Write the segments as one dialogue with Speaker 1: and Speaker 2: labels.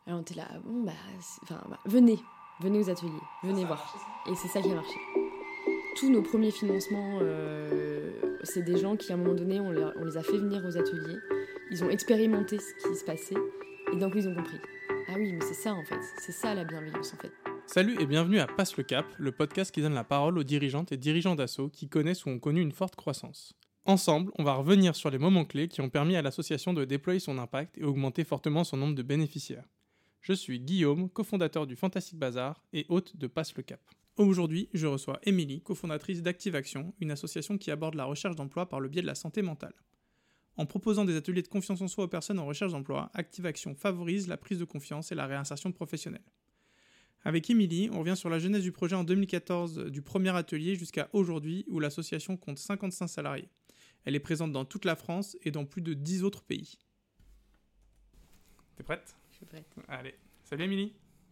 Speaker 1: Alors on était là, bon venez aux ateliers, venez voir. Et c'est ça qui a marché. Tous nos premiers financements, c'est des gens qui à un moment donné, on les a fait venir aux ateliers, ils ont expérimenté ce qui se passait, et d'un coup ils ont compris. Ah oui, mais c'est ça en fait, c'est ça la bienveillance en fait.
Speaker 2: Salut et bienvenue à Passe le Cap, le podcast qui donne la parole aux dirigeantes et dirigeants d'assaut qui connaissent ou ont connu une forte croissance. Ensemble, on va revenir sur les moments clés qui ont permis à l'association de déployer son impact et augmenter fortement son nombre de bénéficiaires. Je suis Guillaume, cofondateur du Fantastic Bazar et hôte de Passe le Cap. Aujourd'hui, je reçois Émilie, cofondatrice d'Active Action, une association qui aborde la recherche d'emploi par le biais de la santé mentale. En proposant des ateliers de confiance en soi aux personnes en recherche d'emploi, Active Action favorise la prise de confiance et la réinsertion professionnelle. Avec Émilie, on revient sur la genèse du projet en 2014, du premier atelier jusqu'à aujourd'hui où l'association compte 55 salariés. Elle est présente dans toute la France et dans plus de 10 autres pays. T'es prête ?
Speaker 1: Je suis prête.
Speaker 2: Allez, salut Émilie.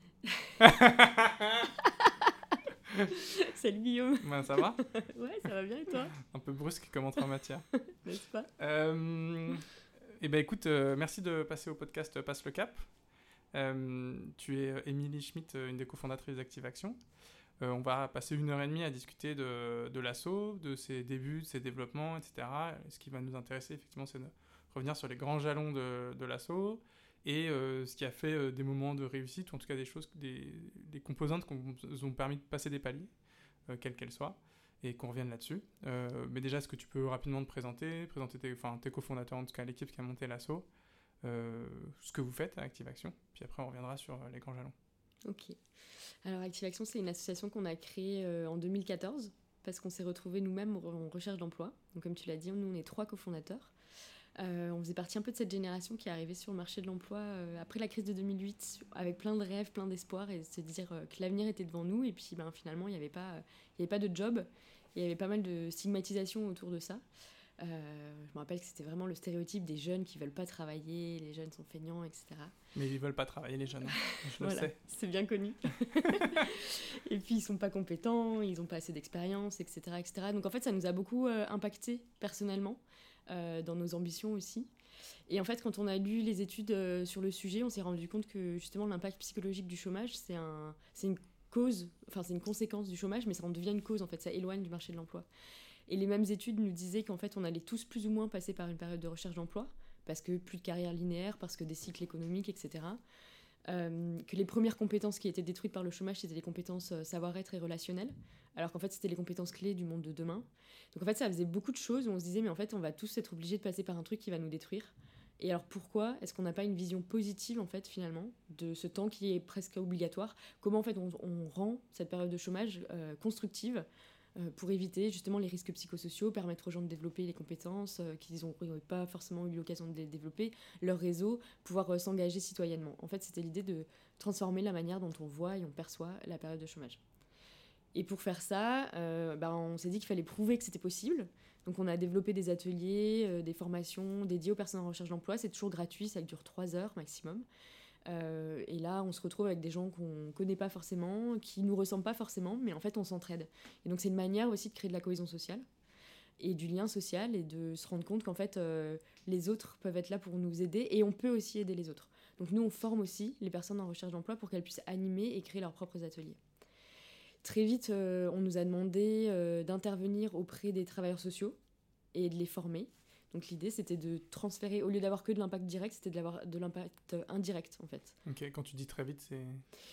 Speaker 1: Salut Guillaume.
Speaker 2: Ben, ça va ?
Speaker 1: Ouais, ça va bien et toi ?
Speaker 2: Un peu brusque comme entrée en matière.
Speaker 1: N'est-ce pas ?
Speaker 2: Écoute, merci de passer au podcast Passe le Cap. Tu es Émilie Schmitt, une des cofondatrices d'Active Action. On va passer 1h30 à discuter de l'asso, de ses débuts, de ses développements, etc. Ce qui va nous intéresser, effectivement, c'est de revenir sur les grands jalons de l'asso et ce qui a fait des moments de réussite, ou en tout cas des choses, des composantes qui nous ont permis de passer des paliers, quelles qu'elles soient, et qu'on revienne là-dessus. Mais déjà, est-ce que tu peux rapidement te présenter tes cofondateurs, en tout cas l'équipe qui a monté l'asso, ce que vous faites à Active Action, puis après on reviendra sur les grands jalons.
Speaker 1: Ok. Alors Active Action, c'est une association qu'on a créée en 2014 parce qu'on s'est retrouvés nous-mêmes en recherche d'emploi. Donc comme tu l'as dit, nous on est 3 cofondateurs. On faisait partie un peu de cette génération qui est arrivée sur le marché de l'emploi après la crise de 2008 avec plein de rêves, plein d'espoir et se dire que l'avenir était devant nous et puis finalement il n'y avait pas de job, il y avait pas mal de stigmatisation autour de ça. Je me rappelle que c'était vraiment le stéréotype des jeunes qui veulent pas travailler, les jeunes sont feignants, etc.
Speaker 2: Mais ils veulent pas travailler, les jeunes, je le sais.
Speaker 1: C'est bien connu. Et puis ils sont pas compétents, ils ont pas assez d'expérience, etc., etc. Donc en fait ça nous a beaucoup impacté personnellement, dans nos ambitions aussi. Et en fait quand on a lu les études sur le sujet, on s'est rendu compte que justement l'impact psychologique du chômage, c'est une conséquence du chômage, mais ça en devient une cause en fait, ça éloigne du marché de l'emploi. Et les mêmes études nous disaient qu'en fait, on allait tous plus ou moins passer par une période de recherche d'emploi, parce que plus de carrière linéaire, parce que des cycles économiques, etc. Que les premières compétences qui étaient détruites par le chômage, c'était les compétences savoir-être et relationnelles, alors qu'en fait, c'était les compétences clés du monde de demain. Donc en fait, ça faisait beaucoup de choses où on se disait, mais en fait, on va tous être obligés de passer par un truc qui va nous détruire. Et alors pourquoi est-ce qu'on n'a pas une vision positive, en fait, finalement, de ce temps qui est presque obligatoire ? Comment, en fait, on rend cette période de chômage constructive pour éviter justement les risques psychosociaux, permettre aux gens de développer les compétences qu'ils n'ont pas forcément eu l'occasion de développer, leur réseau, pouvoir s'engager citoyennement. En fait, c'était l'idée de transformer la manière dont on voit et on perçoit la période de chômage. Et pour faire ça, on s'est dit qu'il fallait prouver que c'était possible. Donc on a développé des ateliers, des formations dédiées aux personnes en recherche d'emploi. C'est toujours gratuit, ça dure 3 heures maximum. Et là, on se retrouve avec des gens qu'on ne connaît pas forcément, qui ne nous ressemblent pas forcément, mais en fait, on s'entraide. Et donc, c'est une manière aussi de créer de la cohésion sociale et du lien social et de se rendre compte qu'en fait, les autres peuvent être là pour nous aider et on peut aussi aider les autres. Donc, nous, on forme aussi les personnes en recherche d'emploi pour qu'elles puissent animer et créer leurs propres ateliers. Très vite, on nous a demandé d'intervenir auprès des travailleurs sociaux et de les former. Donc l'idée, c'était de transférer, au lieu d'avoir que de l'impact direct, c'était d'avoir de l'impact indirect, en fait.
Speaker 2: Ok, quand tu dis très vite, c'est...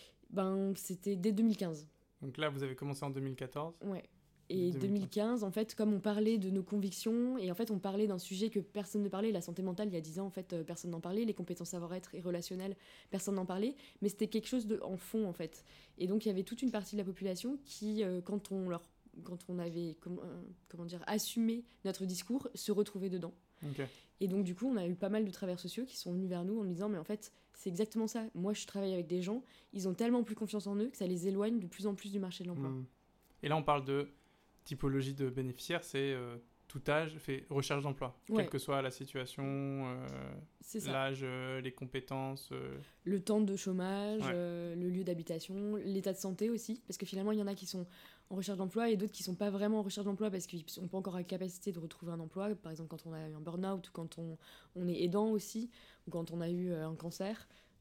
Speaker 1: C'était dès 2015.
Speaker 2: Donc là, vous avez commencé en 2014 ?
Speaker 1: Ouais. Et 2015, en fait, comme on parlait de nos convictions, et en fait, on parlait d'un sujet que personne ne parlait, la santé mentale, il y a 10 ans, en fait, personne n'en parlait, les compétences savoir-être et relationnelles, personne n'en parlait, mais c'était quelque chose en fond, en fait. Et donc, il y avait toute une partie de la population qui, quand on avait assumé notre discours, se retrouvait dedans.
Speaker 2: Okay.
Speaker 1: Et donc du coup, on a eu pas mal de travailleurs sociaux qui sont venus vers nous en nous disant mais en fait, c'est exactement ça. Moi, je travaille avec des gens, ils ont tellement plus confiance en eux que ça les éloigne de plus en plus du marché de l'emploi.
Speaker 2: Et là, on parle de typologie de bénéficiaires, c'est tout âge, fait recherche d'emploi, quelle que soit la situation, l'âge, les compétences.
Speaker 1: Le temps de chômage, le lieu d'habitation, l'état de santé aussi, parce que finalement, il y en a qui sont en recherche d'emploi et d'autres qui ne sont pas vraiment en recherche d'emploi parce qu'ils n'ont pas encore la capacité de retrouver un emploi, par exemple quand on a eu un burn-out ou quand on est aidant aussi, ou quand on a eu un cancer.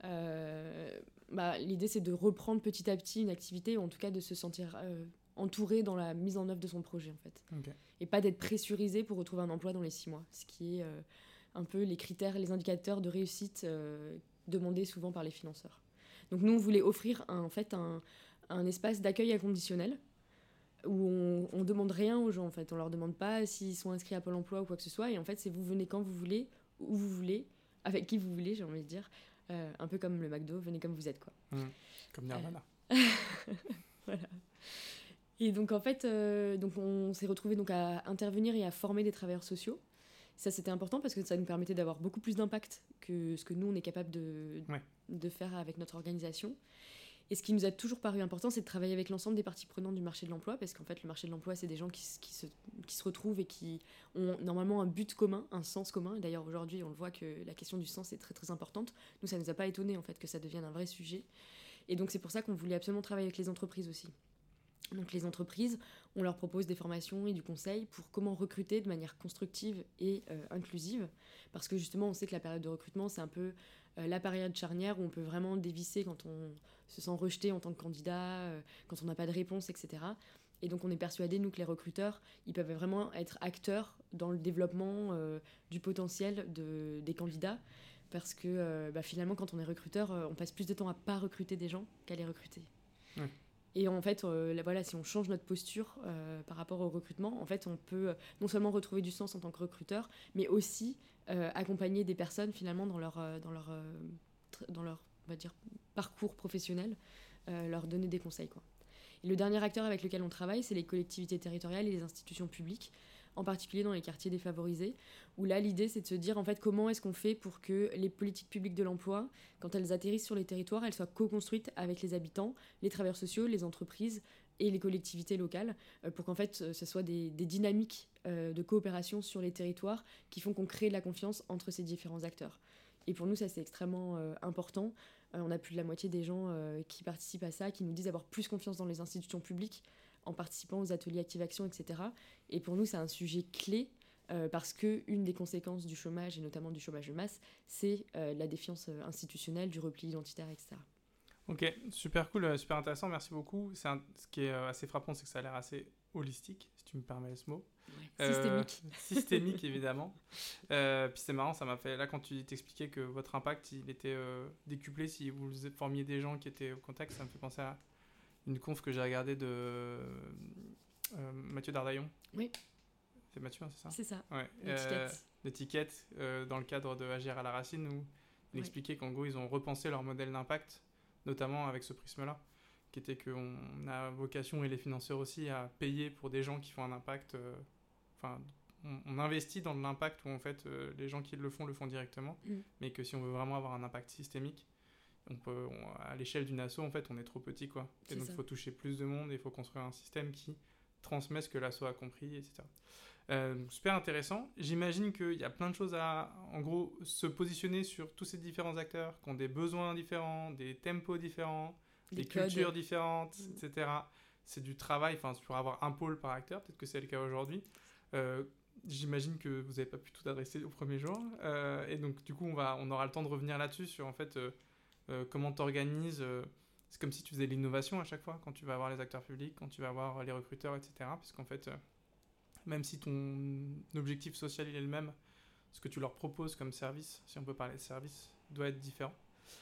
Speaker 1: L'idée, c'est de reprendre petit à petit une activité, ou en tout cas de se sentir entouré dans la mise en œuvre de son projet, en fait.
Speaker 2: Ok.
Speaker 1: Et pas d'être pressurisé pour retrouver un emploi dans les 6 mois, ce qui est un peu les critères, les indicateurs de réussite demandés souvent par les financeurs. Donc nous, on voulait offrir un espace d'accueil inconditionnel où on demande rien aux gens, en fait. On leur demande pas s'ils sont inscrits à Pôle emploi ou quoi que ce soit. Et en fait, c'est vous venez quand vous voulez, où vous voulez, avec qui vous voulez, j'ai envie de dire. Un peu comme le McDo, venez comme vous êtes, quoi.
Speaker 2: Comme Nirvana.
Speaker 1: Voilà. Et donc, en fait, on s'est retrouvés à intervenir et à former des travailleurs sociaux. Ça, c'était important parce que ça nous permettait d'avoir beaucoup plus d'impact que ce que nous, on est capable de faire avec notre organisation. Et ce qui nous a toujours paru important, c'est de travailler avec l'ensemble des parties prenantes du marché de l'emploi, parce qu'en fait, le marché de l'emploi, c'est des gens qui se retrouvent et qui ont normalement un but commun, un sens commun. Et d'ailleurs, aujourd'hui, on le voit que la question du sens est très, très importante. Nous, ça ne nous a pas étonnés, en fait, que ça devienne un vrai sujet. Et donc, c'est pour ça qu'on voulait absolument travailler avec les entreprises aussi. Donc, les entreprises, on leur propose des formations et du conseil pour comment recruter de manière constructive et inclusive. Parce que justement, on sait que la période de recrutement, c'est un peu la période charnière où on peut vraiment dévisser quand on se sent rejeté en tant que candidat, quand on n'a pas de réponse, etc. Et donc on est persuadés, nous, que les recruteurs, ils peuvent vraiment être acteurs dans le développement du potentiel des candidats. Parce que finalement, quand on est recruteur, on passe plus de temps à pas recruter des gens qu'à les recruter.
Speaker 2: Ouais.
Speaker 1: Et en fait, si on change notre posture par rapport au recrutement, en fait, on peut non seulement retrouver du sens en tant que recruteur, mais aussi accompagner des personnes finalement dans leur on va dire, parcours professionnel, leur donner des conseils, quoi. Et le dernier acteur avec lequel on travaille, c'est les collectivités territoriales et les institutions publiques, en particulier dans les quartiers défavorisés, où là, l'idée, c'est de se dire, en fait, comment est-ce qu'on fait pour que les politiques publiques de l'emploi, quand elles atterrissent sur les territoires, elles soient co-construites avec les habitants, les travailleurs sociaux, les entreprises et les collectivités locales, pour qu'en fait, ce soit des dynamiques de coopération sur les territoires qui font qu'on crée de la confiance entre ces différents acteurs. Et pour nous, ça, c'est extrêmement important. On a plus de la moitié des gens qui participent à ça, qui nous disent avoir plus confiance dans les institutions publiques en participant aux ateliers Active Action, etc. Et pour nous, c'est un sujet clé parce qu'une des conséquences du chômage, et notamment du chômage de masse, c'est la défiance institutionnelle, du repli identitaire, etc.
Speaker 2: Ok, super cool, super intéressant, merci beaucoup. Ce qui est assez frappant, c'est que ça a l'air assez holistique, si tu me permets ce mot.
Speaker 1: Ouais. Systémique.
Speaker 2: Systémique, évidemment. Puis c'est marrant, ça m'a fait... Là, quand tu t'expliquais que votre impact, il était décuplé si vous formiez des gens qui étaient au contact, ça me fait penser à une conf que j'ai regardée de Mathieu Dardaillon.
Speaker 1: Oui.
Speaker 2: C'est Mathieu, hein, c'est ça ?
Speaker 1: C'est ça.
Speaker 2: Ouais.
Speaker 1: L'étiquette.
Speaker 2: Dans le cadre de Agir à la racine, où il expliquait qu'en gros, ils ont repensé leur modèle d'impact, notamment avec ce prisme-là, qui était qu'on a vocation, et les financeurs aussi, à payer pour des gens qui font un impact... on investit dans de l'impact où en fait les gens qui le font directement, mais que si on veut vraiment avoir un impact systémique, à l'échelle d'une asso, en fait, on est trop petit, quoi. Et donc il faut toucher plus de monde et il faut construire un système qui transmet ce que l'asso a compris, etc. Super intéressant. J'imagine qu'il y a plein de choses à, en gros, se positionner sur tous ces différents acteurs qui ont des besoins différents, des tempos différents, des cultures différentes, etc. C'est du travail, pour avoir un pôle par acteur, peut-être que c'est le cas aujourd'hui. J'imagine que vous n'avez pas pu tout adresser au premier jour. Et donc, du coup, on aura le temps de revenir là-dessus sur, en fait, comment tu organises. C'est comme si tu faisais de l'innovation à chaque fois, quand tu vas avoir les acteurs publics, quand tu vas avoir les recruteurs, etc. Parce qu'en fait, même si ton objectif social il est le même, ce que tu leur proposes comme service, si on peut parler de service, doit être différent.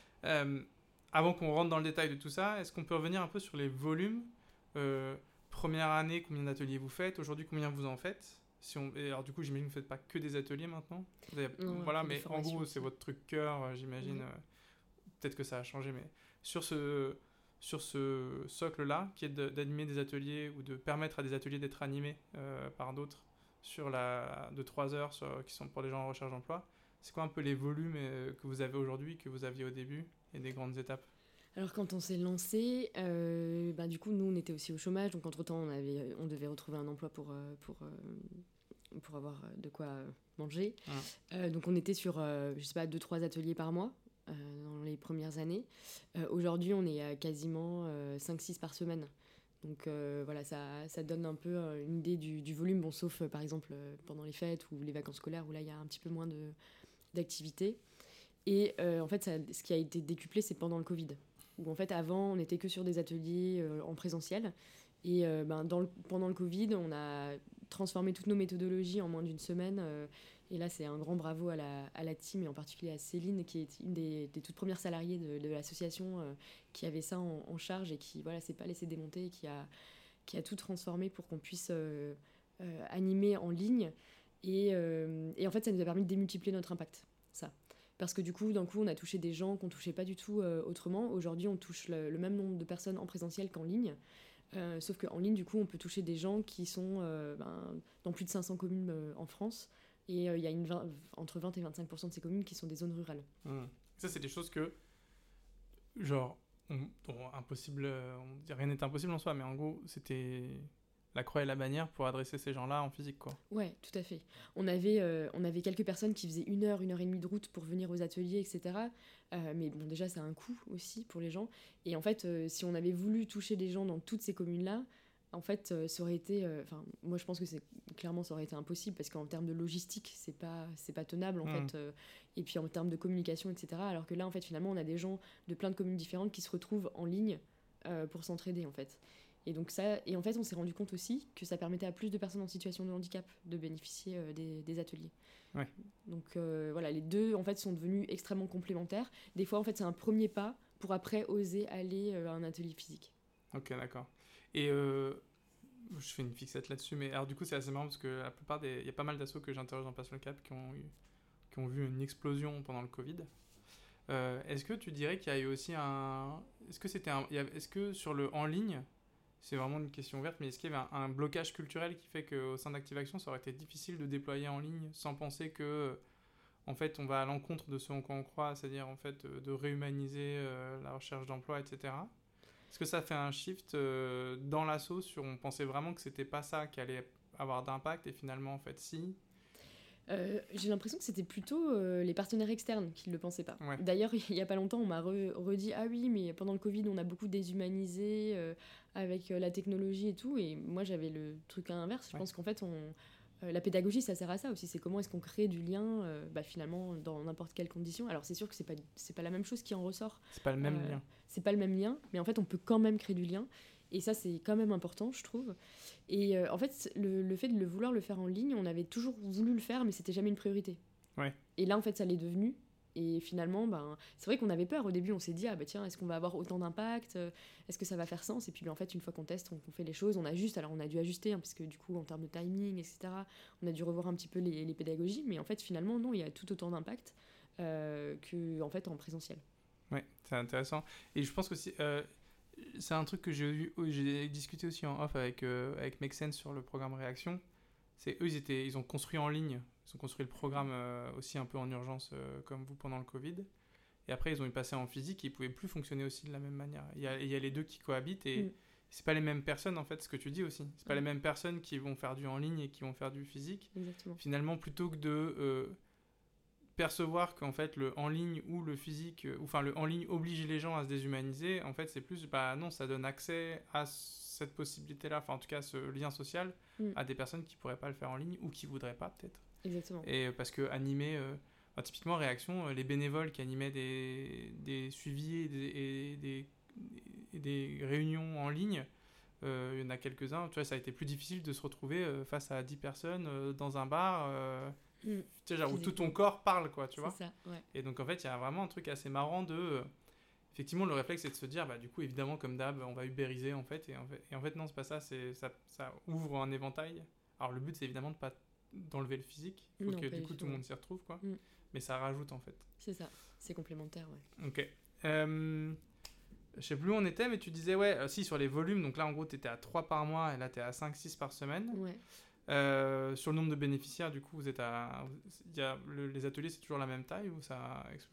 Speaker 2: Avant qu'on rentre dans le détail de tout ça, est-ce qu'on peut revenir un peu sur les volumes ? Première année, combien d'ateliers vous faites ? Aujourd'hui, combien vous en faites ? Alors du coup, j'imagine que vous ne faites pas que des ateliers maintenant.
Speaker 1: Non,
Speaker 2: voilà, mais en gros, c'est votre truc cœur, j'imagine. Peut-être que ça a changé, mais sur ce socle-là, qui est d'animer des ateliers ou de permettre à des ateliers d'être animés par d'autres de 3 heures qui sont pour des gens en recherche d'emploi, c'est quoi un peu les volumes que vous avez aujourd'hui, que vous aviez au début, et des grandes étapes ?
Speaker 1: Alors quand on s'est lancé, du coup nous on était aussi au chômage, donc entre-temps on devait retrouver un emploi pour avoir de quoi manger. Donc on était sur 2-3 ateliers par mois dans les premières années. Aujourd'hui on est à quasiment 5-6 par semaine. Donc ça donne un peu une idée du volume, bon, sauf par exemple pendant les fêtes ou les vacances scolaires où là il y a un petit peu moins d'activité. Et en fait, ce qui a été décuplé, c'est pendant le Covid. Où en fait, avant, on n'était que sur des ateliers en présentiel. Et pendant le Covid, on a transformé toutes nos méthodologies en moins d'une semaine. Et là, c'est un grand bravo à la team, et en particulier à Céline, qui est une des toutes premières salariées de l'association, qui avait ça en charge et qui s'est pas laissé démonter, et qui a tout transformé pour qu'on puisse animer en ligne. Et en fait, ça nous a permis de démultiplier notre impact, ça. Parce que du coup, d'un coup, on a touché des gens qu'on ne touchait pas du tout autrement. Aujourd'hui, on touche le même nombre de personnes en présentiel qu'en ligne. Sauf qu'en ligne, du coup, on peut toucher des gens qui sont dans plus de 500 communes en France. Et il y a entre 20 et 25% de ces communes qui sont des zones rurales.
Speaker 2: Ça, c'est des choses que, genre, impossible, on dit rien n'est impossible en soi, mais en gros, c'était la croix et la bannière pour adresser ces gens-là en physique, quoi.
Speaker 1: Ouais, tout à fait. On avait quelques personnes qui faisaient 1 heure et demie de route pour venir aux ateliers, etc. Mais bon, déjà, ça a un coût aussi pour les gens. Et en fait, si on avait voulu toucher des gens dans toutes ces communes-là, en fait, ça aurait été... moi, je pense que clairement, ça aurait été impossible, parce qu'en termes de logistique, c'est pas tenable, en fait. Et puis en termes de communication, etc. Alors que là, en fait, finalement, on a des gens de plein de communes différentes qui se retrouvent en ligne pour s'entraider, en fait. Et donc et en fait, on s'est rendu compte aussi que ça permettait à plus de personnes en situation de handicap de bénéficier des ateliers.
Speaker 2: Ouais.
Speaker 1: Donc voilà, les deux, en fait, sont devenus extrêmement complémentaires. Des fois, en fait, c'est un premier pas pour après oser aller à un atelier physique.
Speaker 2: Ok, d'accord. Et je fais une fixette là-dessus, mais alors du coup, c'est assez marrant parce que il y a pas mal d'assos que j'interroge dans Passe le Cap qui ont vu une explosion pendant le Covid. Est-ce que tu dirais qu'il y a eu aussi est-ce que sur le en ligne, c'est vraiment une question ouverte, mais est-ce qu'il y avait un blocage culturel qui fait qu'au sein d'Active Action, ça aurait été difficile de déployer en ligne sans penser que, en fait, on va à l'encontre de ce en quoi on croit, c'est-à-dire en fait de réhumaniser la recherche d'emploi, etc. Est-ce que ça fait un shift dans l'asso sur on pensait vraiment que c'était pas ça qui allait avoir d'impact et finalement en fait si?
Speaker 1: J'ai l'impression que c'était plutôt les partenaires externes qui ne le pensaient pas.
Speaker 2: Ouais.
Speaker 1: D'ailleurs, il n'y a pas longtemps, on m'a redit « Ah oui, mais pendant le Covid, on a beaucoup déshumanisé avec la technologie et tout. » Et moi, j'avais le truc à l'inverse. Je pense qu'en fait, la pédagogie, ça sert à ça aussi. C'est comment est-ce qu'on crée du lien, finalement, dans n'importe quelle condition. Alors, c'est sûr que c'est pas la même chose qui en ressort.
Speaker 2: C'est pas le même lien.
Speaker 1: C'est pas le même lien, mais en fait, on peut quand même créer du lien. Et ça, c'est quand même important, je trouve. Et en fait, le fait de vouloir le faire en ligne, on avait toujours voulu le faire, mais c'était jamais une priorité.
Speaker 2: Ouais.
Speaker 1: Et là, en fait, ça l'est devenu. Et finalement, c'est vrai qu'on avait peur. Au début, on s'est dit, tiens, est-ce qu'on va avoir autant d'impact ? Est-ce que ça va faire sens ? Et puis, en fait, une fois qu'on teste, on fait les choses, on ajuste. Alors, on a dû ajuster, parce que du coup, en termes de timing, etc., on a dû revoir un petit peu les pédagogies. Mais en fait, finalement, non, il y a tout autant d'impact qu'en fait, en présentiel.
Speaker 2: Ouais, c'est intéressant. Et je pense que c'est un truc que j'ai discuté aussi en off avec Make Sense sur le programme Réaction. C'est eux, ils ont construit en ligne. Ils ont construit le programme aussi un peu en urgence comme vous pendant le Covid. Et après, ils ont eu passé en physique et ils ne pouvaient plus fonctionner aussi de la même manière. Il y a les deux qui cohabitent et c'est pas les mêmes personnes, en fait, ce que tu dis aussi. C'est pas les mêmes personnes qui vont faire du en ligne et qui vont faire du physique.
Speaker 1: Exactement.
Speaker 2: Finalement, plutôt que de percevoir qu'en fait le en ligne ou le physique, enfin le en ligne oblige les gens à se déshumaniser, en fait c'est plus, non, ça donne accès à cette possibilité-là, enfin en tout cas ce lien social à des personnes qui pourraient pas le faire en ligne ou qui voudraient pas peut-être.
Speaker 1: Exactement.
Speaker 2: Et parce que animer, typiquement Réaction, les bénévoles qui animaient des suivis et des réunions en ligne, il y en a quelques-uns, tu vois, ça a été plus difficile de se retrouver face à 10 personnes dans un bar, tu sais, genre où tout ton corps parle, quoi, tu vois.
Speaker 1: C'est ça, ouais.
Speaker 2: Et donc en fait, il y a vraiment un truc assez marrant de... effectivement, le réflexe, c'est de se dire, du coup, évidemment, comme d'hab, on va ubériser, en fait. Et en fait, non, c'est pas ça, ça ouvre un éventail. Alors le but, c'est évidemment de pas d'enlever le physique. Il faut que du coup, tout le monde s'y retrouve, quoi. Mais ça rajoute, en fait.
Speaker 1: C'est ça, c'est complémentaire, ouais.
Speaker 2: Ok. Je sais plus où on était, mais tu disais, si, sur les volumes, donc là, en gros, t'étais à 3 par mois, et là, t'es à 5-6 par semaine.
Speaker 1: Ouais.
Speaker 2: Sur le nombre de bénéficiaires, du coup, vous êtes les ateliers, c'est toujours la même taille ou ça a explosé ?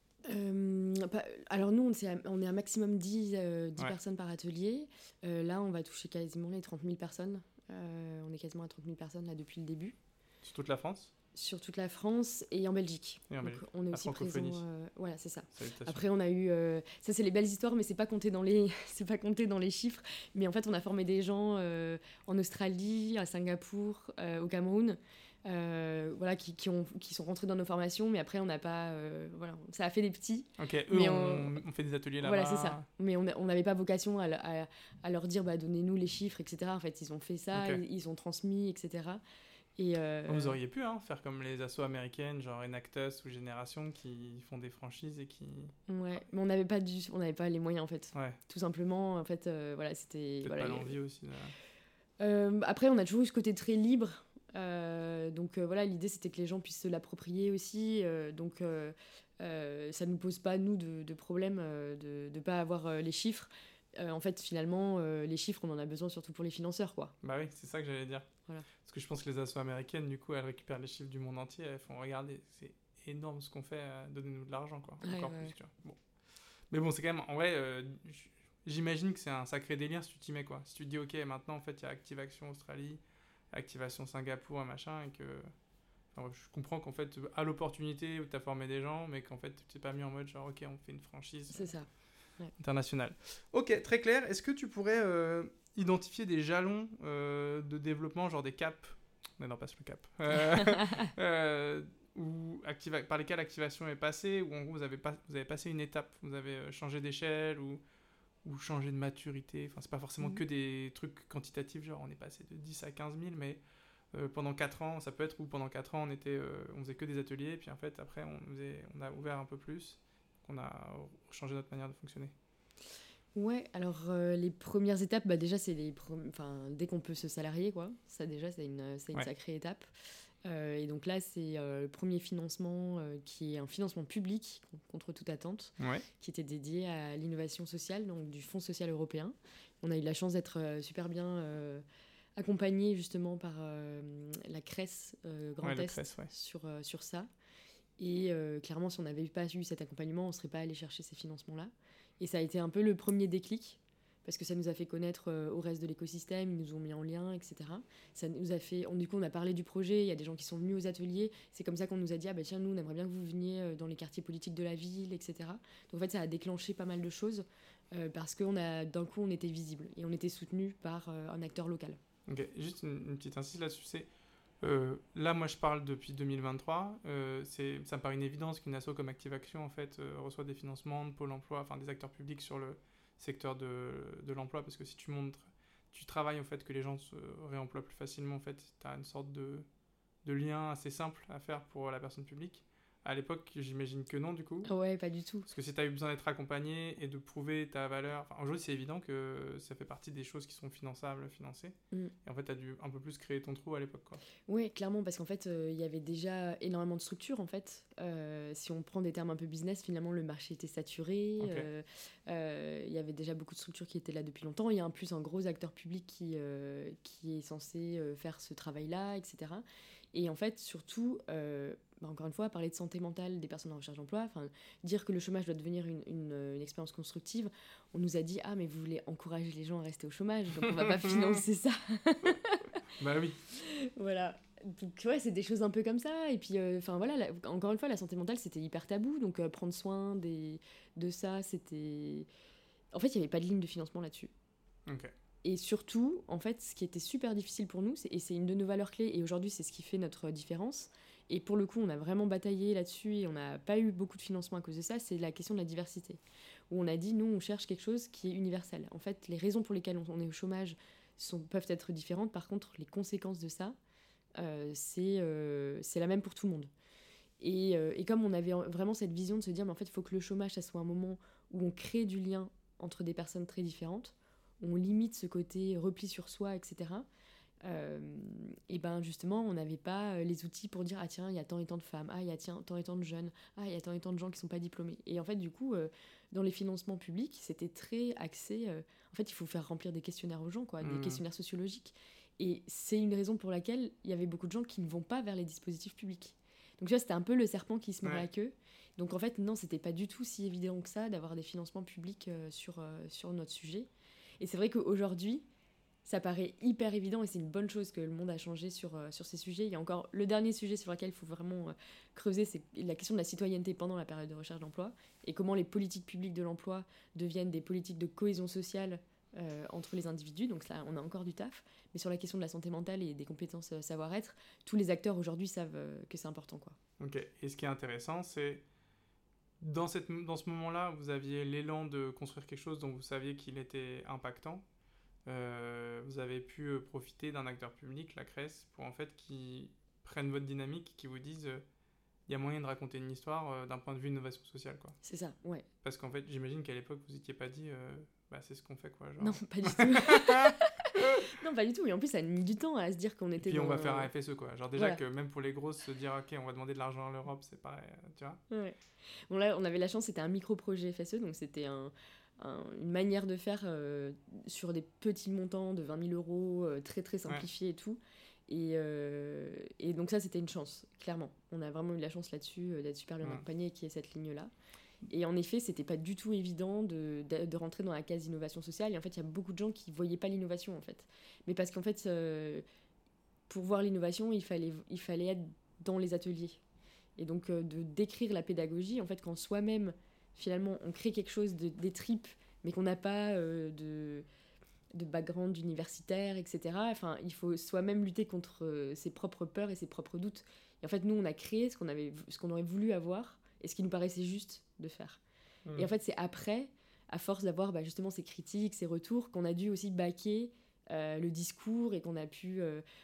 Speaker 1: Alors nous, on est à maximum 10 personnes par atelier. Là, on va toucher quasiment les 30 000 personnes. On est quasiment à 30 000 personnes là, depuis le début.
Speaker 2: Sur toute la France ?
Speaker 1: Sur toute la France et en Belgique.
Speaker 2: Et en Belgique.
Speaker 1: Donc, on est aussi présent. Voilà, c'est ça. Après, on a eu... ça, c'est les belles histoires, mais c'est pas compté dans les chiffres. Mais en fait, on a formé des gens en Australie, à Singapour, au Cameroun. voilà, qui sont rentrés dans nos formations, mais après on n'a pas, voilà, ça a fait des petits.
Speaker 2: Ok, eux
Speaker 1: mais
Speaker 2: on fait des ateliers là-bas.
Speaker 1: Voilà, c'est ça. Mais on n'avait pas vocation à leur dire, donnez-nous les chiffres, etc. En fait, ils ont fait ça,
Speaker 2: Ok.
Speaker 1: ils ont transmis, etc. Et
Speaker 2: Vous auriez pu faire comme les assos américaines, genre Enactus ou Génération, qui font des franchises et qui...
Speaker 1: ouais, mais on n'avait pas les moyens en fait.
Speaker 2: Ouais,
Speaker 1: Tout simplement, en fait, voilà, c'était.
Speaker 2: peut-être
Speaker 1: Voilà,
Speaker 2: pas l'envie aussi.
Speaker 1: après, on a toujours eu ce côté très libre. Donc voilà, l'idée c'était que les gens puissent se l'approprier aussi. Donc ça ne nous pose pas, nous, de problème de ne pas avoir les chiffres. En fait, finalement, les chiffres, on en a besoin surtout pour les financeurs, quoi.
Speaker 2: Bah oui, c'est ça que j'allais dire.
Speaker 1: Voilà.
Speaker 2: Parce que je pense que les assos américaines, du coup, elles récupèrent les chiffres du monde entier, elles font regarder, c'est énorme ce qu'on fait, donnez-nous de l'argent, quoi.
Speaker 1: Ouais,
Speaker 2: Encore
Speaker 1: ouais,
Speaker 2: plus,
Speaker 1: ouais.
Speaker 2: tu vois. Bon. Mais bon, c'est quand même, en vrai, j'imagine que c'est un sacré délire si tu t'y mets, quoi. Si tu te dis, ok, maintenant, en fait, il y a Active Action Australie, Activation Singapour, et machin, et que... Enfin, je comprends qu'en fait, à l'opportunité où tu as formé des gens, mais qu'en fait, tu t'es pas mis en mode genre, ok, on fait une franchise
Speaker 1: C'est ça.
Speaker 2: internationale. Ok, très clair. Est-ce que tu pourrais identifier des jalons de développement, genre des caps? Non, pas le cap. Par lesquels l'activation est passée, ou en gros, vous avez passé une étape, vous avez changé d'échelle, ou changé de maturité. Enfin, c'est pas forcément que des trucs quantitatifs, genre on est passé de 10 à 15 000, mais pendant 4 ans, ça peut être où pendant 4 ans, on faisait que des ateliers, et puis en fait, après, on a ouvert un peu plus, on a changé notre manière de fonctionner.
Speaker 1: Ouais, alors les premières étapes, déjà, c'est dès qu'on peut se salarier, quoi. Ça, déjà, c'est une sacrée étape. Et donc là, c'est le premier financement qui est un financement public, contre toute attente, qui était dédié à l'innovation sociale, donc du Fonds social européen. On a eu la chance d'être super bien accompagné justement par la CRES Grand Est
Speaker 2: CRES,
Speaker 1: sur ça. Et clairement, si on n'avait pas eu cet accompagnement, on ne serait pas allé chercher ces financements-là. Et ça a été un peu le premier déclic, parce que ça nous a fait connaître au reste de l'écosystème, ils nous ont mis en lien, etc. Ça nous a fait, du coup, on a parlé du projet, il y a des gens qui sont venus aux ateliers, c'est comme ça qu'on nous a dit, tiens, nous, on aimerait bien que vous veniez dans les quartiers politiques de la ville, etc. Donc en fait, ça a déclenché pas mal de choses, parce que d'un coup, on était visible, et on était soutenu par un acteur local.
Speaker 2: Ok, juste une petite insiste là-dessus, là, moi, je parle depuis 2023. Ça me paraît une évidence qu'une asso comme Active Action, en fait, reçoit des financements de Pôle emploi, enfin des acteurs publics sur le secteur de l'emploi, parce que si tu travailles, en fait, que les gens se réemploient plus facilement, en fait, tu as une sorte de lien assez simple à faire pour la personne publique. À l'époque, j'imagine que non, du coup.
Speaker 1: Ouais, pas du tout.
Speaker 2: Parce que si tu as eu besoin d'être accompagné et de prouver ta valeur... aujourd'hui, c'est évident que ça fait partie des choses qui sont finançables, financées. Et en fait, tu as dû un peu plus créer ton trou à l'époque, quoi.
Speaker 1: Oui, clairement, parce qu'en fait, il y avait déjà énormément de structures, en fait. Si on prend des termes un peu business, finalement, le marché était saturé. Il y avait déjà beaucoup de structures qui étaient là depuis longtemps. Il y a en plus un gros acteur public qui est censé faire ce travail-là, etc. Et en fait, surtout... encore une fois, parler de santé mentale des personnes en recherche d'emploi, dire que le chômage doit devenir une expérience constructive, on nous a dit « Ah, mais vous voulez encourager les gens à rester au chômage, donc on va pas financer ça !»
Speaker 2: Bah oui.
Speaker 1: Voilà. Donc ouais, c'est des choses un peu comme ça. Et puis, voilà, encore une fois, la santé mentale, c'était hyper tabou, donc prendre soin de ça, c'était... En fait, il n'y avait pas de ligne de financement là-dessus.
Speaker 2: Ok.
Speaker 1: Et surtout, en fait, ce qui était super difficile pour nous, et c'est une de nos valeurs clés, et aujourd'hui, c'est ce qui fait notre différence, et pour le coup, on a vraiment bataillé là-dessus, et on n'a pas eu beaucoup de financement à cause de ça, c'est la question de la diversité. Où on a dit, nous, on cherche quelque chose qui est universel. En fait, les raisons pour lesquelles on est au chômage peuvent être différentes, par contre, les conséquences de ça, c'est la même pour tout le monde. Et comme on avait vraiment cette vision de se dire, mais en fait, il faut que le chômage, ça soit un moment où on crée du lien entre des personnes très différentes, on limite ce côté repli sur soi, etc. Et justement, on n'avait pas les outils pour dire, ah tiens, il y a tant et tant de femmes, ah il y a tant et tant de jeunes, ah il y a tant et tant de gens qui ne sont pas diplômés. Et en fait, du coup, dans les financements publics, c'était très axé... en fait, il faut faire remplir des questionnaires aux gens, quoi, des questionnaires sociologiques. Et c'est une raison pour laquelle il y avait beaucoup de gens qui ne vont pas vers les dispositifs publics. Donc tu vois, c'était un peu le serpent qui se mord la queue. Donc en fait, non, c'était pas du tout si évident que ça d'avoir des financements publics sur notre sujet. Et c'est vrai qu'aujourd'hui, ça paraît hyper évident et c'est une bonne chose que le monde a changé sur ces sujets. Il y a encore le dernier sujet sur lequel il faut vraiment creuser, c'est la question de la citoyenneté pendant la période de recherche d'emploi et comment les politiques publiques de l'emploi deviennent des politiques de cohésion sociale entre les individus, donc là on a encore du taf, mais sur la question de la santé mentale et des compétences savoir-être, tous les acteurs aujourd'hui savent que c'est important, quoi.
Speaker 2: Ok, et ce qui est intéressant, c'est dans ce moment-là, vous aviez l'élan de construire quelque chose dont vous saviez qu'il était impactant. Vous avez pu profiter d'un acteur public, la CRES, pour en fait qui prennent votre dynamique, qui vous disent il y a moyen de raconter une histoire d'un point de vue innovation sociale, quoi.
Speaker 1: C'est ça, ouais.
Speaker 2: Parce qu'en fait, j'imagine qu'à l'époque, vous n'étiez pas dit c'est ce qu'on fait, quoi. Genre.
Speaker 1: Non, pas du tout. Non, pas du tout. Et en plus, ça a mis du temps à se dire qu'on était.
Speaker 2: Et puis on va faire un FSE, quoi. Genre déjà
Speaker 1: voilà.
Speaker 2: que même pour les grosses, se dire ok, on va demander de l'argent à l'Europe, c'est pareil, tu vois.
Speaker 1: Ouais. Bon, là, on avait la chance, c'était un micro-projet FSE, donc c'était une manière de faire sur des petits montants de 20 000 euros, très très simplifié et tout. Et donc ça, c'était une chance, clairement. On a vraiment eu la chance là-dessus d'être super bien accompagné et qu'il y ait cette ligne-là. Et en effet, c'était pas du tout évident de rentrer dans la case innovation sociale. Et en fait, il y a beaucoup de gens qui voyaient pas l'innovation, en fait. Mais parce qu'en fait, pour voir l'innovation, il fallait être dans les ateliers. Et donc, de décrire la pédagogie, en fait, quand soi-même, finalement, on crée quelque chose des tripes, mais qu'on n'a pas de background universitaire, etc. Enfin, il faut soi-même lutter contre ses propres peurs et ses propres doutes. Et en fait, nous, on a créé ce qu'on aurait voulu avoir et ce qui nous paraissait juste de faire. Et en fait, c'est après, à force d'avoir justement ces critiques, ces retours, qu'on a dû aussi baquer le discours et qu'on a pu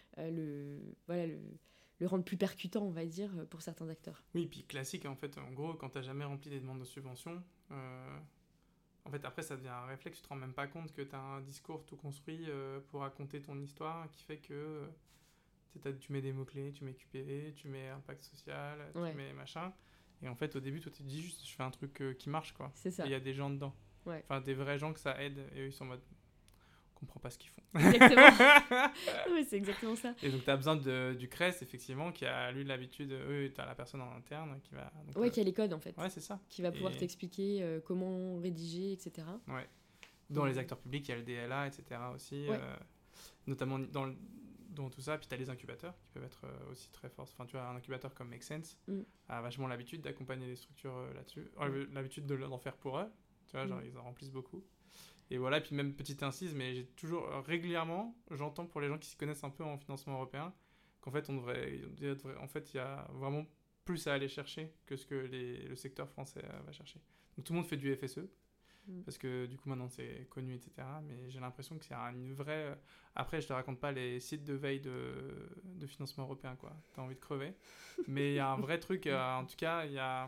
Speaker 1: le rendre plus percutant, on va dire, pour certains acteurs.
Speaker 2: Oui, puis classique, en fait, en gros, quand t'as jamais rempli des demandes de subvention, en fait, après, ça devient un réflexe, tu te rends même pas compte que t'as un discours tout construit pour raconter ton histoire, qui fait que tu mets des mots-clés, tu mets QPV, tu mets impact social, tu mets machin, et en fait, au début, toi, tu te dis juste, je fais un truc qui marche, quoi.
Speaker 1: C'est ça.
Speaker 2: Et il y a des gens dedans.
Speaker 1: Ouais.
Speaker 2: Enfin, des vrais gens que ça aide, et eux, ils sont en mode... On comprend pas ce qu'ils font.
Speaker 1: Exactement. Oui, c'est exactement ça.
Speaker 2: Et donc, tu as besoin du CRES, effectivement, qui a, lui, l'habitude... tu as la personne en interne qui va...
Speaker 1: Donc, qui a les codes, en fait.
Speaker 2: Ouais, c'est ça.
Speaker 1: Qui va pouvoir t'expliquer comment rédiger, etc.
Speaker 2: Ouais. Dans les acteurs publics, il y a le DLA, etc. aussi.
Speaker 1: Ouais.
Speaker 2: Notamment dans tout ça. Puis, tu as les incubateurs qui peuvent être aussi très forts. Enfin, tu vois, un incubateur comme Make Sense a vachement l'habitude d'accompagner les structures là-dessus. L'habitude d'en faire pour eux. Tu vois, genre, ils en remplissent beaucoup. Et voilà, et puis même petite incise, mais j'ai toujours régulièrement, j'entends pour les gens qui s'y connaissent un peu en financement européen, qu'en fait, en fait, il y a vraiment plus à aller chercher que ce que le secteur français va chercher. Donc tout le monde fait du FSE, parce que du coup maintenant c'est connu, etc. Mais j'ai l'impression que c'est une vraie... Après, je te raconte pas les sites de veille de financement européen, quoi. T'as envie de crever. Mais il y a un vrai truc, en tout cas, il y a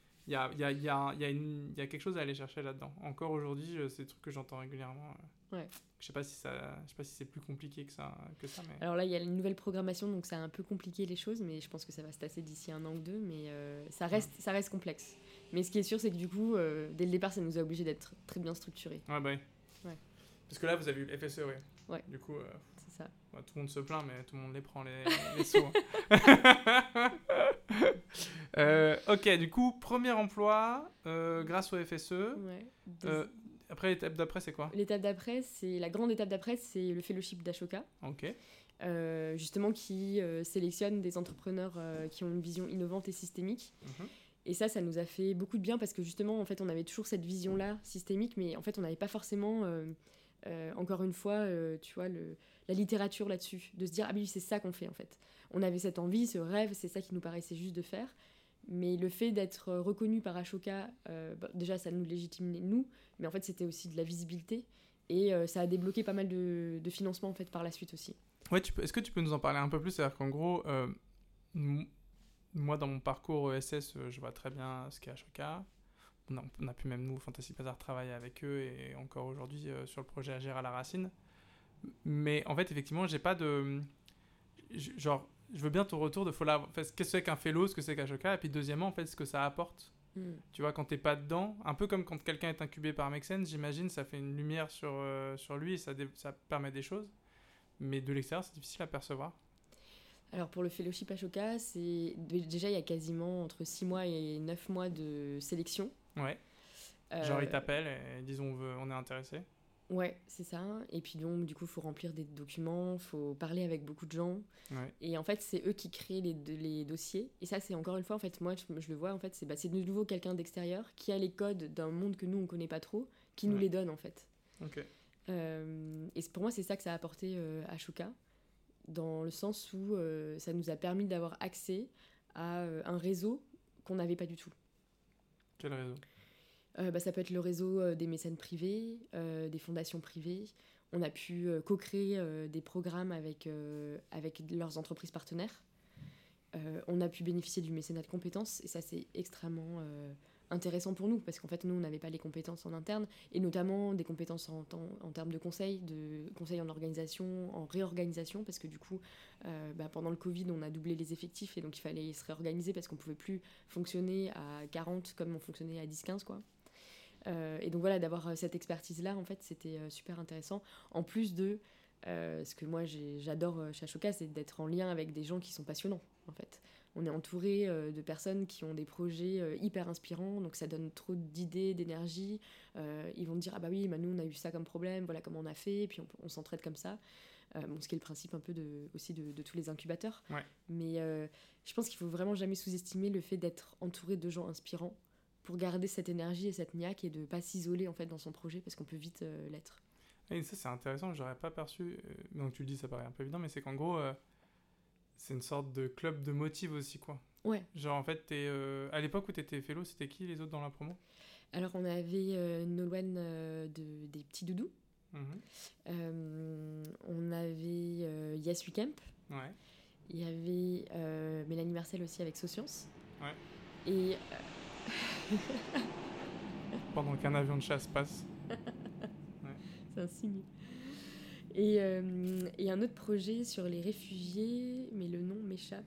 Speaker 2: quelque chose à aller chercher là-dedans. Encore aujourd'hui, c'est des trucs que j'entends régulièrement.
Speaker 1: Ouais.
Speaker 2: Je sais pas si c'est plus compliqué que ça. Mais...
Speaker 1: Alors là, il y a une nouvelle programmation, donc ça a un peu compliqué les choses, mais je pense que ça va se tasser d'ici 1 an ou 2, mais ça reste complexe. Mais ce qui est sûr, c'est que du coup, dès le départ, ça nous a obligés d'être très bien structurés.
Speaker 2: Ouais, bah oui. Ouais. Parce que là, vous avez eu le FSE, ouais.
Speaker 1: Ouais.
Speaker 2: Du coup,
Speaker 1: c'est ça.
Speaker 2: Bah, tout le monde se plaint, mais tout le monde les prend, les sous. Ok, du coup, premier emploi grâce au FSE.
Speaker 1: Ouais.
Speaker 2: Après, l'étape d'après, c'est quoi ?
Speaker 1: La grande étape d'après, c'est le fellowship d'Ashoka.
Speaker 2: Ok.
Speaker 1: Justement, qui sélectionne des entrepreneurs qui ont une vision innovante et systémique. Et ça nous a fait beaucoup de bien parce que justement, en fait, on avait toujours cette vision-là systémique, mais en fait, on n'avait pas forcément, encore une fois, tu vois, la littérature là-dessus, de se dire, ah oui, c'est ça qu'on fait, en fait. On avait cette envie, ce rêve, c'est ça qui nous paraissait juste de faire. Mais le fait d'être reconnu par Ashoka, déjà, ça nous légitimait, nous, mais en fait, c'était aussi de la visibilité. Et ça a débloqué pas mal de financement, en fait, par la suite aussi.
Speaker 2: Ouais, est-ce que tu peux nous en parler un peu plus ? C'est-à-dire qu'en gros... Moi, dans mon parcours ESS, je vois très bien ce qu'est Ashoka. On a pu même, nous, Fantasy Bazar, travailler avec eux et encore aujourd'hui sur le projet Agir à la racine. Mais en fait, effectivement, j'ai pas de... Genre, je veux bien ton retour de qu'est-ce que c'est qu'un fellow, ce que c'est qu'Ashoka, et puis deuxièmement, en fait, ce que ça apporte. Tu vois, quand t'es pas dedans, un peu comme quand quelqu'un est incubé par Make Sense, j'imagine, ça fait une lumière sur lui et ça permet des choses. Mais de l'extérieur, c'est difficile à percevoir.
Speaker 1: Alors pour le fellowship Ashoka, déjà il y a quasiment entre 6 mois et 9 mois de sélection.
Speaker 2: Ouais. Genre ils t'appellent et disent on est intéressé.
Speaker 1: Ouais, c'est ça. Et puis donc du coup il faut remplir des documents, il faut parler avec beaucoup de gens.
Speaker 2: Ouais.
Speaker 1: Et en fait c'est eux qui créent les dossiers. Et ça c'est encore une fois, en fait moi je le vois, en fait c'est de nouveau quelqu'un d'extérieur qui a les codes d'un monde que nous on connaît pas trop, qui nous les donne en fait.
Speaker 2: Ok.
Speaker 1: Et pour moi, c'est ça que ça a apporté à Ashoka, dans le sens où ça nous a permis d'avoir accès à un réseau qu'on n'avait pas du tout.
Speaker 2: Quel réseau ?
Speaker 1: Ça peut être le réseau des mécènes privés, des fondations privées. On a pu co-créer des programmes avec leurs entreprises partenaires. On a pu bénéficier du mécénat de compétences, et ça, c'est extrêmement intéressant pour nous, parce qu'en fait, nous, on n'avait pas les compétences en interne, et notamment des compétences en termes de conseil en organisation, en réorganisation, parce que du coup, pendant le Covid, on a doublé les effectifs, et donc il fallait se réorganiser, parce qu'on ne pouvait plus fonctionner à 40 comme on fonctionnait à 10-15, quoi. Et donc voilà, d'avoir cette expertise-là, en fait, c'était super intéressant. En plus de ce que moi j'adore chez Ashoka, c'est d'être en lien avec des gens qui sont passionnants, en fait. On est entouré de personnes qui ont des projets hyper inspirants, donc ça donne trop d'idées, d'énergie. Ils vont te dire, ah bah oui, nous on a eu ça comme problème, voilà comment on a fait, et puis on s'entraide comme ça. Ce qui est le principe un peu aussi de tous les incubateurs.
Speaker 2: Ouais.
Speaker 1: Mais je pense qu'il faut vraiment jamais sous-estimer le fait d'être entouré de gens inspirants pour garder cette énergie et cette niaque, et de pas s'isoler en fait dans son projet, parce qu'on peut vite l'être.
Speaker 2: Et ça, c'est intéressant, j'aurais pas perçu. Donc tu le dis, ça paraît un peu évident, mais c'est qu'en gros, c'est une sorte de club de motive aussi, quoi.
Speaker 1: Ouais.
Speaker 2: Genre, en fait, à l'époque où t'étais fellow, c'était qui les autres dans la promo ?
Speaker 1: Alors, on avait Nolwenn des Petits Doudous. On avait Yes We Camp.
Speaker 2: Ouais.
Speaker 1: Il y avait Mélanie Marcel aussi avec Socience.
Speaker 2: Ouais.
Speaker 1: Et.
Speaker 2: Pendant qu'un avion de chasse passe.
Speaker 1: C'est un signe. Et un autre projet sur les réfugiés, mais le nom m'échappe.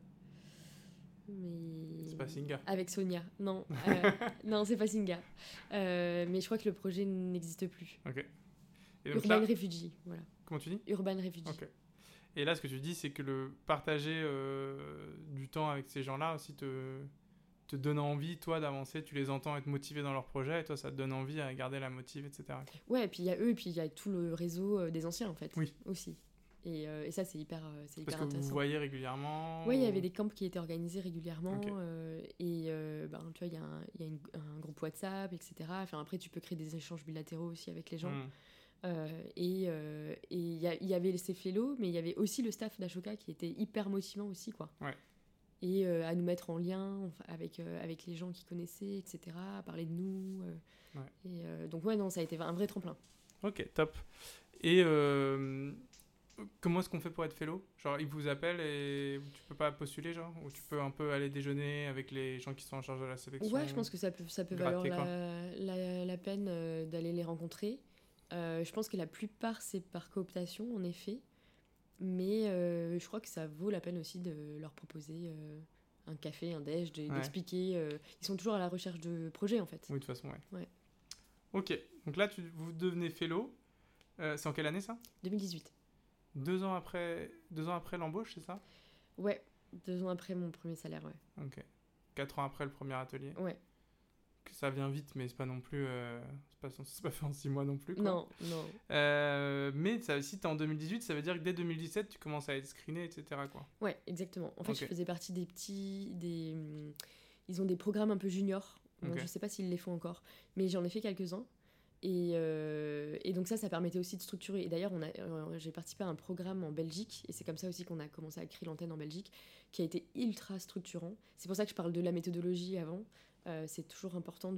Speaker 1: Mais...
Speaker 2: C'est pas Singa.
Speaker 1: Avec Sonia. Non, non, c'est pas Singa. Mais je crois que le projet n'existe plus.
Speaker 2: Ok. Et donc
Speaker 1: Urban
Speaker 2: là...
Speaker 1: Refugee, voilà.
Speaker 2: Comment tu dis ?
Speaker 1: Urban Refugee.
Speaker 2: Ok. Et là, ce que tu dis, c'est que le partager du temps avec ces gens-là aussi te donne envie, toi, d'avancer. Tu les entends être motivés dans leur projet, et toi, ça te donne envie à garder la motive, etc.
Speaker 1: Ouais, et puis il y a eux, et puis il y a tout le réseau des anciens, en fait.
Speaker 2: Oui.
Speaker 1: Aussi. Et ça, c'est hyper intéressant.
Speaker 2: Parce que vous vous voyez régulièrement ?
Speaker 1: Oui, il y avait des camps qui étaient organisés régulièrement.
Speaker 2: Okay.
Speaker 1: Tu vois, il y a un groupe WhatsApp, etc. Enfin, après, tu peux créer des échanges bilatéraux aussi avec les gens. Et il y avait ces fellows, mais il y avait aussi le staff d'Ashoka qui était hyper motivant aussi, quoi.
Speaker 2: Ouais.
Speaker 1: Et à nous mettre en lien avec les gens qui connaissaient, etc., à parler de nous.
Speaker 2: Ouais.
Speaker 1: Et donc, ouais, non, ça a été un vrai tremplin.
Speaker 2: Ok, top. Et comment est-ce qu'on fait pour être fellow ? Genre, ils vous appellent et tu peux pas postuler, genre ? Ou tu peux un peu aller déjeuner avec les gens qui sont en charge de la sélection ?
Speaker 1: Ouais, je pense que ça peut valoir la peine d'aller les rencontrer. Je pense que la plupart, c'est par cooptation, en effet. Mais je crois que ça vaut la peine aussi de leur proposer un café, un déj, d'expliquer. Ils sont toujours à la recherche de projets, en fait.
Speaker 2: Oui, de toute façon,
Speaker 1: ouais.
Speaker 2: Ok, donc là, vous devenez fellow. C'est en quelle année, ça ?
Speaker 1: 2018.
Speaker 2: 2 ans après l'embauche, c'est ça ?
Speaker 1: Ouais, 2 ans après mon premier salaire, ouais.
Speaker 2: Ok. 4 ans après le premier atelier ?
Speaker 1: Ouais.
Speaker 2: Que ça vient vite, mais c'est pas non plus... c'est pas fait en 6 mois non plus, quoi.
Speaker 1: Non.
Speaker 2: Mais ça, si t'es en 2018, ça veut dire que dès 2017, tu commences à être screené, etc., quoi.
Speaker 1: Ouais, exactement. En fait, je faisais partie des petits... Ils ont des programmes un peu juniors. Bon, je sais pas s'ils les font encore, mais j'en ai fait quelques-uns. Et donc ça permettait aussi de structurer. Et d'ailleurs, j'ai participé à un programme en Belgique, et c'est comme ça aussi qu'on a commencé à créer l'antenne en Belgique, qui a été ultra structurant. C'est pour ça que je parle de la méthodologie avant. C'est toujours important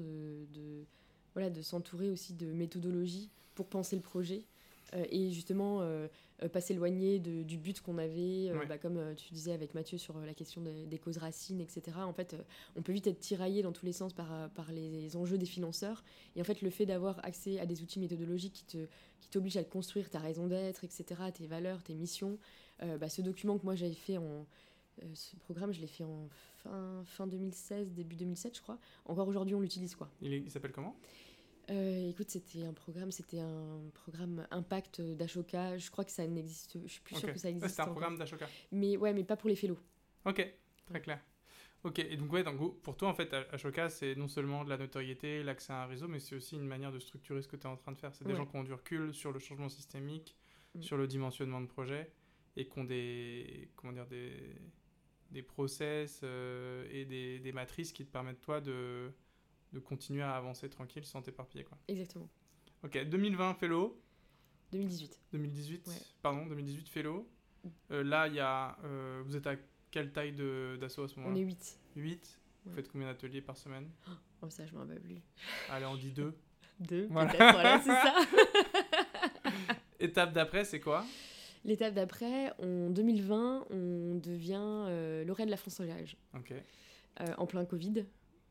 Speaker 1: de s'entourer aussi de méthodologie pour penser le projet. Et justement, pas s'éloigner du but qu'on avait, comme tu disais avec Mathieu sur la question des causes racines, etc. En fait, on peut vite être tiraillé dans tous les sens par les enjeux des financeurs. Et en fait, le fait d'avoir accès à des outils méthodologiques qui t'obligent à construire ta raison d'être, etc., tes valeurs, tes missions, ce document que moi j'avais fait ce programme, je l'ai fait en fin 2016, début 2017, je crois. Encore aujourd'hui, on l'utilise, quoi.
Speaker 2: Il s'appelle comment ?
Speaker 1: Écoute, c'était un programme Impact d'Ashoka. Je crois que ça n'existe... Je suis plus sûre que ça existe.
Speaker 2: C'était un programme d'Ashoka.
Speaker 1: Mais pas pour les fellows.
Speaker 2: Ok, très clair. Ok, et donc pour toi, en fait, Ashoka, c'est non seulement de la notoriété, l'accès à un réseau, mais c'est aussi une manière de structurer ce que tu es en train de faire. C'est des gens qui ont du recul sur le changement systémique, sur le dimensionnement de projet, et qui ont des process et des matrices qui te permettent, toi, de continuer à avancer tranquille sans t'éparpiller, quoi.
Speaker 1: Exactement.
Speaker 2: Ok, 2020, fellow.
Speaker 1: 2018.
Speaker 2: 2018,
Speaker 1: Ouais.
Speaker 2: pardon, 2018 Fellow. Là, il y a, vous êtes à quelle taille d'asso à ce moment-là?
Speaker 1: On est 8.
Speaker 2: 8. Vous
Speaker 1: Ouais.
Speaker 2: faites combien d'ateliers par semaine?
Speaker 1: Oh, ça, je m'en rappelle plus.
Speaker 2: Allez, on dit 2.
Speaker 1: 2,
Speaker 2: Voilà.
Speaker 1: peut-être, voilà, c'est ça.
Speaker 2: Étape d'après, c'est quoi?
Speaker 1: L'étape d'après, en 2020, on devient lauréat de la France Engage.
Speaker 2: Ok.
Speaker 1: En plein Covid.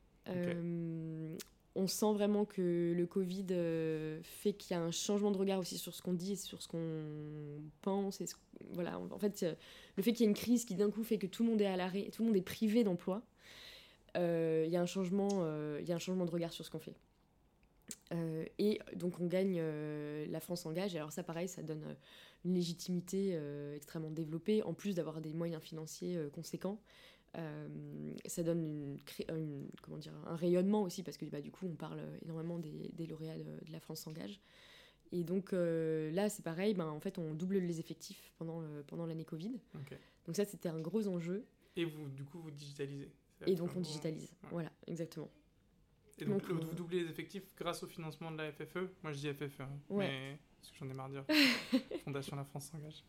Speaker 1: On sent vraiment que le Covid fait qu'il y a un changement de regard aussi sur ce qu'on dit et sur ce qu'on pense. Voilà, en fait, le fait qu'il y ait une crise qui d'un coup fait que tout le monde est à l'arrêt, tout le monde est privé d'emploi, il y a un changement de regard sur ce qu'on fait. Et donc on gagne la France Engage. Et alors ça, pareil, ça donne une légitimité extrêmement développée, en plus d'avoir des moyens financiers conséquents. Ça donne un rayonnement aussi, parce que du coup on parle énormément des lauréats de la France S'engage. Et donc là c'est pareil, en fait on double les effectifs pendant l'année Covid.
Speaker 2: Okay.
Speaker 1: Donc ça c'était un gros enjeu.
Speaker 2: Et vous, du coup, vous digitalisez.
Speaker 1: Et donc on digitalise, ouais. Voilà, exactement.
Speaker 2: Et donc vous doublez les effectifs grâce au financement de la FFE. Moi je dis FFE, hein,
Speaker 1: ouais.
Speaker 2: Mais parce que j'en ai marre de dire Fondation La France S'engage.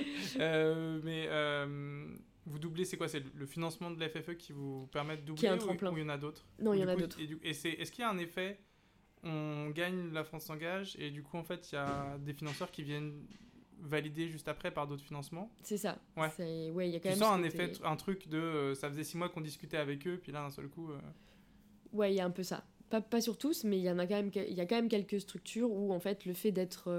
Speaker 2: Vous doublez, c'est quoi? C'est le financement de la FFE qui vous permet de doubler, ou il y en a d'autres?
Speaker 1: Non, il y en a d'autres.
Speaker 2: Est-ce qu'il y a un effet, on gagne La France S'engage et du coup en fait il y a des financeurs qui viennent valider juste après par d'autres financements?
Speaker 1: C'est ça.
Speaker 2: Ouais.
Speaker 1: Y a quand
Speaker 2: tu
Speaker 1: même
Speaker 2: sens un truc de ça faisait 6 mois qu'on discutait avec eux, puis là d'un seul coup...
Speaker 1: Ouais, il y a un peu ça. Pas sur tous, mais il y a quand même quelques structures où en fait le fait d'être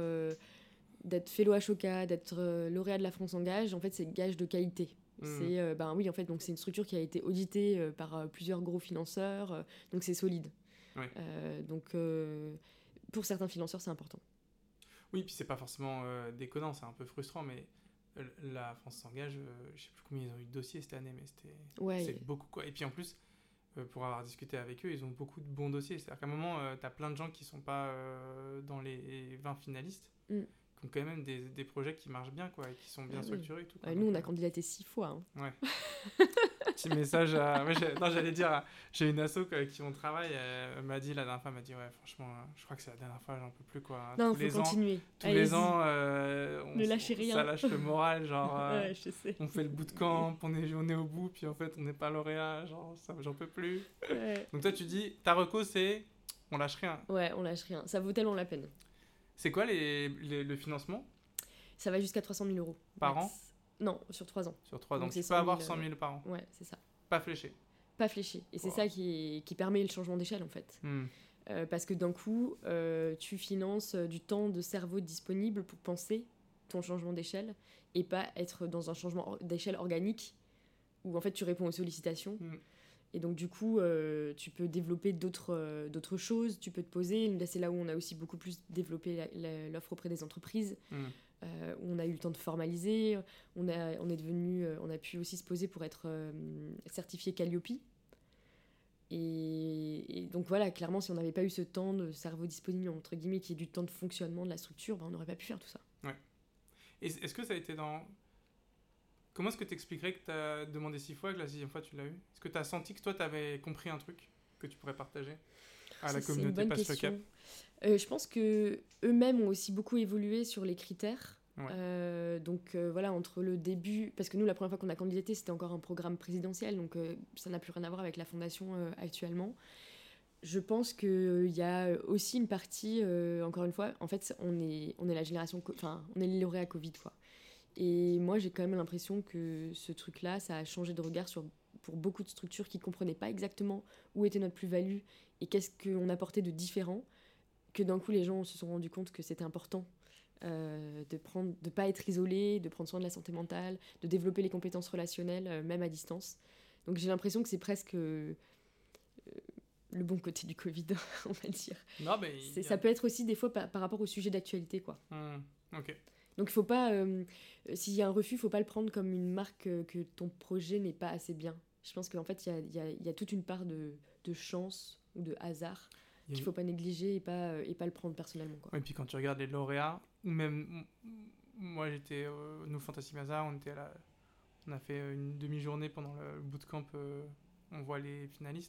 Speaker 1: fellow Ashoka, d'être lauréat de la France Engage, en fait c'est gage de qualité. C'est oui, en fait, donc c'est une structure qui a été auditée par plusieurs gros financeurs, donc c'est solide.
Speaker 2: Ouais.
Speaker 1: Donc pour certains financeurs c'est important.
Speaker 2: Oui, puis c'est pas forcément déconnant, c'est un peu frustrant, mais la France S'engage, je sais plus combien ils ont eu de dossiers cette année, mais c'est beaucoup quoi. Et puis en plus, pour avoir discuté avec eux, ils ont beaucoup de bons dossiers. C'est-à-dire qu'à un moment, t'as plein de gens qui sont pas dans les 20 finalistes, qui ont quand même des projets qui marchent bien, quoi, et qui sont bien structurés. Et tout, quoi.
Speaker 1: Nous, on a candidaté 6 fois. Hein.
Speaker 2: Ouais. Petit message à... j'allais dire, j'ai une asso avec qui on travaille, elle m'a dit la dernière fois, ouais, franchement, je crois que c'est la dernière fois, j'en peux plus, quoi.
Speaker 1: Non, faut continuer.
Speaker 2: Tous les ans,
Speaker 1: ne lâchez rien.
Speaker 2: Ça lâche le moral, genre,
Speaker 1: ouais, je sais.
Speaker 2: on fait le bootcamp, on est au bout, puis en fait, on n'est pas lauréat, genre, ça, j'en peux plus.
Speaker 1: Ouais.
Speaker 2: Donc toi, tu dis, ta reco, c'est, on lâche rien.
Speaker 1: Ouais, on lâche rien. Ça vaut tellement la peine.
Speaker 2: C'est quoi le financement?
Speaker 1: Ça va jusqu'à 300 000 €.
Speaker 2: Par an?
Speaker 1: Non, sur 3 ans.
Speaker 2: Sur 3 ans. Donc tu peux avoir 100 000 par an.
Speaker 1: Ouais, c'est ça.
Speaker 2: Pas fléché.
Speaker 1: Pas fléché. Et c'est ça qui permet le changement d'échelle, en fait. Parce que d'un coup, tu finances du temps de cerveau disponible pour penser ton changement d'échelle et pas être dans un changement d'échelle organique où, en fait, tu réponds aux sollicitations. Et donc, du coup, tu peux développer d'autres choses, tu peux te poser. Là, c'est là où on a aussi beaucoup plus développé l'offre auprès des entreprises. Où on a eu le temps de formaliser, on a pu aussi se poser pour être certifié Calliope. Et donc voilà, clairement, si on n'avait pas eu ce temps de cerveau disponible, entre guillemets, qui est du temps de fonctionnement de la structure, on n'aurait pas pu faire tout ça.
Speaker 2: Ouais. Et est-ce que ça a été dans... Comment est-ce que tu expliquerais que tu as demandé 6 fois et que la 6e fois tu l'as eu? Est-ce que tu as senti que toi, tu avais compris un truc que tu pourrais partager à la communauté Passe le Cap?
Speaker 1: Je pense qu'eux-mêmes ont aussi beaucoup évolué sur les critères. Ouais. Donc voilà, entre le début... Parce que nous, la première fois qu'on a candidaté, c'était encore un programme présidentiel, donc ça n'a plus rien à voir avec la fondation actuellement. Je pense qu'il y a aussi une partie, encore une fois, en fait, on est la génération... Enfin, on est les lauréats Covid, quoi. Et moi, j'ai quand même l'impression que ce truc-là, ça a changé de regard pour beaucoup de structures qui ne comprenaient pas exactement où était notre plus-value et qu'est-ce qu'on apportait de différent, que d'un coup, les gens se sont rendus compte que c'était important de pas être isolé, de prendre soin de la santé mentale, de développer les compétences relationnelles, même à distance. Donc j'ai l'impression que c'est presque le bon côté du Covid, on va dire.
Speaker 2: Non, mais
Speaker 1: ça peut être aussi des fois par rapport au sujet d'actualité, quoi.
Speaker 2: Ok.
Speaker 1: Donc il faut pas, s'il y a un refus, il faut pas le prendre comme une marque que ton projet n'est pas assez bien. Je pense qu'en fait il y a toute une part de chance ou de hasard qu'il faut pas négliger et pas le prendre personnellement, quoi.
Speaker 2: Et puis quand tu regardes les lauréats, ou même moi j'étais nous Fantasy-Mazar, on a fait une demi-journée pendant le bootcamp, on voit les finalistes.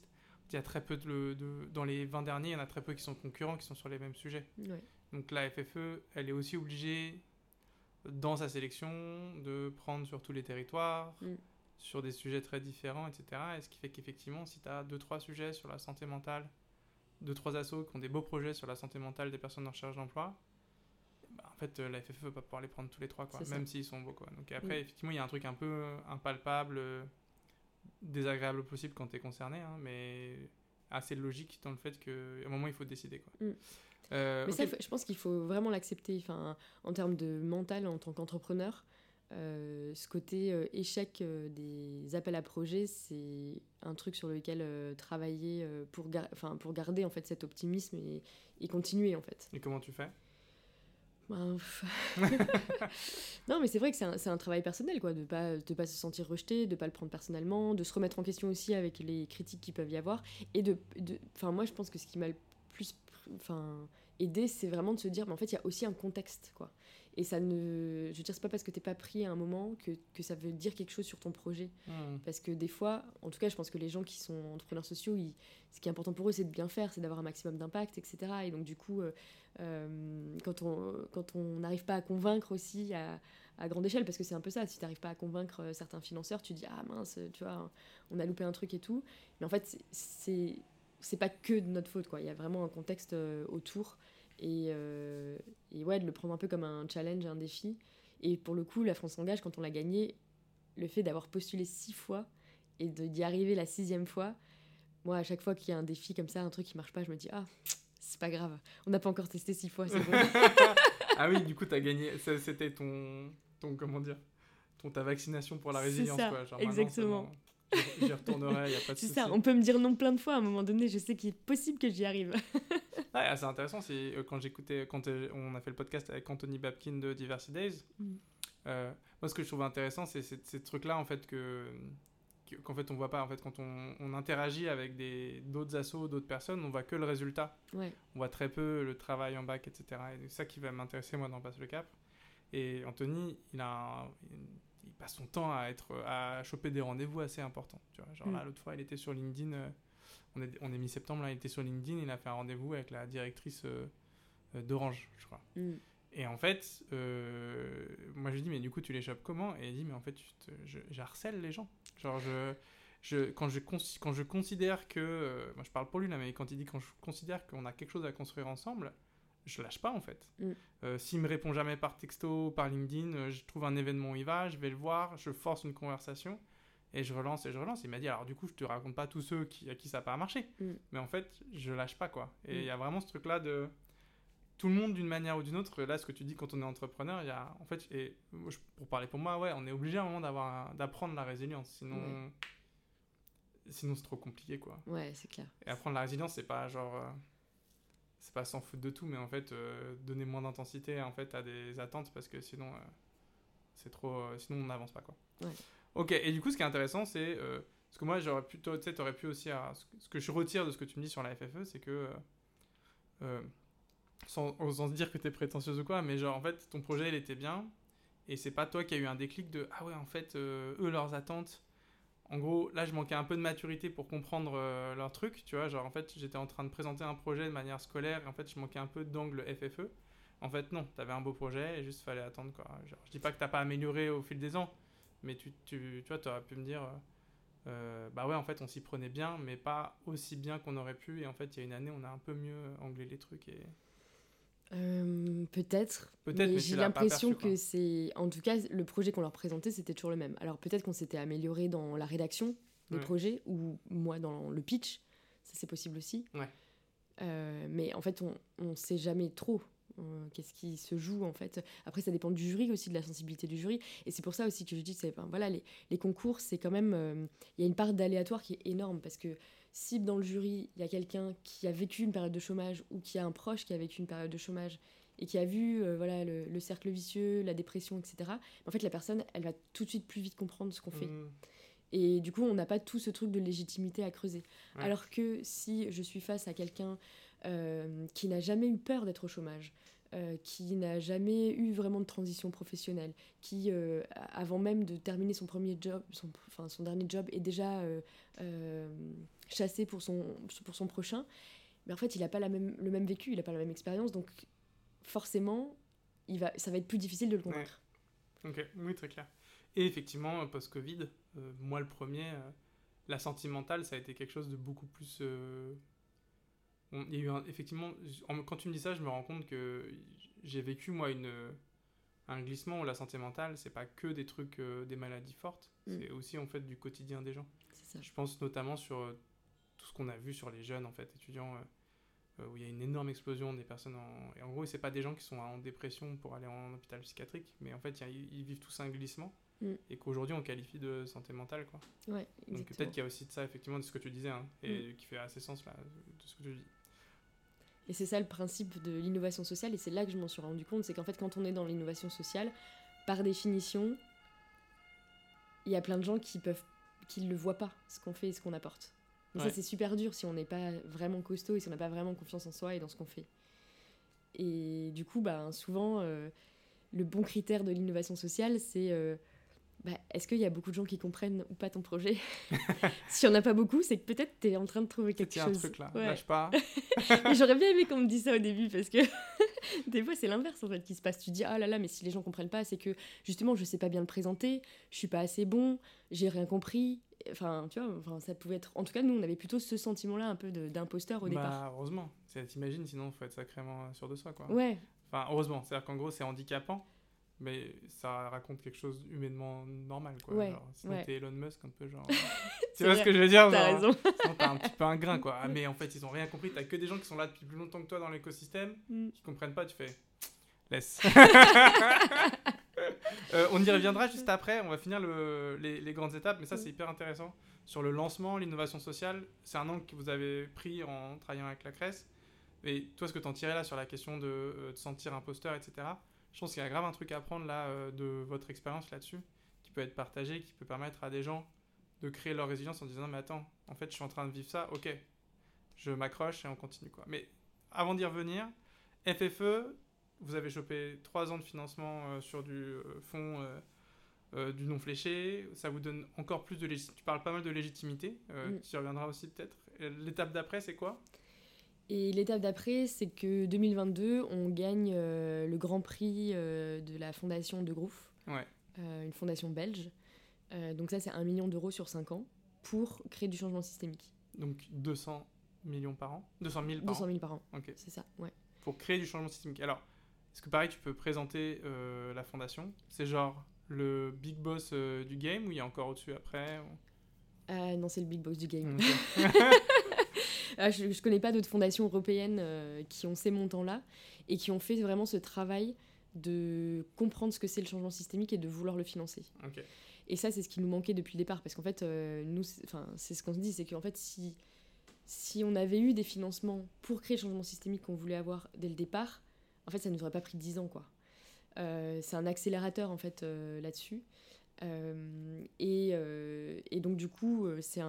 Speaker 2: il y a très peu dans les 20 derniers, il y en a très peu qui sont concurrents, qui sont sur les mêmes sujets.
Speaker 1: Ouais.
Speaker 2: Donc la FFE, elle est aussi obligée, dans sa sélection, de prendre sur tous les territoires, sur des sujets très différents, etc. Et ce qui fait qu'effectivement, si tu as 2-3 sujets sur la santé mentale, 2-3 assos qui ont des beaux projets sur la santé mentale des personnes en recherche d'emploi, bah, en fait, la FFE va pas pouvoir les prendre tous les 3, quoi, même s'ils sont beaux, quoi. Donc après, effectivement, il y a un truc un peu impalpable, désagréable possible quand tu es concerné, hein, mais assez logique dans le fait qu'à un moment, il faut décider, quoi.
Speaker 1: Mais
Speaker 2: okay.
Speaker 1: ça, je pense qu'il faut vraiment l'accepter. Enfin, en termes de mental, en tant qu'entrepreneur, ce côté échec des appels à projets, c'est un truc sur lequel travailler pour garder en fait cet optimisme et continuer en fait.
Speaker 2: Et comment tu fais ?
Speaker 1: Non, mais c'est vrai que c'est un travail personnel, quoi, de pas se sentir rejeté, de pas le prendre personnellement, de se remettre en question aussi avec les critiques qu'il peuvent y avoir. Et moi, je pense que ce qui m'a le plus aidé, c'est vraiment de se dire, mais en fait, il y a aussi un contexte, quoi. Et ça ne... Je veux dire, c'est pas parce que t'es pas pris à un moment que ça veut dire quelque chose sur ton projet. Parce que des fois, en tout cas, je pense que les gens qui sont entrepreneurs sociaux, ce qui est important pour eux, c'est de bien faire, c'est d'avoir un maximum d'impact, etc. Et donc, du coup, quand on n'arrive pas à convaincre aussi à grande échelle, parce que c'est un peu ça, si tu n'arrives pas à convaincre certains financeurs, tu dis « Ah mince, tu vois, on a loupé un truc et tout ». Mais en fait, c'est pas que de notre faute, quoi. Il y a vraiment un contexte autour. Et ouais, de le prendre un peu comme un challenge, un défi. Et pour le coup, la France s'engage, quand on l'a gagné, le fait d'avoir postulé 6 fois et d'y arriver la 6e fois, moi, à chaque fois qu'il y a un défi comme ça, un truc qui marche pas, je me dis « Ah, c'est pas grave, on n'a pas encore testé 6 fois, c'est bon. »
Speaker 2: Ah oui, du coup, t'as gagné. C'était comment dire, ta vaccination pour la résilience,
Speaker 1: c'est ça,
Speaker 2: quoi. Genre,
Speaker 1: exactement.
Speaker 2: J'y retournerai, y a pas de souci.
Speaker 1: C'est ça, on peut me dire non plein de fois, à un moment donné, je sais qu'il est possible que j'y arrive.
Speaker 2: Ouais, c'est intéressant, c'est quand on a fait le podcast avec Anthony Babkin de Diversity Days, moi ce que je trouve intéressant, c'est ces trucs-là, en fait, qu'en fait on voit pas. En fait, quand on interagit avec d'autres assos, d'autres personnes, on voit que le résultat.
Speaker 1: Ouais.
Speaker 2: On voit très peu le travail en bac, etc. Et c'est ça qui va m'intéresser, moi, dans Passe le Cap. Et Anthony, il passe son temps à choper des rendez-vous assez importants. Tu vois, genre là, l'autre fois, il était sur LinkedIn. On est mi-septembre, là, il était sur LinkedIn, il a fait un rendez-vous avec la directrice d'Orange, je crois. Et en fait, moi je lui dis, mais du coup, tu les chopes comment ? Et il dit, mais en fait, j'harcèle les gens. Genre, quand je considère que... moi, je parle pour lui, là, mais quand je considère qu'on a quelque chose à construire ensemble, je lâche pas, en fait. S'il me répond jamais par texto, par LinkedIn, je trouve un événement où il va, je vais le voir, je force une conversation. Et je relance. Il m'a dit, alors du coup, je te raconte pas tous ceux à qui ça n'a pas marché. Mais en fait, je lâche pas, quoi. Et il y a vraiment ce truc-là de... Tout le monde, d'une manière ou d'une autre, là, ce que tu dis quand on est entrepreneur, il y a... En fait, pour parler pour moi, ouais, on est obligé à un moment d'apprendre la résilience. Sinon, c'est trop compliqué, quoi.
Speaker 1: Ouais, c'est clair.
Speaker 2: Et apprendre la résilience, c'est pas genre... c'est pas s'en foutre de tout, mais en fait, donner moins d'intensité, en fait, à des attentes, parce que sinon, c'est trop... sinon, on n'avance pas, quoi.
Speaker 1: Ouais.
Speaker 2: Ok, et du coup, ce qui est intéressant, c'est... parce que moi, t'aurais pu aussi... ce que je retire de ce que tu me dis sur la FFE, c'est que... sans se dire que t'es prétentieuse ou quoi, mais genre, en fait, ton projet, il était bien, et c'est pas toi qui as eu un déclic de... Ah ouais, en fait, eux, leurs attentes... En gros, là, je manquais un peu de maturité pour comprendre leur truc, tu vois. Genre, en fait, j'étais en train de présenter un projet de manière scolaire, et en fait, je manquais un peu d'angle FFE. En fait, non, t'avais un beau projet, et juste fallait attendre, quoi. Genre, je dis pas que t'as pas amélioré au fil des ans, mais tu vois, t'aurais pu me dire, bah ouais, en fait, on s'y prenait bien, mais pas aussi bien qu'on aurait pu. Et en fait, il y a une année, on a un peu mieux anglé les trucs. Et...
Speaker 1: Peut-être, mais j'ai l'impression que c'est... En tout cas, le projet qu'on leur présentait, c'était toujours le même. Alors peut-être qu'on s'était amélioré dans la rédaction des projets, ou moi dans le pitch, ça c'est possible aussi.
Speaker 2: Ouais.
Speaker 1: Mais en fait, on sait jamais trop qu'est-ce qui se joue, en fait. Après, ça dépend du jury aussi, de la sensibilité du jury. Et c'est pour ça aussi que je dis, voilà, les concours, c'est quand même... y a une part d'aléatoire qui est énorme, parce que si dans le jury, il y a quelqu'un qui a vécu une période de chômage, ou qui a un proche qui a vécu une période de chômage, et qui a vu voilà, le cercle vicieux, la dépression, etc., en fait, la personne, elle va tout de suite plus vite comprendre ce qu'on fait. Et du coup, on n'a pas tout ce truc de légitimité à creuser. Ouais. Alors que si je suis face à quelqu'un qui n'a jamais eu peur d'être au chômage, qui n'a jamais eu vraiment de transition professionnelle, qui, avant même de terminer son premier job, son dernier job, est déjà chassé pour son prochain, mais en fait, il n'a pas le même vécu, il n'a pas la même expérience, donc forcément, ça va être plus difficile de le convaincre.
Speaker 2: Ouais. Ok, oui, très clair. Et effectivement, post-Covid, moi le premier, la sentimentale, ça a été quelque chose de beaucoup plus... il y a eu effectivement, quand tu me dis ça, je me rends compte que j'ai vécu, moi, un glissement où la santé mentale, c'est pas que des trucs, des maladies fortes, c'est aussi, en fait, du quotidien des gens.
Speaker 1: C'est ça.
Speaker 2: Je pense notamment sur tout ce qu'on a vu sur les jeunes, en fait, étudiants, où il y a une énorme explosion des personnes et en gros, c'est pas des gens qui sont en dépression pour aller en hôpital psychiatrique, mais en fait, ils vivent tous un glissement et qu'aujourd'hui, on qualifie de santé mentale, quoi.
Speaker 1: Ouais, exactement.
Speaker 2: Donc peut-être qu'il y a aussi de ça, effectivement, de ce que tu disais, hein, et qui fait assez sens, là, de ce que tu dis.
Speaker 1: Et c'est ça le principe de l'innovation sociale, et c'est là que je m'en suis rendu compte, c'est qu'en fait, quand on est dans l'innovation sociale, par définition, il y a plein de gens qui le voient pas, ce qu'on fait et ce qu'on apporte. Et ça, c'est super dur si on n'est pas vraiment costaud et si on n'a pas vraiment confiance en soi et dans ce qu'on fait. Et du coup, souvent, le bon critère de l'innovation sociale, c'est est-ce qu'il y a beaucoup de gens qui comprennent ou pas ton projet? S'il n'y en a pas beaucoup, c'est que peut-être tu es en train de trouver quelque chose.
Speaker 2: Il y a un truc là, lâche pas.
Speaker 1: Et j'aurais bien aimé qu'on me dise ça au début, parce que des fois c'est l'inverse en fait qui se passe. Tu dis ah là là, mais si les gens comprennent pas, c'est que justement je sais pas bien le présenter, je suis pas assez bon, j'ai rien compris. Enfin, tu vois, ça pouvait être. En tout cas, nous on avait plutôt ce sentiment-là un peu d'imposteur au départ.
Speaker 2: Heureusement, t'imagines, sinon il faut être sacrément sûr de soi, quoi.
Speaker 1: Ouais.
Speaker 2: Enfin, heureusement, c'est-à-dire qu'en gros c'est handicapant, mais ça raconte quelque chose humainement normal, quoi.
Speaker 1: Ouais,
Speaker 2: genre, sinon t'es Elon Musk, un peu genre... tu
Speaker 1: vois
Speaker 2: ce que je veux dire?
Speaker 1: T'as raison.
Speaker 2: Sinon t'as un petit peu un grain, quoi. Ah, mais en fait, ils ont rien compris. T'as que des gens qui sont là depuis plus longtemps que toi dans l'écosystème, qui comprennent pas, tu fais... Laisse. On y reviendra juste après. On va finir les grandes étapes, mais ça, c'est hyper intéressant. Sur le lancement, l'innovation sociale, c'est un angle que vous avez pris en travaillant avec la CRES. Et toi, ce que t'en tirais là sur la question de sentir imposteur, etc., je pense qu'il y a grave un truc à apprendre là de votre expérience là-dessus, qui peut être partagé, qui peut permettre à des gens de créer leur résilience en disant non, mais attends, en fait, je suis en train de vivre ça, ok, je m'accroche et on continue, quoi. Mais avant d'y revenir, FFE, vous avez chopé 3 ans de financement sur du fonds du non fléché, ça vous donne encore plus de légitimité. Tu parles pas mal de légitimité, tu y reviendras aussi peut-être. L'étape d'après, c'est quoi ?
Speaker 1: Et l'étape d'après, c'est que 2022, on gagne le grand prix de la fondation De Groof, une fondation belge. Donc ça, c'est 1 million d'euros sur 5 ans pour créer du changement systémique.
Speaker 2: Donc 200 millions par an 200 000 par an
Speaker 1: 200 000 par an,
Speaker 2: okay.
Speaker 1: C'est ça, ouais.
Speaker 2: Pour créer du changement systémique. Alors, est-ce que pareil, tu peux présenter la fondation ? C'est genre le big boss du game ou il y a encore au-dessus après ou...
Speaker 1: Non, c'est le big boss du game.
Speaker 2: Okay.
Speaker 1: Je connais pas d'autres fondations européennes qui ont ces montants-là et qui ont fait vraiment ce travail de comprendre ce que c'est le changement systémique et de vouloir le financer.
Speaker 2: Okay.
Speaker 1: Et ça, c'est ce qui nous manquait depuis le départ, parce qu'en fait, nous, c'est ce qu'on se dit, c'est qu'en fait, si on avait eu des financements pour créer le changement systémique qu'on voulait avoir dès le départ, en fait, ça nous aurait pas pris 10 ans, quoi. C'est un accélérateur, en fait, là-dessus. Et donc, du coup,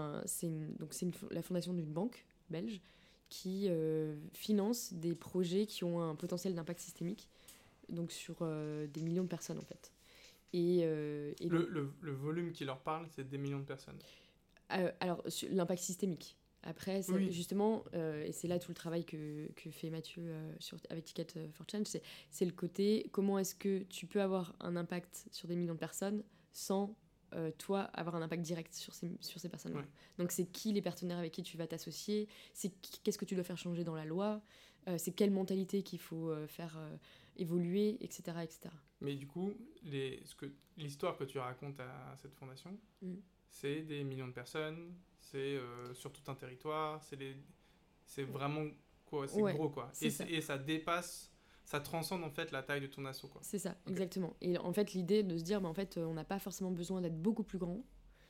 Speaker 1: la fondation d'une banque belge qui finance des projets qui ont un potentiel d'impact systémique, donc sur des millions de personnes, en fait. Et
Speaker 2: le volume qui leur parle, c'est des millions de personnes.
Speaker 1: Alors, l'impact systémique. Après, justement, et c'est là tout le travail que fait Mathieu avec Ticket for Change, c'est le côté comment est-ce que tu peux avoir un impact sur des millions de personnes sans, toi, avoir un impact direct sur ces personnes-là. Ouais. Donc, c'est qui les partenaires avec qui tu vas t'associer, qu'est-ce que tu dois faire changer dans la loi, c'est quelle mentalité qu'il faut faire évoluer, etc., etc. Mais
Speaker 2: du coup, l'histoire que tu racontes à cette fondation, c'est des millions de personnes, c'est sur tout un territoire, c'est vraiment quoi, c'est gros, quoi. Et ça dépasse, ça transcende en fait la taille de ton asso, quoi. C'est ça, exactement. Et en fait, l'idée de se dire, en fait, on n'a pas forcément besoin d'être beaucoup plus grand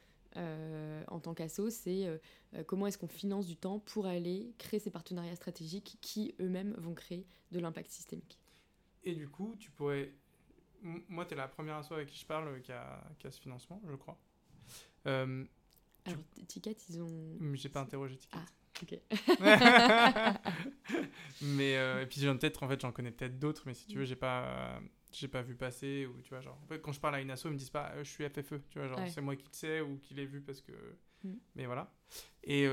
Speaker 2: en tant qu'asso, c'est comment est-ce qu'on finance du temps pour aller créer ces partenariats stratégiques qui eux-mêmes vont créer de l'impact systémique. Et du coup, tu pourrais... Moi, tu es la première asso avec qui je parle qui a ce financement, je crois. Alors,
Speaker 1: Ticket, ils ont...
Speaker 2: J'ai pas interrogé Ticket.
Speaker 1: Ok.
Speaker 2: Mais et puis j'en connais peut-être d'autres, mais si tu veux, j'ai pas vu passer, ou tu vois, genre en fait, quand je parle à une asso, ils me disent pas je suis FFE, tu vois, genre c'est moi qui le sais ou qui l'ai vu parce que mais voilà. Et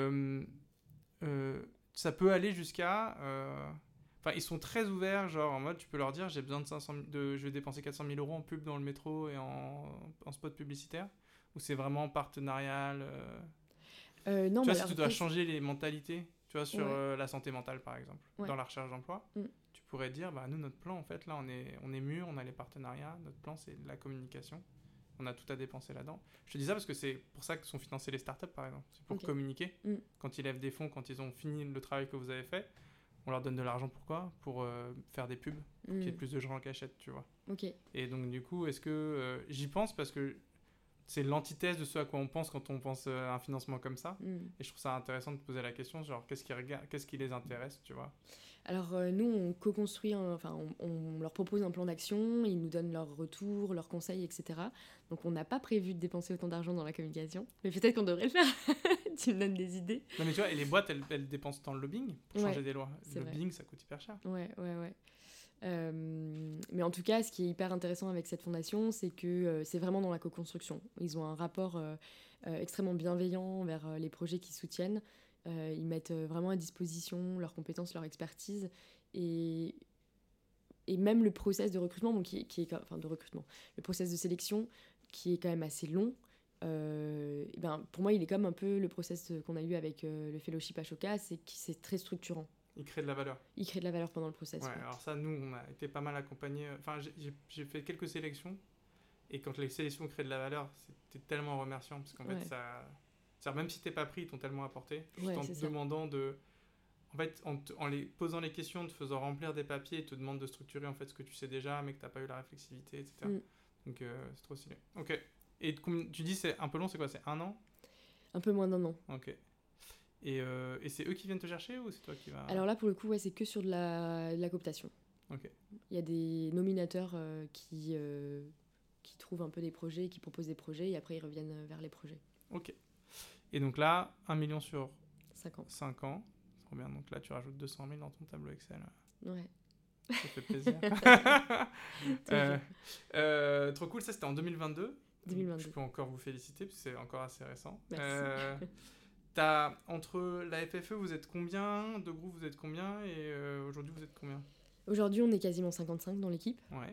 Speaker 2: ça peut aller jusqu'à enfin, ils sont très ouverts, genre en mode tu peux leur dire j'ai besoin je vais dépenser 400 000 euros en pub dans le métro et en spot publicitaire, ou c'est vraiment partenarial.
Speaker 1: Non,
Speaker 2: Tu vois,
Speaker 1: mais
Speaker 2: si
Speaker 1: alors
Speaker 2: tu dois
Speaker 1: après,
Speaker 2: changer les mentalités, tu vois, sur
Speaker 1: ouais.
Speaker 2: la santé mentale par exemple,
Speaker 1: Ouais.
Speaker 2: dans la recherche d'emploi,
Speaker 1: Mm.
Speaker 2: tu pourrais dire bah nous notre plan en fait là on est mûr, on a les partenariats, notre plan c'est de la communication. On a tout à dépenser là-dedans. Je te dis ça parce que c'est pour ça que sont financées les startups, par exemple. C'est pour communiquer. Quand ils lèvent des fonds, quand ils ont fini le travail que vous avez fait, on leur donne de l'argent. Pourquoi ? Pour faire des pubs, pour qu'il y ait plus de gens qui achètent, tu vois. Et donc, du coup, est-ce que... j'y pense parce que c'est l'antithèse de ce à quoi on pense quand on pense à un financement comme ça. Et je trouve ça intéressant de poser la question, genre, qu'est-ce qui les intéresse, tu vois ?
Speaker 1: Alors nous, on co-construit, on leur propose un plan d'action, ils nous donnent leurs retours, leurs conseils, etc. Donc on n'a pas prévu de dépenser autant d'argent dans la communication, mais peut-être qu'on devrait le faire. Tu me donnes des idées.
Speaker 2: Non mais tu vois, et les boîtes, elles dépensent dans le lobbying pour changer des lois. Le lobbying, ça coûte hyper cher.
Speaker 1: Ouais. Mais en tout cas, ce qui est hyper intéressant avec cette fondation, c'est que c'est vraiment dans la co-construction. Ils ont un rapport extrêmement bienveillant vers les projets qu'ils soutiennent. Ils mettent vraiment à disposition leurs compétences, leur expertise, et même le process de recrutement, donc le process de sélection qui est quand même assez long. Pour moi, il est comme un peu le process qu'on a eu avec le fellowship Ashoka, c'est très structurant.
Speaker 2: Il crée de la valeur.
Speaker 1: Il crée de la valeur pendant le process.
Speaker 2: Ouais, alors ça, nous, on a été pas mal accompagnés. Enfin, j'ai fait quelques sélections. Et quand les sélections créent de la valeur, c'était tellement remerciant. Parce qu'en fait, ça... même si t'es pas pris, ils t'ont tellement apporté. Juste en te demandant de... En fait, en les posant les questions, te faisant remplir des papiers, ils te demandent de structurer en fait ce que tu sais déjà, mais que t'as pas eu la réflexivité, etc. Donc, c'est trop stylé. Ok. Et tu dis c'est un peu long, c'est quoi ? C'est 1 an ?
Speaker 1: Un peu moins d'1 an.
Speaker 2: Ok. Et c'est eux qui viennent te chercher ou c'est toi qui vas...
Speaker 1: Alors là, pour le coup, c'est que sur de la cooptation.
Speaker 2: Ok.
Speaker 1: Il y a des nominateurs qui trouvent un peu des projets, qui proposent des projets, et après ils reviennent vers les projets.
Speaker 2: Ok. Et donc là, 1 million sur
Speaker 1: 5 ans.
Speaker 2: 5 ans. C'est trop bien. Donc là, tu rajoutes 200 000 dans ton tableau Excel.
Speaker 1: Ouais.
Speaker 2: Ça fait plaisir. Trop cool. Ça, c'était en 2022.
Speaker 1: 2022.
Speaker 2: Je peux encore vous féliciter, parce que c'est encore assez récent.
Speaker 1: Merci.
Speaker 2: Entre la FFE, vous êtes combien ? De groupes, vous êtes combien ? Et aujourd'hui, vous êtes combien ?
Speaker 1: Aujourd'hui, on est quasiment 55 dans l'équipe.
Speaker 2: Ouais.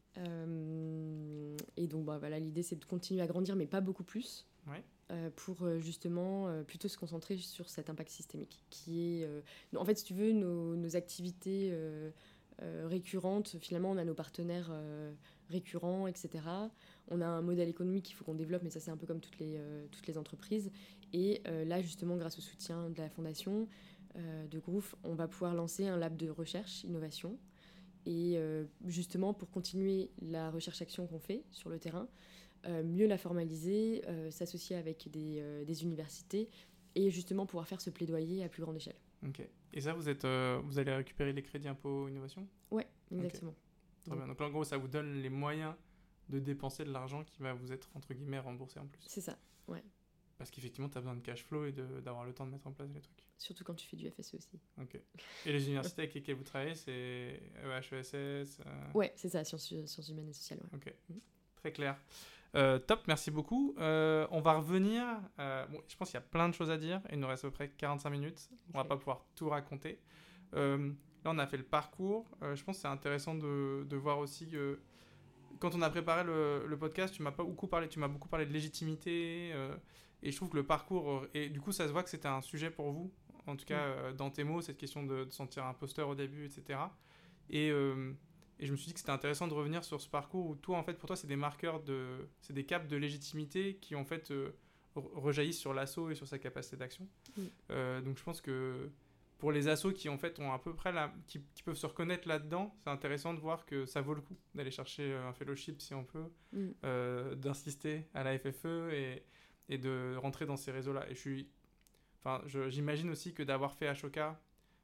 Speaker 1: Et donc, voilà, l'idée, c'est de continuer à grandir, mais pas beaucoup plus.
Speaker 2: Ouais.
Speaker 1: Pour justement plutôt se concentrer sur cet impact systémique qui est... en fait, si tu veux, nos activités récurrentes, finalement, on a nos partenaires récurrents, etc. On a un modèle économique qu'il faut qu'on développe, mais ça, c'est un peu comme toutes les entreprises. Et là, justement, grâce au soutien de la fondation de Groof, on va pouvoir lancer un lab de recherche, innovation. Et justement, pour continuer la recherche-action qu'on fait sur le terrain, mieux la formaliser, s'associer avec des universités et justement pouvoir faire ce plaidoyer à plus grande échelle.
Speaker 2: Ok. Et ça, vous allez récupérer les crédits impôt innovation ?
Speaker 1: Ouais, exactement.
Speaker 2: Okay. Très bien. Donc en gros, ça vous donne les moyens de dépenser de l'argent qui va vous être, entre guillemets, remboursé en plus.
Speaker 1: C'est ça, ouais.
Speaker 2: Parce qu'effectivement, tu as besoin de cash flow et d'avoir le temps de mettre en place les trucs.
Speaker 1: Surtout quand tu fais du FSE aussi.
Speaker 2: Ok. Et les universités avec lesquelles vous travaillez, c'est HESS
Speaker 1: Ouais, c'est ça, sciences humaines et sociales. Ouais.
Speaker 2: Ok, très clair. Top, merci beaucoup. On va revenir. Je pense qu'il y a plein de choses à dire. Il nous reste à peu près 45 minutes. On va pas pouvoir tout raconter. Là, on a fait le parcours. Je pense que c'est intéressant de voir aussi que quand on a préparé le podcast, tu m'as beaucoup parlé de légitimité. Et je trouve que le parcours... Et du coup, ça se voit que c'était un sujet pour vous. En tout cas, dans tes mots, cette question de sentir imposteur au début, etc. Et je me suis dit que c'était intéressant de revenir sur ce parcours où toi, en fait, pour toi, c'est des marqueurs c'est des caps de légitimité qui, en fait, rejaillissent sur l'asso et sur sa capacité d'action. Donc, je pense que pour les assos qui, en fait, ont à peu près qui peuvent se reconnaître là-dedans, c'est intéressant de voir que ça vaut le coup d'aller chercher un fellowship, si on peut, d'insister à la FFE et de rentrer dans ces réseaux-là. Et j'imagine aussi que d'avoir fait Ashoka,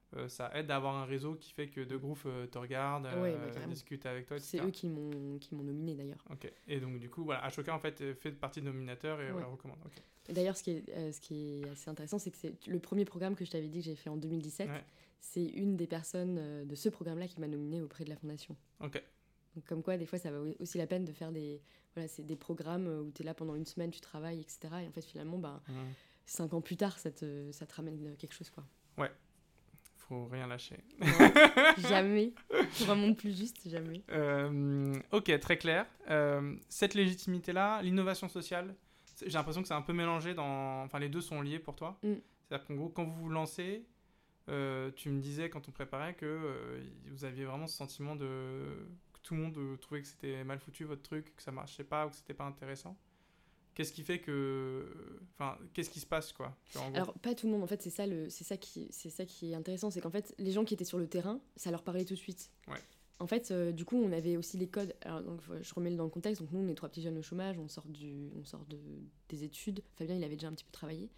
Speaker 2: ça aide d'avoir un réseau qui fait que de groupes te regardent, discutent avec toi, etc.
Speaker 1: C'est eux qui m'ont nominé d'ailleurs.
Speaker 2: Ok. Et donc du coup, voilà, Ashoka en fait fait partie de nominateur et on la recommande. Okay.
Speaker 1: Et d'ailleurs, ce qui est assez intéressant, c'est que c'est le premier programme que je t'avais dit que j'ai fait en 2017. Ouais. C'est une des personnes de ce programme-là qui m'a nominé auprès de la fondation.
Speaker 2: Ok.
Speaker 1: Donc comme quoi, des fois, ça vaut aussi la peine de faire des programmes où tu es là pendant une semaine, tu travailles, etc. Et en fait, finalement, 5 ans plus tard, ça te ramène quelque chose, quoi.
Speaker 2: Ouais. Faut rien lâcher.
Speaker 1: Non, jamais. Pour un monde plus juste, jamais.
Speaker 2: Ok, très clair. Cette légitimité-là, l'innovation sociale, j'ai l'impression que c'est un peu mélangé Enfin, les deux sont liés pour toi. C'est-à-dire qu'en gros, quand vous vous lancez, tu me disais, quand on préparait, que vous aviez vraiment ce sentiment que tout le monde trouvait que c'était mal foutu, votre truc, que ça marchait pas ou que c'était pas intéressant. Qu'est-ce qui fait que... Enfin, qu'est-ce qui se passe, quoi,
Speaker 1: Alors, pas tout le monde, en fait, c'est ça qui est intéressant, c'est qu'en fait, les gens qui étaient sur le terrain, ça leur parlait tout de suite.
Speaker 2: Ouais.
Speaker 1: En fait, du coup, on avait aussi les codes. Alors, donc, je remets dans le contexte. Donc, nous, on est 3 petits jeunes au chômage, on sort des études. Fabien, il avait déjà un petit peu travaillé.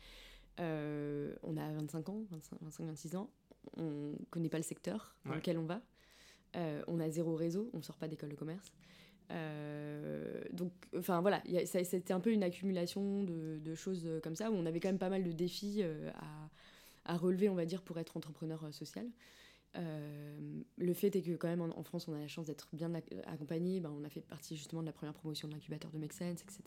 Speaker 1: On a 25 ans, 25-26 ans. On connaît pas le secteur dans lequel on va. On a 0 réseau, on sort pas d'école de commerce. Donc, enfin voilà, c'était un peu une accumulation de choses comme ça où on avait quand même pas mal de défis à relever, on va dire, pour être entrepreneur social. Le fait est que quand même en France on a la chance d'être bien accompagné, on a fait partie justement de la première promotion de l'incubateur de Make Sense, etc.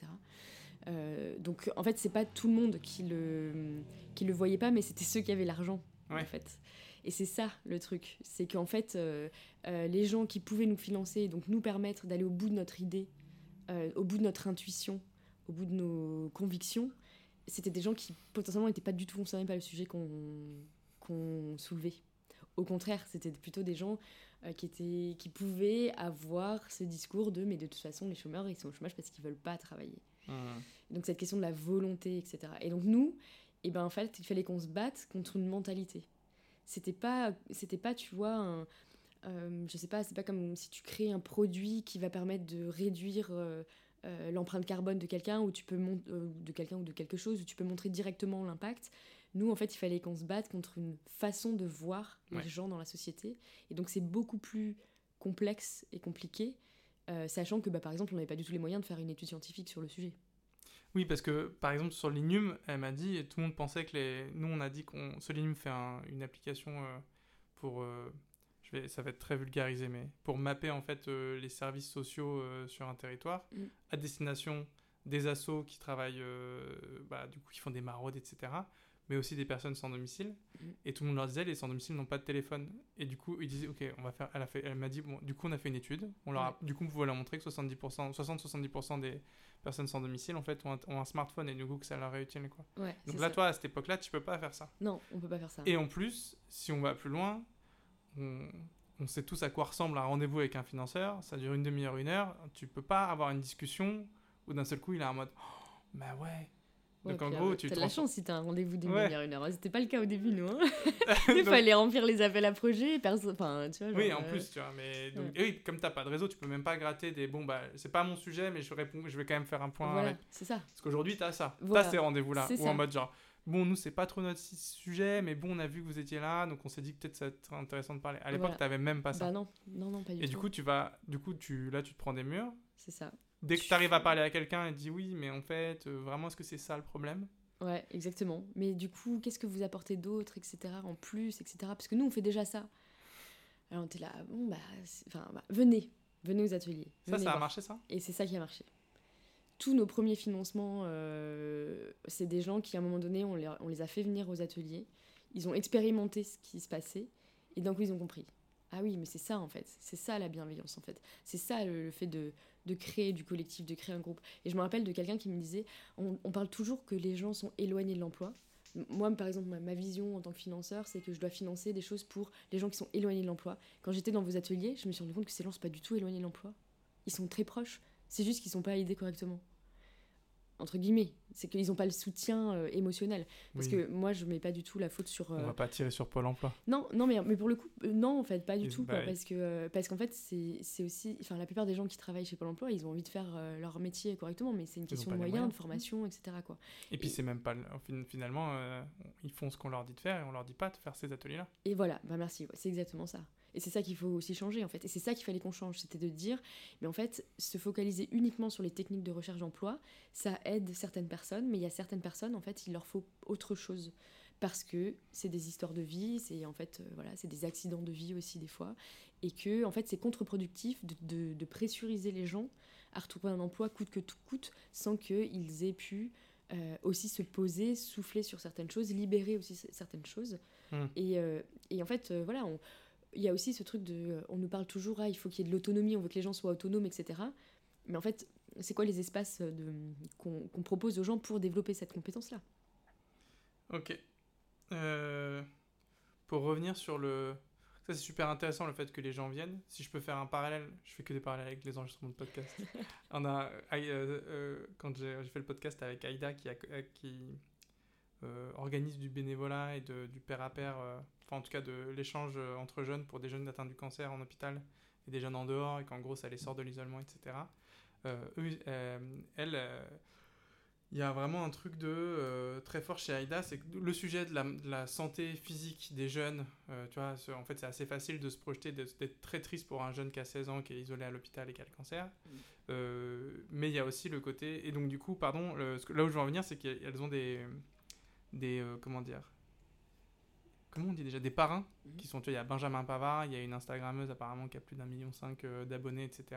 Speaker 1: Donc en fait c'est pas tout le monde qui le voyait pas, mais c'était ceux qui avaient l'argent en fait. Et c'est ça le truc, c'est qu'en fait les gens qui pouvaient nous financer, donc nous permettre d'aller au bout de notre idée, au bout de notre intuition, au bout de nos convictions, c'était des gens qui potentiellement n'étaient pas du tout concernés par le sujet qu'on soulevait. Au contraire, c'était plutôt des gens qui pouvaient avoir ce discours mais de toute façon les chômeurs ils sont au chômage parce qu'ils veulent pas travailler. Donc cette question de la volonté, etc. Et donc nous, en fait il fallait qu'on se batte contre une mentalité. C'était pas tu vois je sais pas, c'est pas comme si tu crées un produit qui va permettre de réduire l'empreinte carbone de quelqu'un ou de quelqu'un ou de quelque chose où tu peux montrer directement l'impact. Nous, en fait, il fallait qu'on se batte contre une façon de voir les gens dans la société. Et donc, c'est beaucoup plus complexe et compliqué, sachant que, par exemple, on n'avait pas du tout les moyens de faire une étude scientifique sur le sujet.
Speaker 2: Oui, parce que, par exemple, sur Linium, elle m'a dit, et tout le monde pensait que nous, on a dit qu'on... Linium fait une application pour... ça va être très vulgarisé, mais pour mapper, en fait, les services sociaux sur un territoire, à destination des assos qui travaillent, du coup, qui font des maraudes, etc., mais aussi des personnes sans domicile. Et tout le monde leur disait, les sans domicile n'ont pas de téléphone. Et du coup, ils disaient, ok, on va faire... Elle m'a dit, bon, du coup, on a fait une étude. Du coup, vous pouvez leur montrer que 60-70% des personnes sans domicile, en fait, ont un smartphone et du coup, que ça leur est utile, quoi.
Speaker 1: Ouais,
Speaker 2: donc là, toi, à cette époque-là, tu peux pas faire ça.
Speaker 1: Non, on peut pas faire ça.
Speaker 2: Et en plus, si on va plus loin, on sait tous à quoi ressemble un rendez-vous avec un financeur. Ça dure une demi-heure, 1 heure. Tu peux pas avoir une discussion où d'un seul coup, il est en mode, oh, bah ouais. Donc en gros,
Speaker 1: t'as de la chance si t'as un rendez-vous d'une demi-heure, 1 heure. C'était pas le cas au début, nous. Il fallait remplir les appels à projets. Enfin, tu vois.
Speaker 2: Oui, en plus, tu vois. Mais donc, et oui, comme t'as pas de réseau, tu peux même pas gratter des. Bon, c'est pas mon sujet, mais je vais quand même faire un point.
Speaker 1: Voilà, c'est ça.
Speaker 2: Parce qu'aujourd'hui, t'as ça.
Speaker 1: Voilà.
Speaker 2: T'as ces rendez-vous-là.
Speaker 1: C'est
Speaker 2: ou
Speaker 1: ça.
Speaker 2: En mode genre, bon, nous, c'est pas trop notre sujet, mais bon, on a vu que vous étiez là, donc on s'est dit que peut-être ça serait intéressant de parler. À l'époque, t'avais même pas ça.
Speaker 1: Bah non, pas du tout.
Speaker 2: Et du coup, là, tu te prends des murs.
Speaker 1: C'est ça.
Speaker 2: Dès que t'arrives à parler à quelqu'un et te dis oui, mais en fait, vraiment, est-ce que c'est ça le problème ?
Speaker 1: Ouais, exactement. Mais du coup, qu'est-ce que vous apportez d'autre, etc., en plus, etc. Parce que nous, on fait déjà ça. Alors, t'es là, bon, venez aux ateliers.
Speaker 2: Ça a marché, ça ?
Speaker 1: Et c'est ça qui a marché. Tous nos premiers financements, c'est des gens qui, à un moment donné, on les a fait venir aux ateliers. Ils ont expérimenté ce qui se passait. Et d'un coup, ils ont compris. Ah oui, mais c'est ça, en fait. C'est ça, la bienveillance, en fait. C'est ça, le fait de créer du collectif, de créer un groupe. Et je me rappelle de quelqu'un qui me disait, on parle toujours que les gens sont éloignés de l'emploi. Moi, par exemple, ma vision en tant que financeur, c'est que je dois financer des choses pour les gens qui sont éloignés de l'emploi. Quand j'étais dans vos ateliers, je me suis rendu compte que ces gens ne sont pas du tout éloignés de l'emploi. Ils sont très proches. C'est juste qu'ils ne sont pas aidés correctement. entre guillemets. C'est qu'ils n'ont pas le soutien émotionnel. Parce que moi, je ne mets pas du tout la faute sur...
Speaker 2: On va pas tirer sur Pôle emploi.
Speaker 1: Non, mais pour le coup, non, en fait, pas du tout. Quoi, parce qu'en fait, c'est aussi... Enfin, la plupart des gens qui travaillent chez Pôle emploi, ils ont envie de faire leur métier correctement, mais c'est une question de moyens, de formation, etc. Quoi.
Speaker 2: Et puis, c'est même pas... Finalement, ils font ce qu'on leur dit de faire et on leur dit pas de faire ces ateliers-là.
Speaker 1: Et voilà, merci, c'est exactement ça. Et c'est ça qu'il faut aussi changer, en fait. Et c'est ça qu'il fallait qu'on change, c'était de dire, mais en fait, se focaliser uniquement sur les techniques de recherche d'emploi, ça aide certaines personnes, mais il y a certaines personnes, en fait, il leur faut autre chose. Parce que c'est des histoires de vie, c'est en fait, c'est des accidents de vie aussi des fois, et que, en fait, c'est contre-productif de pressuriser les gens à retrouver un emploi coûte que tout coûte, sans qu'ils aient pu aussi se poser, souffler sur certaines choses, libérer aussi certaines choses. Et en fait, il y a aussi ce truc on nous parle toujours, il faut qu'il y ait de l'autonomie, on veut que les gens soient autonomes, etc. Mais en fait, c'est quoi les espaces qu'on propose aux gens pour développer cette compétence-là ?
Speaker 2: Ok. Pour revenir sur le... Ça, c'est super intéressant, le fait que les gens viennent. Si je peux faire un parallèle, je fais que des parallèles avec les enregistrements de podcast. Quand j'ai fait le podcast avec Aïda, qui organise du bénévolat et du pair à pair, en tout cas de l'échange entre jeunes pour des jeunes atteints du cancer en hôpital et des jeunes en dehors, et qu'en gros ça les sort de l'isolement, etc. Il y a vraiment un truc très fort chez Aïda, c'est que le sujet de la santé physique des jeunes, tu vois, en fait c'est assez facile de se projeter, d'être très triste pour un jeune qui a 16 ans, qui est isolé à l'hôpital et qui a le cancer. Mais il y a aussi le côté... Et donc du coup, là où je veux en venir, c'est qu'elles ont comment dire, comment on dit déjà, des parrains qui sont, tu vois, il y a Benjamin Pavard, il y a une Instagrammeuse apparemment qui a plus d'1,5 million d'abonnés, etc.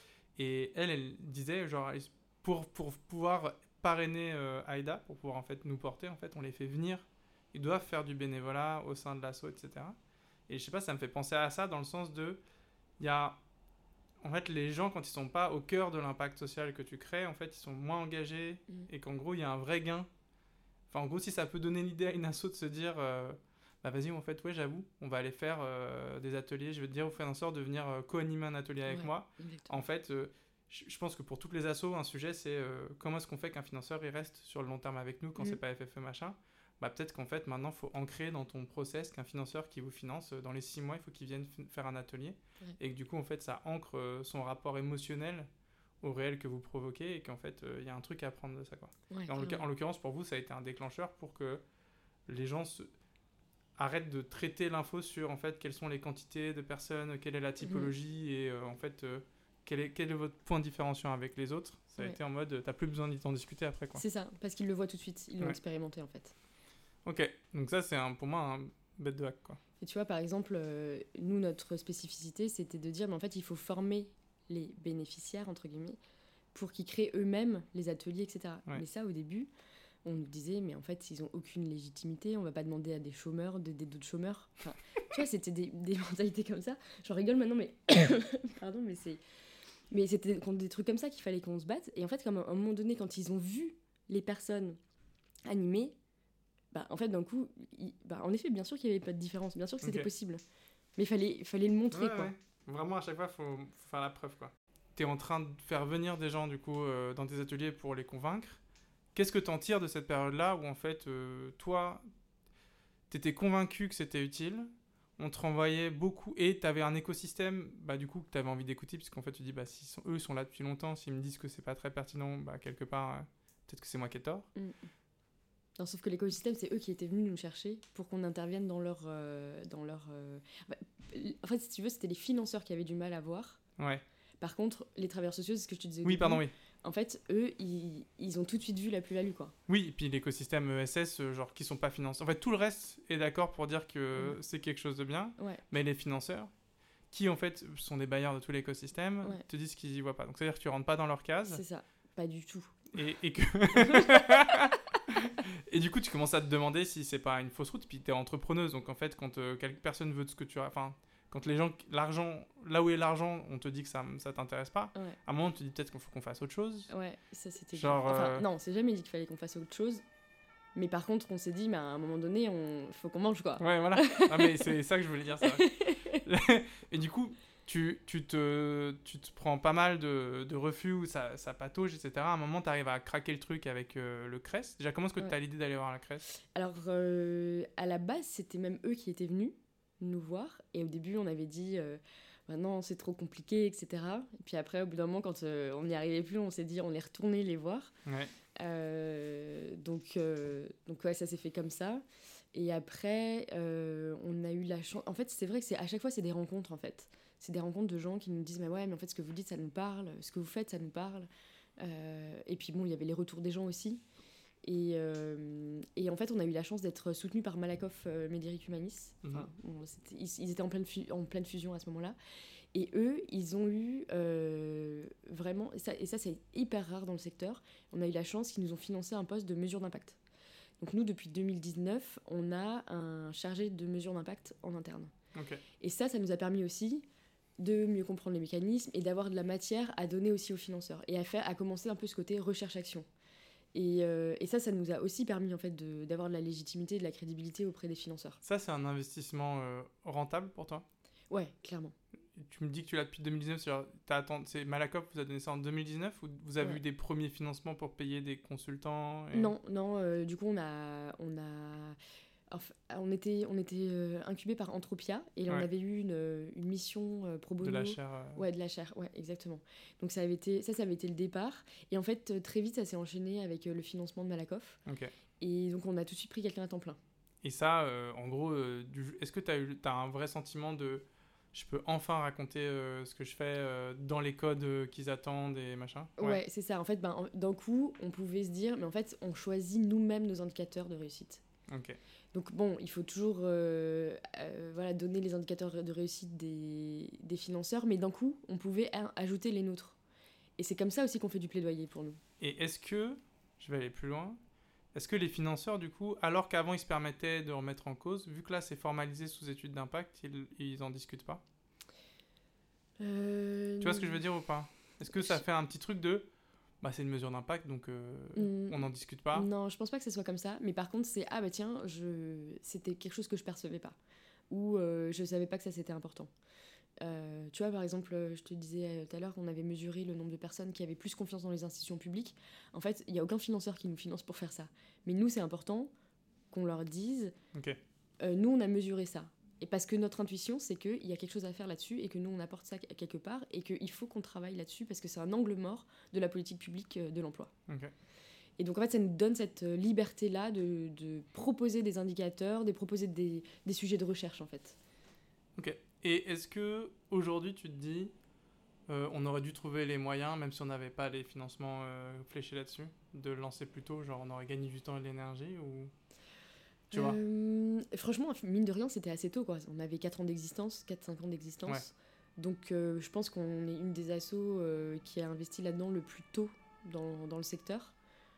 Speaker 2: Et elle disait, genre, pour pouvoir parrainer Aïda, pour pouvoir en fait nous porter, en fait, on les fait venir, ils doivent faire du bénévolat au sein de l'asso, etc. Et je sais pas, ça me fait penser à ça dans le sens de, il y a, en fait, les gens, quand ils sont pas au cœur de l'impact social que tu crées, en fait, ils sont moins engagés, et qu'en gros, il y a un vrai gain. Enfin, en gros, si ça peut donner l'idée à une asso de se dire, vas-y, en fait, ouais, j'avoue, on va aller faire des ateliers, je veux te dire aux financeurs de venir co-animer un atelier avec moi. Exactement. En fait, je pense que pour toutes les assos, un sujet, c'est comment est-ce qu'on fait qu'un financeur il reste sur le long terme avec nous quand c'est pas FFE machin. Peut-être qu'en fait, maintenant, il faut ancrer dans ton process qu'un financeur qui vous finance, dans les 6 mois, il faut qu'il vienne faire un atelier. Et que du coup, en fait, ça ancre son rapport émotionnel au réel que vous provoquez, et qu'en fait, il y a un truc à apprendre de ça, quoi. En l'occurrence, pour vous, ça a été un déclencheur pour que les gens arrêtent de traiter l'info sur, en fait, quelles sont les quantités de personnes, quelle est la typologie, et en fait, quel est votre point différenciant avec les autres. Ça a été en mode, t'as plus besoin d'en discuter après, quoi.
Speaker 1: C'est ça, parce qu'ils le voient tout de suite, ils l'ont expérimenté, en fait.
Speaker 2: Ok, donc ça, c'est pour moi un bête de hack, quoi.
Speaker 1: Et tu vois, par exemple, nous, notre spécificité, c'était de dire, mais en fait, il faut former les bénéficiaires, entre guillemets, pour qu'ils créent eux-mêmes les ateliers, etc. Mais ça, au début, on nous disait, mais en fait, ils n'ont aucune légitimité, on va pas demander à des chômeurs, d'autres chômeurs. Enfin, tu vois, c'était des mentalités comme ça. J'en rigole maintenant, mais... Pardon, mais c'était contre des trucs comme ça qu'il fallait qu'on se batte. Et en fait, comme à un moment donné, quand ils ont vu les personnes animées, en fait, d'un coup, en effet, bien sûr qu'il n'y avait pas de différence, bien sûr que c'était possible. Mais il fallait le montrer, quoi.
Speaker 2: Ouais. Vraiment, à chaque fois, il faut faire la preuve, quoi. Tu es en train de faire venir des gens, du coup, dans tes ateliers pour les convaincre. Qu'est-ce que tu en tires de cette période-là où, en fait, toi, tu étais convaincu que c'était utile, on te renvoyait beaucoup, et tu avais un écosystème, du coup, que tu avais envie d'écouter, puisqu'en fait, tu dis, si eux sont là depuis longtemps, s'ils me disent que c'est pas très pertinent, quelque part, peut-être que c'est moi qui ai tort.
Speaker 1: Non, sauf que l'écosystème, c'est eux qui étaient venus nous chercher pour qu'on intervienne dans leur... En fait, si tu veux, c'était les financeurs qui avaient du mal à voir.
Speaker 2: Ouais.
Speaker 1: Par contre, les travailleurs sociaux, c'est ce que je te disais.
Speaker 2: Oui, pardon, oui.
Speaker 1: En fait, eux, ils ont tout de suite vu la plus-value, quoi.
Speaker 2: Oui, et puis l'écosystème ESS, genre, qui sont pas financés. En fait, tout le reste est d'accord pour dire que c'est quelque chose de bien, mais les financeurs, qui, en fait, sont des bailleurs de tout l'écosystème, te disent qu'ils y voient pas. Donc, c'est-à-dire que tu rentres pas dans leur case.
Speaker 1: C'est ça, pas du tout.
Speaker 2: Et que... Et du coup, tu commences à te demander si c'est pas une fausse route, puis t'es entrepreneuse, donc en fait, quand quelques personnes veulent de ce que tu as... Enfin, quand les gens... L'argent... Là où est l'argent, on te dit que ça t'intéresse pas. À un moment, on te dit peut-être qu'il faut qu'on fasse autre chose.
Speaker 1: Ouais, ça c'était...
Speaker 2: Genre...
Speaker 1: Enfin, non, on s'est jamais dit qu'il fallait qu'on fasse autre chose. Mais par contre, on s'est dit, mais à un moment donné, faut qu'on mange, quoi.
Speaker 2: Ouais, voilà. Ah, mais c'est ça que je voulais dire, ça. Et du coup, tu te prends pas mal de refus où ça patauge, etc. À un moment, tu arrives à craquer le truc avec le CRES. Déjà, comment est-ce que tu as l'idée d'aller voir la CRES ?
Speaker 1: Alors, à la base, c'était même eux qui étaient venus nous voir. Et au début, on avait dit bah non, c'est trop compliqué, etc. Et puis après, au bout d'un moment, quand on n'y arrivait plus, on s'est dit on est retourné les voir.
Speaker 2: Ouais.
Speaker 1: Donc ouais, ça s'est fait comme ça. Et après, on a eu la chance. En fait, c'est vrai que à chaque fois, c'est des rencontres, en fait. C'est des rencontres de gens qui nous disent mais ouais, mais en fait, ce que vous dites, ça nous parle. Ce que vous faites, ça nous parle. Et puis bon, il y avait les retours des gens aussi. Et en fait, on a eu la chance d'être soutenus par Malakoff Médéric Humanis. Enfin, ils étaient en pleine fusion à ce moment-là. Et eux, ils ont eu vraiment... Et ça, c'est hyper rare dans le secteur. On a eu la chance qu'ils nous ont financé un poste de mesure d'impact. Donc nous, depuis 2019, on a un chargé de mesure d'impact en interne.
Speaker 2: Okay.
Speaker 1: Et ça nous a permis aussi de mieux comprendre les mécanismes et d'avoir de la matière à donner aussi aux financeurs. Et à commencer un peu ce côté recherche-action. Et ça nous a aussi permis en fait d'avoir de la légitimité et de la crédibilité auprès des financeurs.
Speaker 2: Ça, c'est un investissement rentable pour toi ?
Speaker 1: Ouais, clairement.
Speaker 2: Tu me dis que tu l'as depuis 2019, c'est Malakoff vous a donné ça en 2019 ou vous avez eu des premiers financements pour payer des consultants et...
Speaker 1: Non, du coup on était incubé par Entropia et on avait eu une mission pro bono.
Speaker 2: De la chaire.
Speaker 1: Ouais, de la chaire, ouais, exactement. Donc ça avait été le départ. Et en fait, très vite, ça s'est enchaîné avec le financement de Malakoff.
Speaker 2: Okay.
Speaker 1: Et donc on a tout de suite pris quelqu'un à temps plein.
Speaker 2: Et ça, en gros, est-ce que t'as un vrai sentiment de... Je peux enfin raconter ce que je fais dans les codes qu'ils attendent et machin.
Speaker 1: Ouais, c'est ça. En fait, d'un coup, on pouvait se dire, mais en fait, on choisit nous-mêmes nos indicateurs de réussite.
Speaker 2: Ok.
Speaker 1: Donc bon, il faut toujours donner les indicateurs de réussite des financeurs, mais d'un coup, on pouvait ajouter les nôtres. Et c'est comme ça aussi qu'on fait du plaidoyer pour nous.
Speaker 2: Et est-ce que, je vais aller plus loin, est-ce que les financeurs, du coup, alors qu'avant ils se permettaient de remettre en cause, vu que là c'est formalisé sous étude d'impact, ils en discutent pas ? Tu vois ce que je veux dire ou pas ? Est-ce que ça fait un petit truc de... Bah, c'est une mesure d'impact, donc on n'en discute pas ?
Speaker 1: Non, je pense pas que ce soit comme ça. Mais par contre, c'est... Ah bah tiens, c'était quelque chose que je percevais pas. Ou je savais pas que ça c'était important. Tu vois, par exemple, je te disais tout à l'heure qu'on avait mesuré le nombre de personnes qui avaient plus confiance dans les institutions publiques. En fait, il n'y a aucun financeur qui nous finance pour faire ça. Mais nous, c'est important qu'on leur dise nous, on a mesuré ça. Et parce que notre intuition, c'est qu'il y a quelque chose à faire là-dessus et que nous, on apporte ça quelque part et qu'il faut qu'on travaille là-dessus parce que c'est un angle mort de la politique publique de l'emploi. Et donc, en fait, ça nous donne cette liberté-là de proposer des indicateurs, de proposer des sujets de recherche, en fait.
Speaker 2: Ok. Et est-ce que aujourd'hui tu te dis on aurait dû trouver les moyens, même si on n'avait pas les financements fléchés là-dessus, de le lancer plus tôt, genre on aurait gagné du temps et de l'énergie ou... Tu vois
Speaker 1: franchement, mine de rien, c'était assez tôt, quoi. On avait 4-5 ans d'existence. Ouais. Donc je pense qu'on est une des assos qui a investi là-dedans le plus tôt dans le secteur.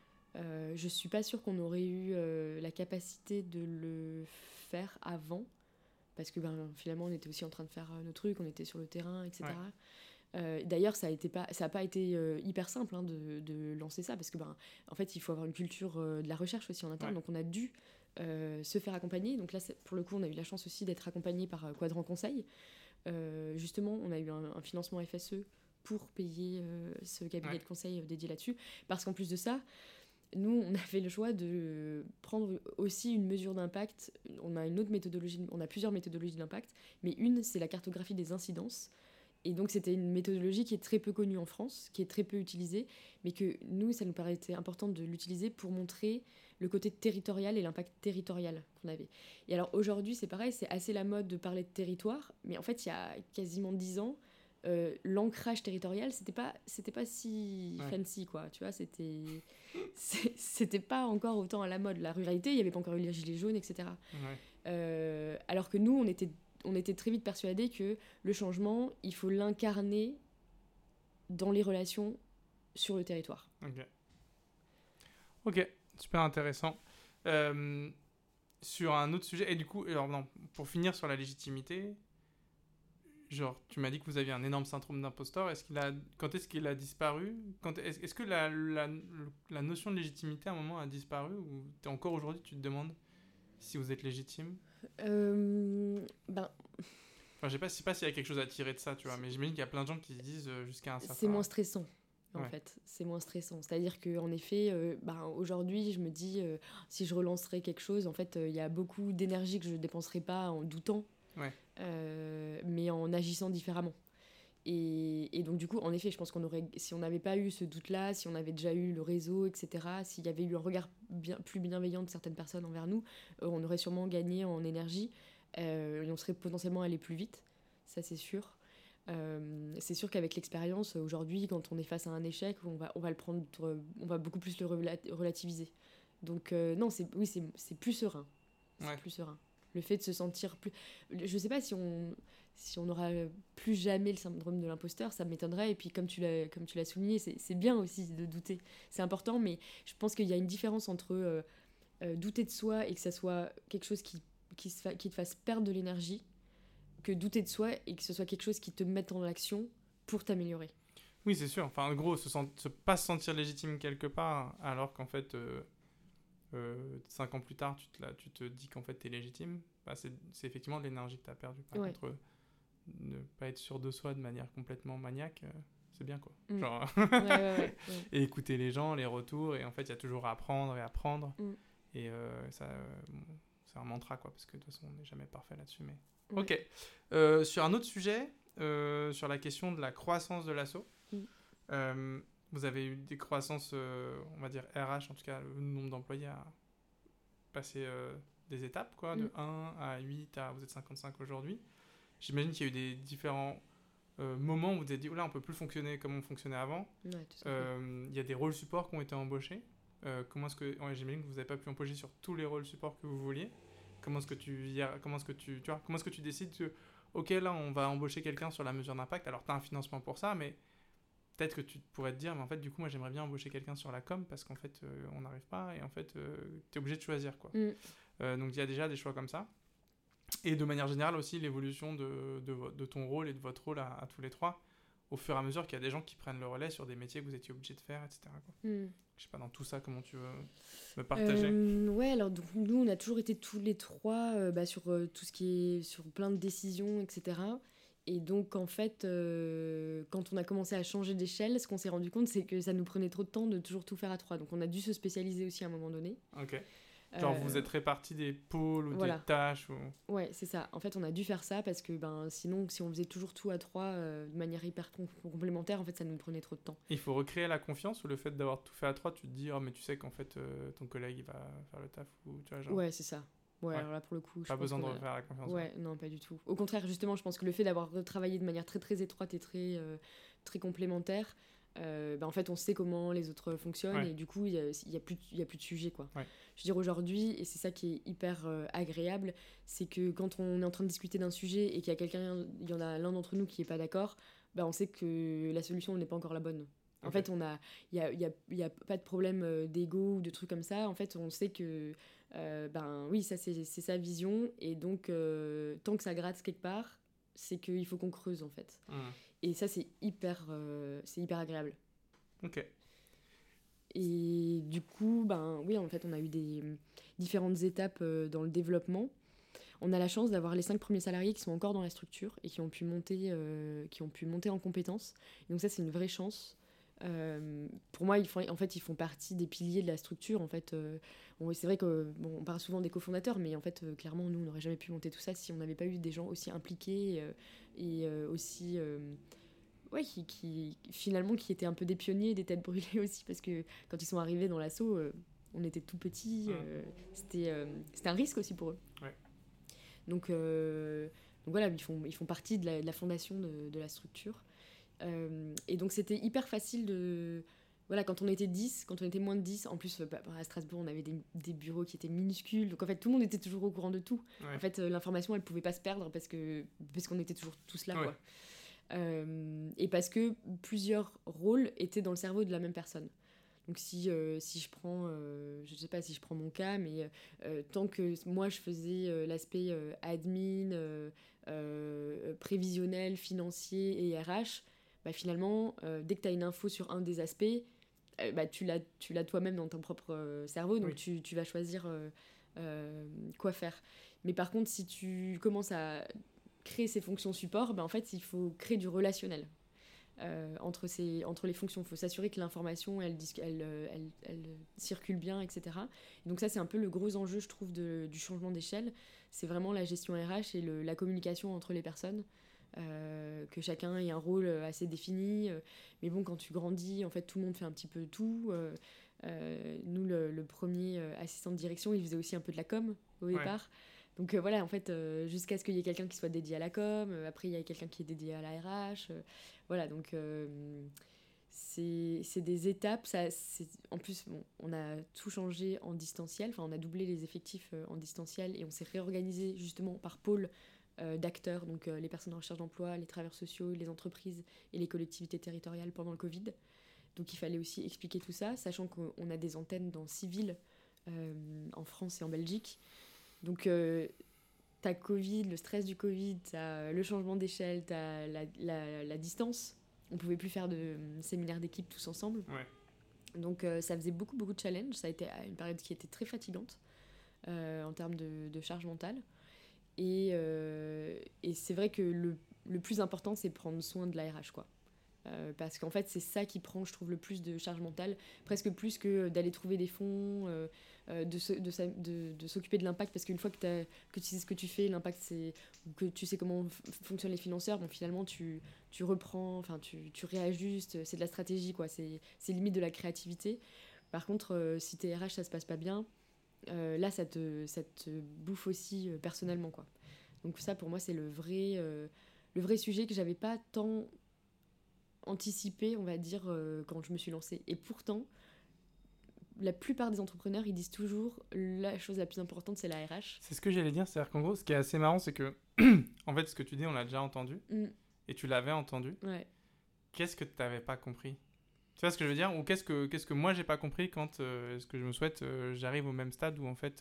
Speaker 1: Je suis pas sûre qu'on aurait eu la capacité de le faire avant. Parce que finalement, on était aussi en train de faire nos trucs, on était sur le terrain, etc. Ouais. D'ailleurs, ça a pas été hyper simple de lancer ça, parce que en fait, il faut avoir une culture de la recherche aussi en interne. Ouais. Donc, on a dû se faire accompagner. Donc là, pour le coup, on a eu la chance aussi d'être accompagné par Quadrant Conseil. Justement, on a eu un financement FSE pour payer ce cabinet de conseil dédié là-dessus. Parce qu'en plus de ça, nous, on a fait le choix de prendre aussi une mesure d'impact. On a plusieurs méthodologies d'impact, mais une, c'est la cartographie des incidences. Et donc, c'était une méthodologie qui est très peu connue en France, qui est très peu utilisée, mais que nous, ça nous paraissait important de l'utiliser pour montrer le côté territorial et l'impact territorial qu'on avait. Et alors, aujourd'hui, c'est pareil, c'est assez la mode de parler de territoire, mais en fait, il y a quasiment 10 ans, l'ancrage territorial, c'était pas si fancy, quoi. Tu vois, c'était pas encore autant à la mode. La ruralité, il y avait pas encore eu les gilets jaunes, etc. Alors que nous, on était très vite persuadés que le changement, il faut l'incarner dans les relations sur le territoire.
Speaker 2: Ok, super intéressant. Sur un autre sujet, et du coup, alors non, pour finir sur la légitimité, genre, tu m'as dit que vous aviez un énorme syndrome d'imposteur. Quand est-ce qu'il a disparu ? Est-ce que la notion de légitimité, à un moment, a disparu ? Ou encore aujourd'hui, tu te demandes si vous êtes légitime ?
Speaker 1: Enfin,
Speaker 2: Enfin, je sais pas s'il y a quelque chose à tirer de ça, tu vois, mais j'imagine qu'il y a plein de gens qui se disent jusqu'à un certain...
Speaker 1: C'est moins stressant. En
Speaker 2: Ouais.
Speaker 1: fait, c'est moins stressant. C'est-à-dire qu'en effet, aujourd'hui, je me dis, si je relancerais quelque chose, en fait, il y a beaucoup d'énergie que je ne dépenserais pas en doutant,
Speaker 2: Ouais.
Speaker 1: mais en agissant différemment. Et donc, du coup, en effet, je pense si on n'avait pas eu ce doute-là, si on avait déjà eu le réseau, etc., s'il y avait eu un regard plus bienveillant de certaines personnes envers nous, on aurait sûrement gagné en énergie et on serait potentiellement allé plus vite, ça c'est sûr. C'est sûr qu'avec l'expérience, aujourd'hui, quand on est face à un échec, on va le prendre, on va beaucoup plus le relativiser. Donc, non, c'est plus serein. C'est
Speaker 2: Ouais.
Speaker 1: plus serein. Le fait de se sentir plus. Je sais pas si on n'aura plus jamais le syndrome de l'imposteur, ça m'étonnerait. Et puis, comme tu l'as souligné, c'est bien aussi de douter. C'est important, mais je pense qu'il y a une différence entre douter de soi et que ça soit quelque chose qui te fasse perdre de l'énergie, que douter de soi et que ce soit quelque chose qui te mette en action pour t'améliorer.
Speaker 2: Oui, c'est sûr. Enfin, en gros, pas se sentir légitime quelque part, alors qu'en fait, 5 ans plus tard, tu te dis qu'en fait, t'es légitime. Bah, c'est effectivement de l'énergie que t'as perdue. Par contre, ne pas être sûr de soi de manière complètement maniaque, c'est bien, quoi. Genre...
Speaker 1: ouais.
Speaker 2: Et écouter les gens, les retours, et en fait, il y a toujours à apprendre et à apprendre. Et ça, c'est un mantra, quoi, parce que de toute façon, on n'est jamais parfait là-dessus, mais... Ok. Sur un autre sujet, sur la question de la croissance de l'asso, vous avez eu des croissances, on va dire RH, en tout cas, le nombre d'employés a passé des étapes, quoi, de 1 à 8 à vous êtes 55 aujourd'hui. J'imagine qu'il y a eu des différents moments où vous vous êtes dit, oh là, on peut plus fonctionner comme on fonctionnait avant. Il y a des rôles support qui ont été embauchés. J'imagine que vous n'avez pas pu embaucher sur tous les rôles support que vous vouliez. Comment est-ce que tu décides que, ok, là, on va embaucher quelqu'un sur la mesure d'impact. Alors, tu as un financement pour ça, mais peut-être que tu pourrais te dire, mais en fait, du coup, moi, j'aimerais bien embaucher quelqu'un sur la com parce qu'en fait, on n'arrive pas et en fait, tu es obligé de choisir, quoi. Donc, il y a déjà des choix comme ça. Et de manière générale aussi, l'évolution de ton rôle et de votre rôle à tous les trois, au fur et à mesure qu'il y a des gens qui prennent le relais sur des métiers que vous étiez obligés de faire, etc., quoi. Je sais pas, dans tout ça, comment tu veux me partager
Speaker 1: Ouais, alors donc, nous, on a toujours été tous les trois sur tout ce qui est sur plein de décisions, etc. Et donc, en fait, quand on a commencé à changer d'échelle, ce qu'on s'est rendu compte, c'est que ça nous prenait trop de temps de toujours tout faire à trois. Donc, on a dû se spécialiser aussi à un moment donné.
Speaker 2: Ok. Genre, vous vous êtes répartis des pôles ou
Speaker 1: voilà.
Speaker 2: des tâches ou...
Speaker 1: Ouais, c'est ça. En fait, on a dû faire ça parce que sinon, si on faisait toujours tout à trois de manière hyper complémentaire, en fait, ça nous prenait trop de temps.
Speaker 2: Il faut recréer la confiance ou le fait d'avoir tout fait à trois, tu te dis, oh, mais tu sais qu'en fait, ton collègue, il va faire le taf ou tu vois, genre...
Speaker 1: Ouais, c'est ça. Ouais, alors là, pour le coup...
Speaker 2: Pas besoin de refaire la confiance.
Speaker 1: Ouais, non, pas du tout. Au contraire, justement, je pense que le fait d'avoir travaillé de manière très, très étroite et très, très complémentaire... en fait, on sait comment les autres fonctionnent et du coup, il y a plus de sujet, quoi. Je veux dire, aujourd'hui, et c'est ça qui est hyper agréable, c'est que quand on est en train de discuter d'un sujet et qu'il y en a l'un d'entre nous qui n'est pas d'accord, on sait que la solution n'est pas encore la bonne. En fait, il y a pas de problème d'ego ou de trucs comme ça. En fait, on sait que oui, ça c'est sa vision et donc tant que ça gratte quelque part, c'est qu'il faut qu'on creuse, en fait. Et ça, c'est hyper agréable.
Speaker 2: Ok.
Speaker 1: Et du coup, oui, en fait, on a eu des différentes étapes dans le développement. On a la chance d'avoir les 5 premiers salariés qui sont encore dans la structure et qui ont pu monter en compétences. Et donc ça, c'est une vraie chance. Pour moi, ils font partie des piliers de la structure. En fait, c'est vrai qu'on parle souvent des cofondateurs, mais en fait, clairement, nous, on n'aurait jamais pu monter tout ça si on n'avait pas eu des gens aussi impliqués et aussi... qui finalement qui étaient un peu des pionniers, des têtes brûlées aussi, parce que quand ils sont arrivés dans l'assaut, on était tout petits, c'était un risque aussi pour eux.
Speaker 2: Ouais.
Speaker 1: Donc voilà, ils font partie de la fondation de la structure. Et donc c'était hyper facile de... Voilà, quand on était 10, quand on était moins de 10, en plus à Strasbourg on avait des bureaux qui étaient minuscules, donc en fait tout le monde était toujours au courant de tout. En fait l'information elle pouvait pas se perdre parce qu'on était toujours tous là, quoi. Et parce que plusieurs rôles étaient dans le cerveau de la même personne. Donc si je prends je sais pas si je prends mon cas, mais tant que moi je faisais l'aspect admin, prévisionnel, financier et RH, finalement dès que tu as une info sur un des aspects, tu l'as toi-même dans ton propre cerveau, donc tu vas choisir quoi faire. Mais par contre, si tu commences à créer ces fonctions support, en fait, il faut créer du relationnel entre les fonctions. Il faut s'assurer que l'information, elle circule bien, etc. Et donc ça, c'est un peu le gros enjeu, je trouve, du changement d'échelle. C'est vraiment la gestion RH et la communication entre les personnes. Que chacun ait un rôle assez défini. Mais bon, quand tu grandis, en fait, tout le monde fait un petit peu tout. Nous, le premier assistant de direction, il faisait aussi un peu de la com au départ. Donc voilà, en fait, jusqu'à ce qu'il y ait quelqu'un qui soit dédié à la com, après il y a quelqu'un qui est dédié à la RH. Voilà, donc c'est des étapes. En plus, bon, on a tout changé en distanciel, enfin on a doublé les effectifs en distanciel et on s'est réorganisé justement par pôle d'acteurs, donc les personnes en recherche d'emploi, les travailleurs sociaux, les entreprises et les collectivités territoriales pendant le Covid. Donc il fallait aussi expliquer tout ça, sachant qu'on a des antennes dans 6 villes en France et en Belgique. Donc t'as Covid, le stress du Covid, t'as le changement d'échelle, t'as la distance. On pouvait plus faire de séminaires d'équipe tous ensemble.
Speaker 2: Ouais.
Speaker 1: Donc ça faisait beaucoup de challenges. Ça a été une période qui était très fatigante en termes de charge mentale. Et c'est vrai que le plus important, c'est prendre soin de la RH, quoi. Parce qu'en fait, c'est ça qui prend, je trouve, le plus de charge mentale, presque plus que d'aller trouver des fonds, de s'occuper de l'impact, parce qu'une fois que tu sais ce que tu fais, l'impact, que tu sais comment fonctionnent les financeurs, bon, finalement, tu reprends, tu réajustes, c'est de la stratégie, quoi. C'est limite de la créativité. Par contre, si tes RH, ça se passe pas bien, là, ça te bouffe aussi personnellement, quoi. Donc ça, pour moi, c'est le vrai sujet que j'avais pas tant anticipé, on va dire, quand je me suis lancée. Et pourtant, la plupart des entrepreneurs, ils disent toujours la chose la plus importante, c'est la RH.
Speaker 2: C'est ce que j'allais dire, c'est-à-dire qu'en gros, ce qui est assez marrant, c'est que, en fait, ce que tu dis, on l'a déjà entendu, et tu l'avais entendu.
Speaker 1: Ouais.
Speaker 2: Qu'est-ce que tu n'avais pas compris ? Tu vois ce que je veux dire ? Ou qu'est-ce que moi, j'ai pas compris quand, ce que je me souhaite, j'arrive au même stade où, en fait,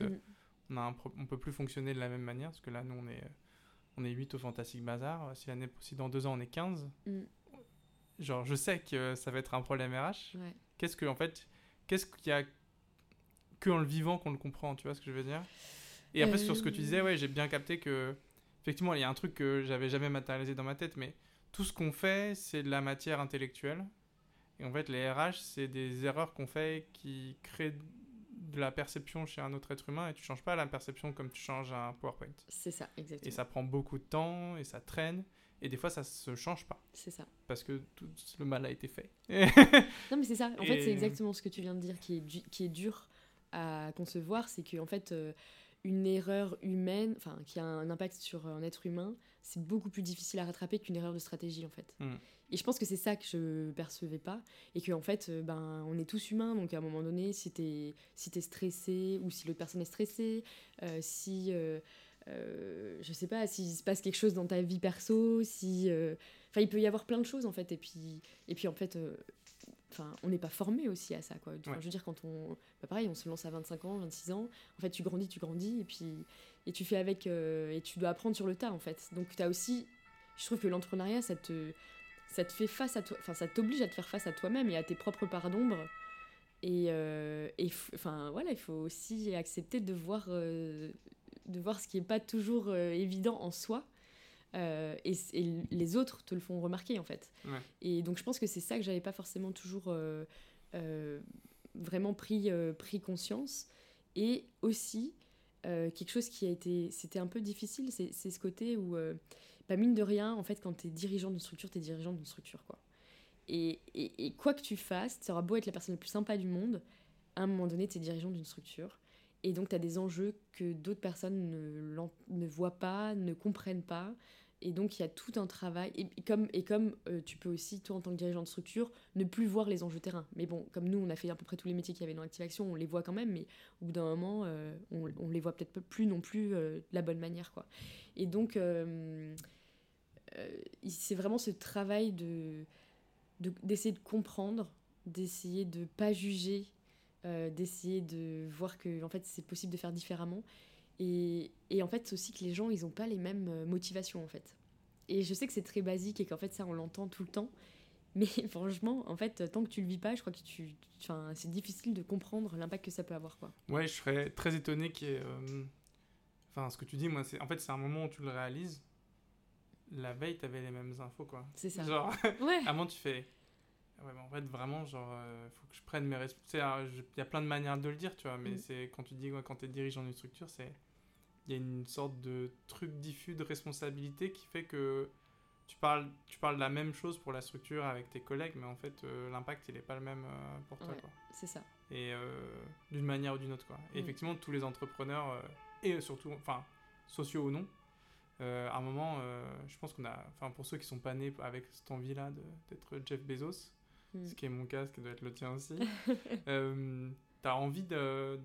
Speaker 2: on peut plus fonctionner de la même manière, parce que là, nous, on est 8 au Fantastic Bazar. Si dans 2 ans, on est 15, genre, je sais que ça va être un problème RH.
Speaker 1: Ouais.
Speaker 2: Qu'est-ce qu'il y a que en le vivant qu'on le comprend, tu vois ce que je veux dire ? Et après, sur ce que tu disais, ouais, j'ai bien capté que, effectivement, il y a un truc que j'avais jamais matérialisé dans ma tête, mais tout ce qu'on fait, c'est de la matière intellectuelle. Et en fait, les RH, c'est des erreurs qu'on fait qui créent de la perception chez un autre être humain, et tu changes pas la perception comme tu changes un PowerPoint.
Speaker 1: C'est ça, exactement.
Speaker 2: Et ça prend beaucoup de temps, et ça traîne, et des fois, ça se change pas.
Speaker 1: C'est ça.
Speaker 2: Parce que tout le mal a été fait.
Speaker 1: Non, mais c'est ça. En fait, c'est exactement ce que tu viens de dire qui est dur à concevoir. C'est qu'en fait, une erreur humaine, qui a un impact sur un être humain, c'est beaucoup plus difficile à rattraper qu'une erreur de stratégie, en fait. Et je pense que c'est ça que je percevais pas. Et qu'en fait, on est tous humains. Donc, à un moment donné, si t'es stressé, ou si l'autre personne est stressée, je sais pas, s'il se passe quelque chose dans ta vie perso, il peut y avoir plein de choses, en fait. Et puis en fait, on n'est pas formé aussi à ça, quoi. Je veux dire, quand pareil, on se lance à 25 ans, 26 ans, en fait, tu grandis, et tu fais avec, et tu dois apprendre sur le tas, en fait. Donc, t'as aussi, je trouve que l'entrepreneuriat, ça te fait face à toi, ça t'oblige à te faire face à toi-même et à tes propres parts d'ombre. Et voilà, il faut aussi accepter de voir ce qui n'est pas toujours évident en soi. Et les autres te le font remarquer, en fait.
Speaker 2: Ouais.
Speaker 1: Et donc je pense que c'est ça que j'avais pas forcément toujours vraiment pris conscience. Et aussi quelque chose c'était un peu difficile, c'est ce côté où mine de rien, en fait, quand t'es dirigeant d'une structure, t'es dirigeant d'une structure, quoi. Et quoi que tu fasses, tu auras beau être la personne la plus sympa du monde, à un moment donné, t'es dirigeant d'une structure. Et donc, tu as des enjeux que d'autres personnes ne voient pas, ne comprennent pas. Et donc, il y a tout un travail. Et comme tu peux aussi, toi, en tant que dirigeant de structure, ne plus voir les enjeux terrain. Mais bon, comme nous, on a fait à peu près tous les métiers qu'il y avait dans Active Action, on les voit quand même. Mais au bout d'un moment, on les voit peut-être plus non plus de la bonne manière, quoi. Et donc, c'est vraiment ce travail d'essayer de comprendre, d'essayer de ne pas juger, d'essayer de voir que en fait, c'est possible de faire différemment. Et en fait, c'est aussi que les gens, ils n'ont pas les mêmes motivations, en fait. Et je sais que c'est très basique et qu'en fait, ça, on l'entend tout le temps. Mais franchement, en fait, tant que tu le vis pas, je crois que c'est difficile de comprendre l'impact que ça peut avoir, quoi.
Speaker 2: Ouais, je serais très étonné qu'il y ait... ce que tu dis, moi, c'est un moment où tu le réalises. la veille, t'avais les mêmes infos, quoi.
Speaker 1: C'est ça.
Speaker 2: Genre,
Speaker 1: Ouais.
Speaker 2: avant, tu fais... Ouais, mais en fait, vraiment, genre, faut que je prenne mes responsabilités. Il y a plein de manières de le dire, tu vois, mais c'est quand tu dis, quand t'es dirigeant d'une structure, il y a une sorte de truc diffus de responsabilité qui fait que tu parles de la même chose pour la structure avec tes collègues, mais en fait, l'impact, il est pas le même pour toi, quoi.
Speaker 1: C'est ça.
Speaker 2: Et d'une manière ou d'une autre, quoi. Et effectivement, tous les entrepreneurs, et surtout, enfin, sociaux ou non, à un moment, je pense qu'on a, enfin, pour ceux qui sont pas nés avec cette envie-là d'être Jeff Bezos, ce qui est mon cas, ce qui doit être le tien aussi, t'as envie de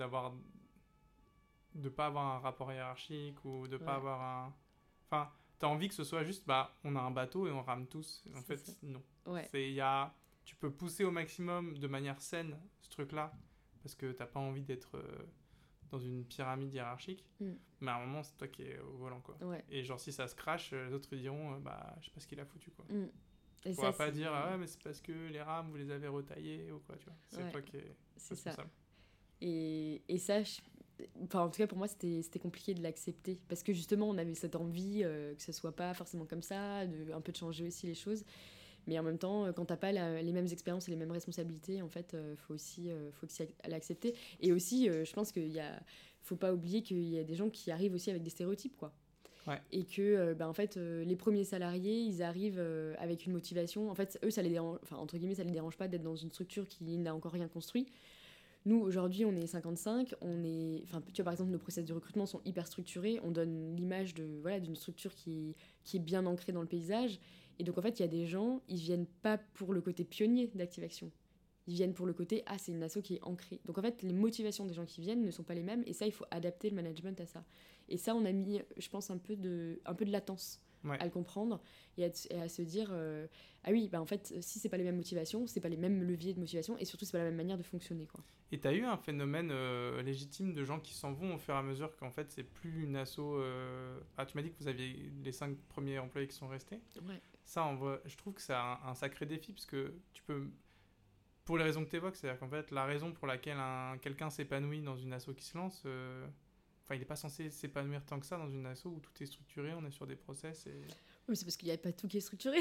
Speaker 2: pas avoir un rapport hiérarchique ou de pas avoir un... Enfin, t'as envie que ce soit juste, on a un bateau et on rame tous. En fait, ça. Non.
Speaker 1: Ouais.
Speaker 2: Tu peux pousser au maximum de manière saine ce truc-là, parce que t'as pas envie d'être dans une pyramide hiérarchique, mais à un moment, c'est toi qui es au volant, quoi.
Speaker 1: Ouais.
Speaker 2: Et genre, si ça se crache, les autres ils diront, je sais pas ce qu'il a foutu, quoi.
Speaker 1: Et
Speaker 2: tu pourras pas dire, mais c'est parce que les rames, vous les avez retaillées ou quoi, tu vois. C'est toi qui es responsable.
Speaker 1: Et ça, enfin, en tout cas, pour moi, c'était compliqué de l'accepter. Parce que justement, on avait cette envie que ce soit pas forcément comme ça, un peu de changer aussi les choses. Mais en même temps, quand t'as pas les mêmes expériences et les mêmes responsabilités, en fait, faut aussi l'accepter. Et aussi, je pense faut pas oublier qu'il y a des gens qui arrivent aussi avec des stéréotypes, quoi.
Speaker 2: Ouais.
Speaker 1: Et que, en fait, les premiers salariés, ils arrivent avec une motivation. En fait, eux, ça les dérange, enfin, entre guillemets, ça les dérange pas d'être dans une structure qui n'a encore rien construit. Nous, aujourd'hui, on est 55, enfin, tu vois, par exemple, nos process de recrutement sont hyper structurés, on donne l'image d'une structure qui est bien ancrée dans le paysage, et donc, en fait, il y a des gens, ils viennent pas pour le côté pionnier d'Active Action, ils viennent pour le côté, c'est une asso qui est ancrée. Donc, en fait, les motivations des gens qui viennent ne sont pas les mêmes, et ça, il faut adapter le management à ça. Et ça, on a mis, je pense, un peu de latence à le comprendre et à se dire ah oui, en fait, si c'est pas les mêmes motivations, c'est pas les mêmes leviers de motivation et surtout c'est pas la même manière de fonctionner, quoi.
Speaker 2: Et t'as eu un phénomène légitime de gens qui s'en vont au fur et à mesure qu'en fait c'est plus une asso. Tu m'as dit que vous aviez les 5 premiers employés qui sont restés.
Speaker 1: Ouais.
Speaker 2: Ça, je trouve que c'est un sacré défi parce que tu peux, pour les raisons que tu évoques, c'est-à-dire qu'en fait la raison pour laquelle quelqu'un s'épanouit dans une asso qui se lance, il n'est pas censé s'épanouir tant que ça dans une asso où tout est structuré, on est sur des process et...
Speaker 1: Oui, c'est parce qu'il n'y a pas tout qui est structuré.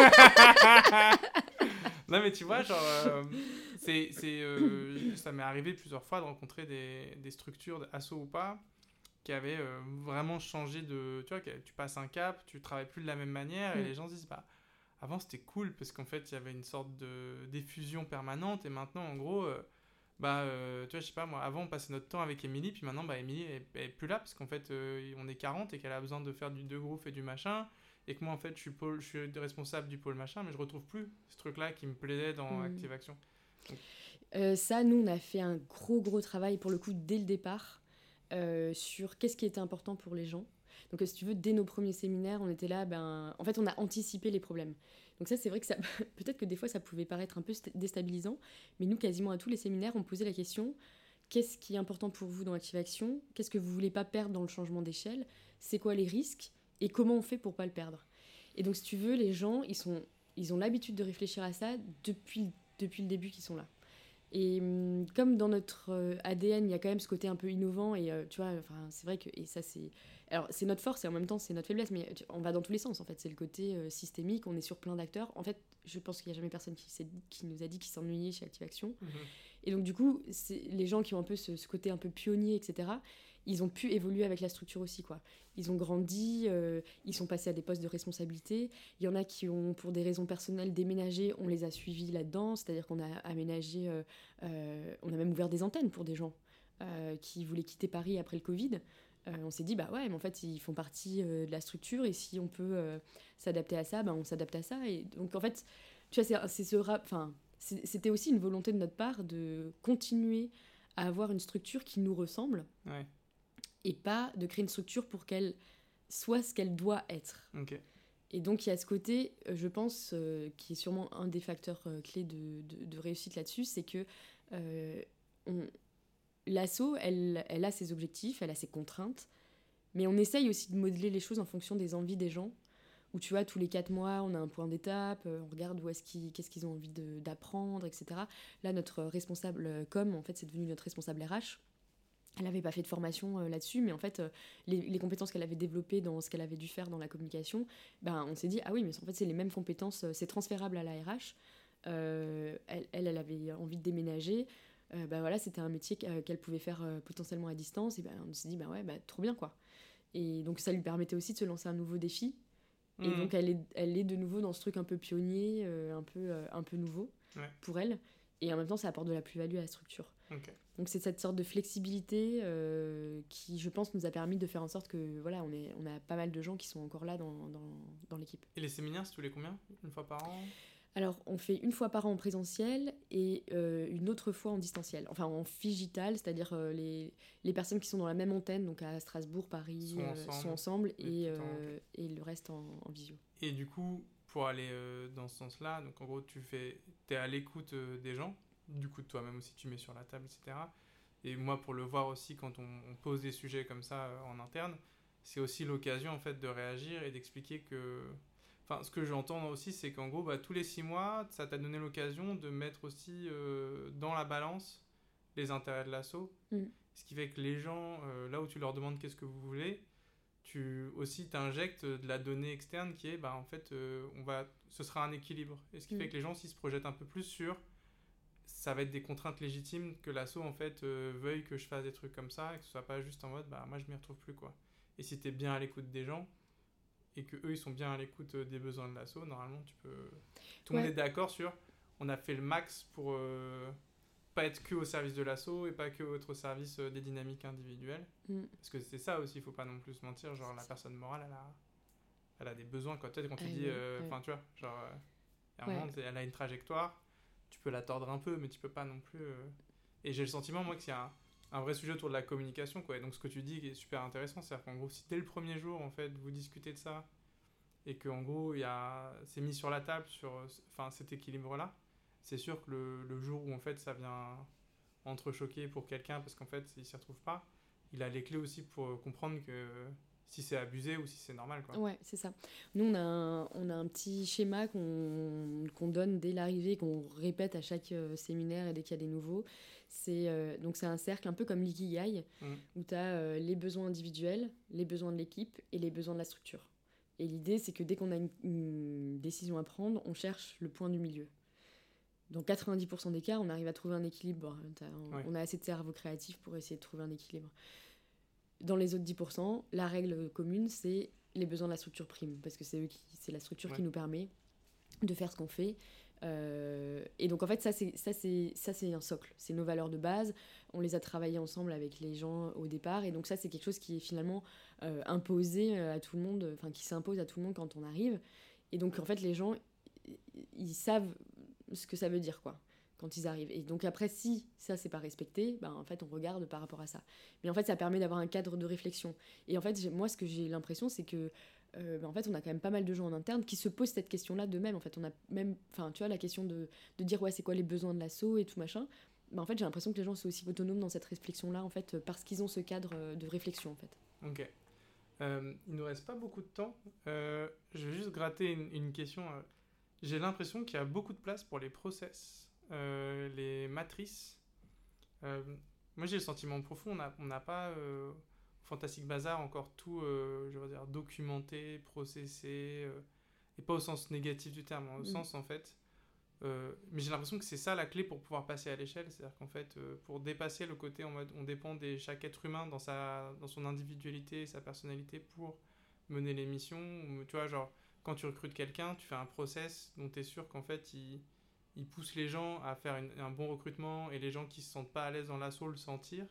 Speaker 2: Non mais tu vois, genre, ça m'est arrivé plusieurs fois de rencontrer des structures, asso ou pas, qui avaient vraiment changé de... Tu vois, tu passes un cap, tu travailles plus de la même manière et les gens se disent, avant c'était cool parce qu'en fait il y avait une sorte de diffusion permanente et maintenant en gros... tu vois, je sais pas moi, avant on passait notre temps avec Émilie, puis maintenant Émilie est plus là parce qu'en fait on est 40 et qu'elle a besoin de faire du groupe et du machin, et que moi en fait je suis responsable du pôle machin, mais je retrouve plus ce truc là qui me plaisait dans Active Action.
Speaker 1: Ça, nous on a fait un gros travail pour le coup dès le départ sur qu'est-ce qui était important pour les gens. Donc si tu veux, dès nos premiers séminaires, on était là, en fait on a anticipé les problèmes. Donc ça, c'est vrai que ça, peut-être que des fois, ça pouvait paraître un peu déstabilisant, mais nous, quasiment à tous les séminaires, on posait la question, qu'est-ce qui est important pour vous dans Active Action ? Qu'est-ce que vous voulez pas perdre dans le changement d'échelle ? C'est quoi les risques ? Et comment on fait pour pas le perdre ? Et donc, si tu veux, les gens, ils ont l'habitude de réfléchir à ça depuis le début qu'ils sont là. Et comme dans notre ADN, il y a quand même ce côté un peu innovant, et tu vois, c'est vrai que... Et ça, alors, c'est notre force et en même temps, c'est notre faiblesse, mais on va dans tous les sens, en fait. C'est le côté systémique, on est sur plein d'acteurs. En fait, je pense qu'il n'y a jamais personne qui nous a dit qu'il s'ennuyait chez Active Action. Et donc, du coup, les gens qui ont un peu ce côté un peu pionnier, etc., ils ont pu évoluer avec la structure aussi, quoi. Ils ont grandi, ils sont passés à des postes de responsabilité. Il y en a qui ont, pour des raisons personnelles, déménagé, on les a suivis là-dedans, c'est-à-dire qu'on a aménagé, on a même ouvert des antennes pour des gens qui voulaient quitter Paris après le Covid. On s'est dit, ouais, mais en fait, ils font partie de la structure, et si on peut s'adapter à ça, on s'adapte à ça. Et donc, en fait, tu vois, c'était aussi une volonté de notre part de continuer à avoir une structure qui nous ressemble, et pas de créer une structure pour qu'elle soit ce qu'elle doit être.
Speaker 2: Okay.
Speaker 1: Et donc, il y a ce côté, je pense, qui est sûrement un des facteurs clés de réussite là-dessus, c'est que l'asso, elle a ses objectifs, elle a ses contraintes, mais on essaye aussi de modeler les choses en fonction des envies des gens, où tu vois, tous les 4 mois, on a un point d'étape, on regarde qu'est-ce qu'ils ont envie d'apprendre, etc. Là, notre responsable com, en fait, c'est devenu notre responsable RH. Elle n'avait pas fait de formation là-dessus, mais en fait, les compétences qu'elle avait développées dans ce qu'elle avait dû faire dans la communication, ben, on s'est dit, ah oui, mais en fait, c'est les mêmes compétences, c'est transférable à la RH. Elle avait envie de déménager. Ben voilà, c'était un métier qu'elle pouvait faire potentiellement à distance. Et ben, on s'est dit, ben ouais, ben, trop bien, quoi. Et donc, ça lui permettait aussi de se lancer un nouveau défi. Et donc, elle est de nouveau dans ce truc un peu pionnier, un peu nouveau pour elle. Et en même temps, ça apporte de la plus-value à la structure.
Speaker 2: Ok.
Speaker 1: Donc c'est cette sorte de flexibilité qui, je pense, nous a permis de faire en sorte que voilà, on a pas mal de gens qui sont encore là dans l'équipe.
Speaker 2: Et les séminaires, c'est tous les combien? Une fois par an?
Speaker 1: Alors, on fait une fois par an en présentiel et une autre fois en distanciel. Enfin, en figital, c'est-à-dire les personnes qui sont dans la même antenne, donc à Strasbourg, Paris, sont ensemble et le reste en visio.
Speaker 2: Et du coup, pour aller dans ce sens-là, donc en gros, t'es à l'écoute des gens, du coup, toi-même aussi, tu mets sur la table, etc. Et moi, pour le voir aussi, quand on pose des sujets comme ça en interne, c'est aussi l'occasion, en fait, de réagir et d'expliquer que... Enfin, ce que j'entends aussi, c'est qu'en gros, bah, tous les 6 mois, ça t'a donné l'occasion de mettre aussi dans la balance les intérêts de l'asso. Ce qui fait que les gens, là où tu leur demandes qu'est-ce que vous voulez, tu aussi t'injectes de la donnée externe qui est, bah, en fait, ce sera un équilibre. Et ce qui fait que les gens aussi se projettent un peu plus sur... Ça va être des contraintes légitimes que l'asso, en fait, veuille que je fasse des trucs comme ça et que ce soit pas juste en mode, bah, moi, je m'y retrouve plus, quoi. Et si t'es bien à l'écoute des gens et que eux ils sont bien à l'écoute des besoins de l'asso, normalement tu peux... Tout le monde est d'accord sur on a fait le max pour pas être que au service de l'asso et pas que au service des dynamiques individuelles. Parce que c'est ça aussi, il faut pas non plus se mentir, genre la personne morale elle a des besoins, quoi. Peut-être quand tu dis enfin tu vois, genre à un moment elle a une trajectoire, tu peux la tordre un peu mais tu peux pas non plus et j'ai le sentiment moi qu'il y a un vrai sujet autour de la communication, quoi. Et donc ce que tu dis est super intéressant, c'est-à-dire qu'en gros si dès le premier jour en fait vous discutez de ça et qu'en gros c'est mis sur la table sur cet équilibre là, c'est sûr que le jour où en fait ça vient entrechoquer pour quelqu'un parce qu'en fait il s'y retrouve pas, il a les clés aussi pour comprendre que si c'est abusé ou si c'est normal, quoi.
Speaker 1: Ouais, c'est ça. Nous, on a un petit schéma qu'on donne dès l'arrivée, qu'on répète à chaque séminaire et dès qu'il y a des nouveaux. Donc c'est un cercle un peu comme l'ikigai, où tu as les besoins individuels, les besoins de l'équipe et les besoins de la structure. Et l'idée, c'est que dès qu'on a une décision à prendre, on cherche le point du milieu. Dans 90% des cas, on arrive à trouver un équilibre. On a assez de cerveau créatif pour essayer de trouver un équilibre. Dans les autres 10%, la règle commune, c'est les besoins de la structure prime, parce que c'est la structure qui nous permet de faire ce qu'on fait. Et donc en fait, ça c'est un socle, c'est nos valeurs de base. On les a travaillées ensemble avec les gens au départ, et donc ça c'est quelque chose qui est finalement imposé à tout le monde, enfin qui s'impose à tout le monde quand on arrive. Et donc en fait, les gens, ils savent ce que ça veut dire, quoi, quand ils arrivent. Et donc après, si ça c'est pas respecté, ben en fait on regarde par rapport à ça. Mais en fait ça permet d'avoir un cadre de réflexion. Et en fait moi ce que j'ai l'impression c'est que en fait on a quand même pas mal de gens en interne qui se posent cette question-là d'eux-mêmes. En fait on a même, enfin tu vois, la question de dire ouais c'est quoi les besoins de l'asso et tout machin. Ben, en fait j'ai l'impression que les gens sont aussi autonomes dans cette réflexion-là en fait parce qu'ils ont ce cadre de réflexion en fait.
Speaker 2: Ok. Il nous reste pas beaucoup de temps. Je vais juste gratter une question. J'ai l'impression qu'il y a beaucoup de place pour les process. Les matrices. Moi j'ai le sentiment profond, on n'a pas Fantastic Bazar encore tout je veux dire, documenté, processé, et pas au sens négatif du terme, au sens en fait mais j'ai l'impression que c'est ça la clé pour pouvoir passer à l'échelle, c'est-à-dire qu'en fait pour dépasser le côté en mode on dépend de chaque être humain dans son individualité, sa personnalité pour mener les missions, tu vois, genre quand tu recrutes quelqu'un, tu fais un process dont tu es sûr qu'en fait il pousse les gens à faire un bon recrutement et les gens qui se sentent pas à l'aise dans l'assaut le sentir.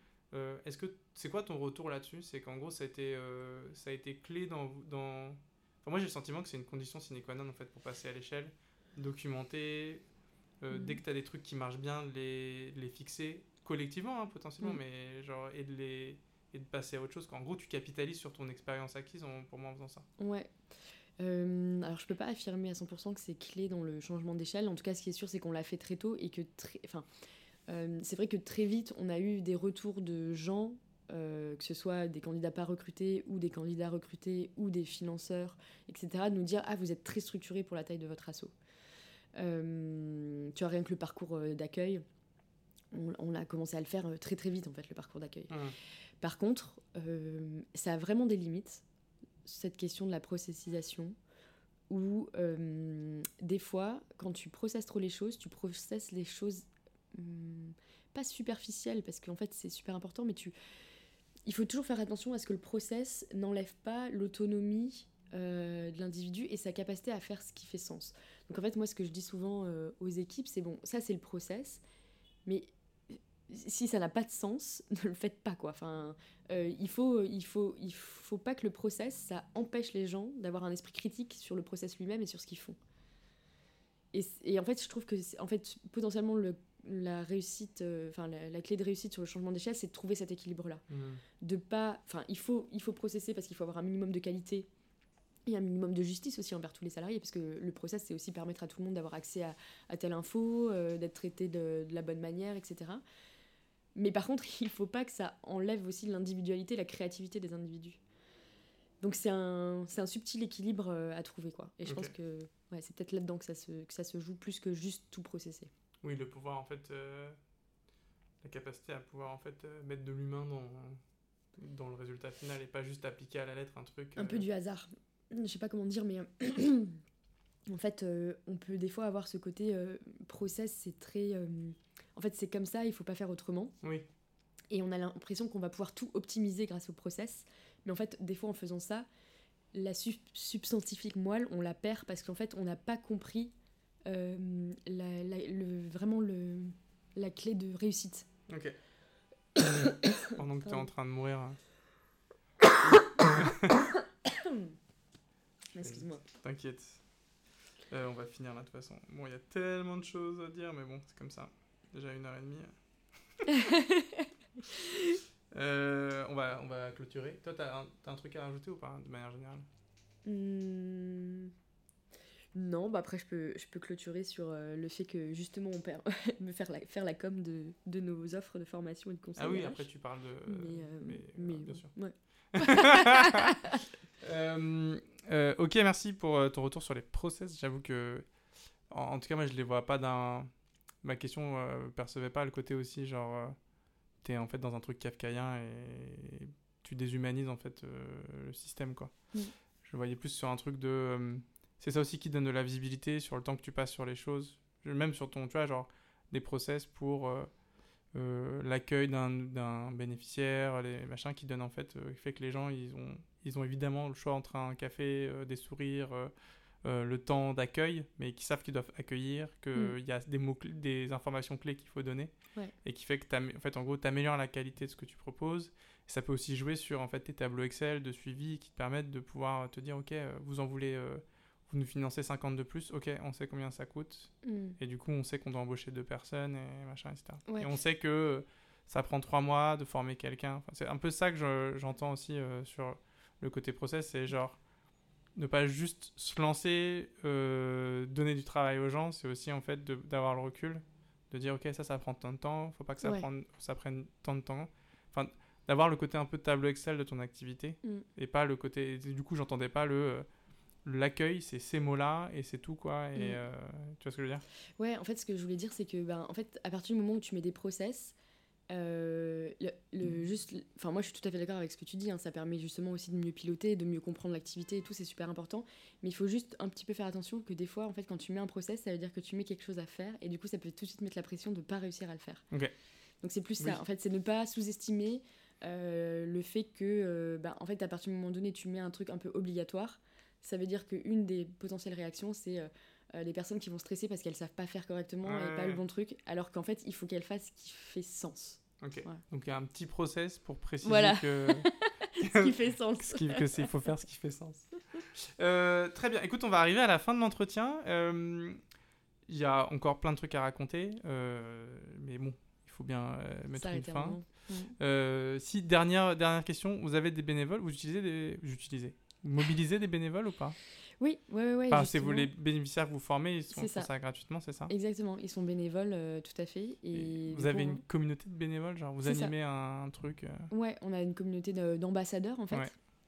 Speaker 2: C'est quoi ton retour là-dessus? C'est qu'en gros ça a été clé dans... Enfin, moi j'ai le sentiment que c'est une condition sine qua non en fait pour passer à l'échelle, documenter, dès que tu as des trucs qui marchent bien, les fixer collectivement potentiellement, mais genre et de passer à autre chose. En gros tu capitalises sur ton expérience acquise pour moi en faisant ça.
Speaker 1: Ouais. Alors je peux pas affirmer à 100% que c'est clé dans le changement d'échelle. En tout cas ce qui est sûr c'est qu'on l'a fait très tôt et que c'est vrai que très vite on a eu des retours de gens, que ce soit des candidats pas recrutés ou des candidats recrutés ou des financeurs, etc., de nous dire ah vous êtes très structuré pour la taille de votre asso. Tu vois, rien que le parcours d'accueil, on a commencé à le faire très très vite, en fait, le parcours d'accueil.
Speaker 2: Mmh.
Speaker 1: Par contre, ça a vraiment des limites, cette question de la processisation, où des fois, quand tu processes trop les choses, tu processes les choses pas superficielles, parce qu'en fait, c'est super important, mais il faut toujours faire attention à ce que le process n'enlève pas l'autonomie de l'individu et sa capacité à faire ce qui fait sens. Donc en fait, moi, ce que je dis souvent aux équipes, c'est bon, ça c'est le process, mais si ça n'a pas de sens, ne le faites pas, quoi. Enfin, il faut pas que le process, ça empêche les gens d'avoir un esprit critique sur le process lui-même et sur ce qu'ils font. Et en fait, je trouve que potentiellement la réussite, la clé de réussite sur le changement d'échelle, c'est de trouver cet équilibre-là. De pas, il faut processer parce qu'il faut avoir un minimum de qualité et un minimum de justice aussi envers tous les salariés, parce que le process, c'est aussi permettre à tout le monde d'avoir accès à telle info, d'être traité de la bonne manière, etc. Mais par contre, il faut pas que ça enlève aussi l'individualité, la créativité des individus. Donc c'est un subtil équilibre à trouver, quoi. Et je pense que c'est peut-être là-dedans que ça se joue plus que juste tout processer.
Speaker 2: Oui, le pouvoir, en fait, la capacité à pouvoir, en fait, mettre de l'humain dans le résultat final et pas juste appliquer à la lettre un truc...
Speaker 1: Un peu du hasard. Je sais pas comment dire, mais en fait, on peut des fois avoir ce côté process, c'est très... en fait, c'est comme ça, il faut pas faire autrement.
Speaker 2: Oui.
Speaker 1: Et on a l'impression qu'on va pouvoir tout optimiser grâce au process. Mais en fait, des fois, en faisant ça, la substantifique moelle, on la perd parce qu'en fait, on n'a pas compris vraiment la clé de réussite.
Speaker 2: Ok. Pendant que tu es en train de mourir.
Speaker 1: Excuse-moi.
Speaker 2: T'inquiète. On va finir là de toute façon. Bon, il y a tellement de choses à dire, mais bon, c'est comme ça. Déjà 1h30. On va clôturer. Toi, t'as un truc à rajouter ou pas, de manière générale?
Speaker 1: Non, après je peux clôturer sur le fait que justement on perd faire la com de nos offres de formation et de conseils.
Speaker 2: Ah oui,
Speaker 1: RH.
Speaker 2: après tu parles de...
Speaker 1: Mais
Speaker 2: bien sûr.
Speaker 1: Ouais.
Speaker 2: Ok, merci pour ton retour sur les process. J'avoue que, en tout cas, moi je les vois pas ma question percevait pas le côté aussi genre t'es en fait dans un truc kafkaïen et tu déshumanises en fait le système, quoi. Je voyais plus sur un truc de c'est ça aussi qui donne de la visibilité sur le temps que tu passes sur les choses, même sur ton, tu vois, genre des process pour l'accueil d'un bénéficiaire, les machins qui donnent en fait qui fait que les gens ils ont évidemment le choix entre un café, des sourires, le temps d'accueil, mais qui savent qu'ils doivent accueillir, qu'il y a des informations clés qu'il faut donner, et qui fait que en fait, en gros, t'améliores la qualité de ce que tu proposes. Et ça peut aussi jouer sur en fait, tes tableaux Excel de suivi qui te permettent de pouvoir te dire, ok, vous en voulez, vous nous financez 50 de plus, ok, on sait combien ça coûte, et du coup, on sait qu'on doit embaucher 2 personnes, et machin, etc. Et on sait que ça prend 3 mois de former quelqu'un. Enfin, c'est un peu ça que j'entends aussi sur le côté process, c'est genre ne pas juste se lancer, donner du travail aux gens, c'est aussi en fait d'avoir le recul, de dire ok, ça prend tant de temps, faut pas que ça prenne tant de temps. Enfin, d'avoir le côté un peu tableau Excel de ton activité, et pas le côté... Du coup, j'entendais pas l'accueil, c'est ces mots-là, et c'est tout, quoi. Et tu vois ce que je veux dire?
Speaker 1: Ouais, en fait, ce que je voulais dire, c'est que en fait, à partir du moment où tu mets des process, moi je suis tout à fait d'accord avec ce que tu dis, hein, ça permet justement aussi de mieux piloter, de mieux comprendre l'activité et tout, c'est super important, mais il faut juste un petit peu faire attention que des fois en fait quand tu mets un process, ça veut dire que tu mets quelque chose à faire et du coup ça peut tout de suite mettre la pression de pas réussir à le faire. Donc c'est plus ça, en fait, c'est ne pas sous-estimer le fait que en fait à partir du moment donné tu mets un truc un peu obligatoire, ça veut dire qu'une des potentielles réactions c'est les personnes qui vont stresser parce qu'elles savent pas faire correctement et pas le bon truc, alors qu'en fait il faut qu'elles fassent ce qui fait sens.
Speaker 2: Donc il y a un petit process pour préciser que
Speaker 1: ce qui fait sens,
Speaker 2: il faut faire ce qui fait sens. Très bien, écoute, on va arriver à la fin de l'entretien. Il y a encore plein de trucs à raconter, mais bon, il faut bien mettre une fin. Si dernière question, vous avez des bénévoles, vous mobilisez des bénévoles ou pas?
Speaker 1: Oui.
Speaker 2: Enfin, c'est vous, les bénéficiaires que vous formez, ils font ça gratuitement, c'est ça?
Speaker 1: Exactement, ils sont bénévoles, tout à fait. Et
Speaker 2: vous avez une communauté de bénévoles, genre vous animez un truc
Speaker 1: Ouais, on a une communauté d'ambassadeurs en fait.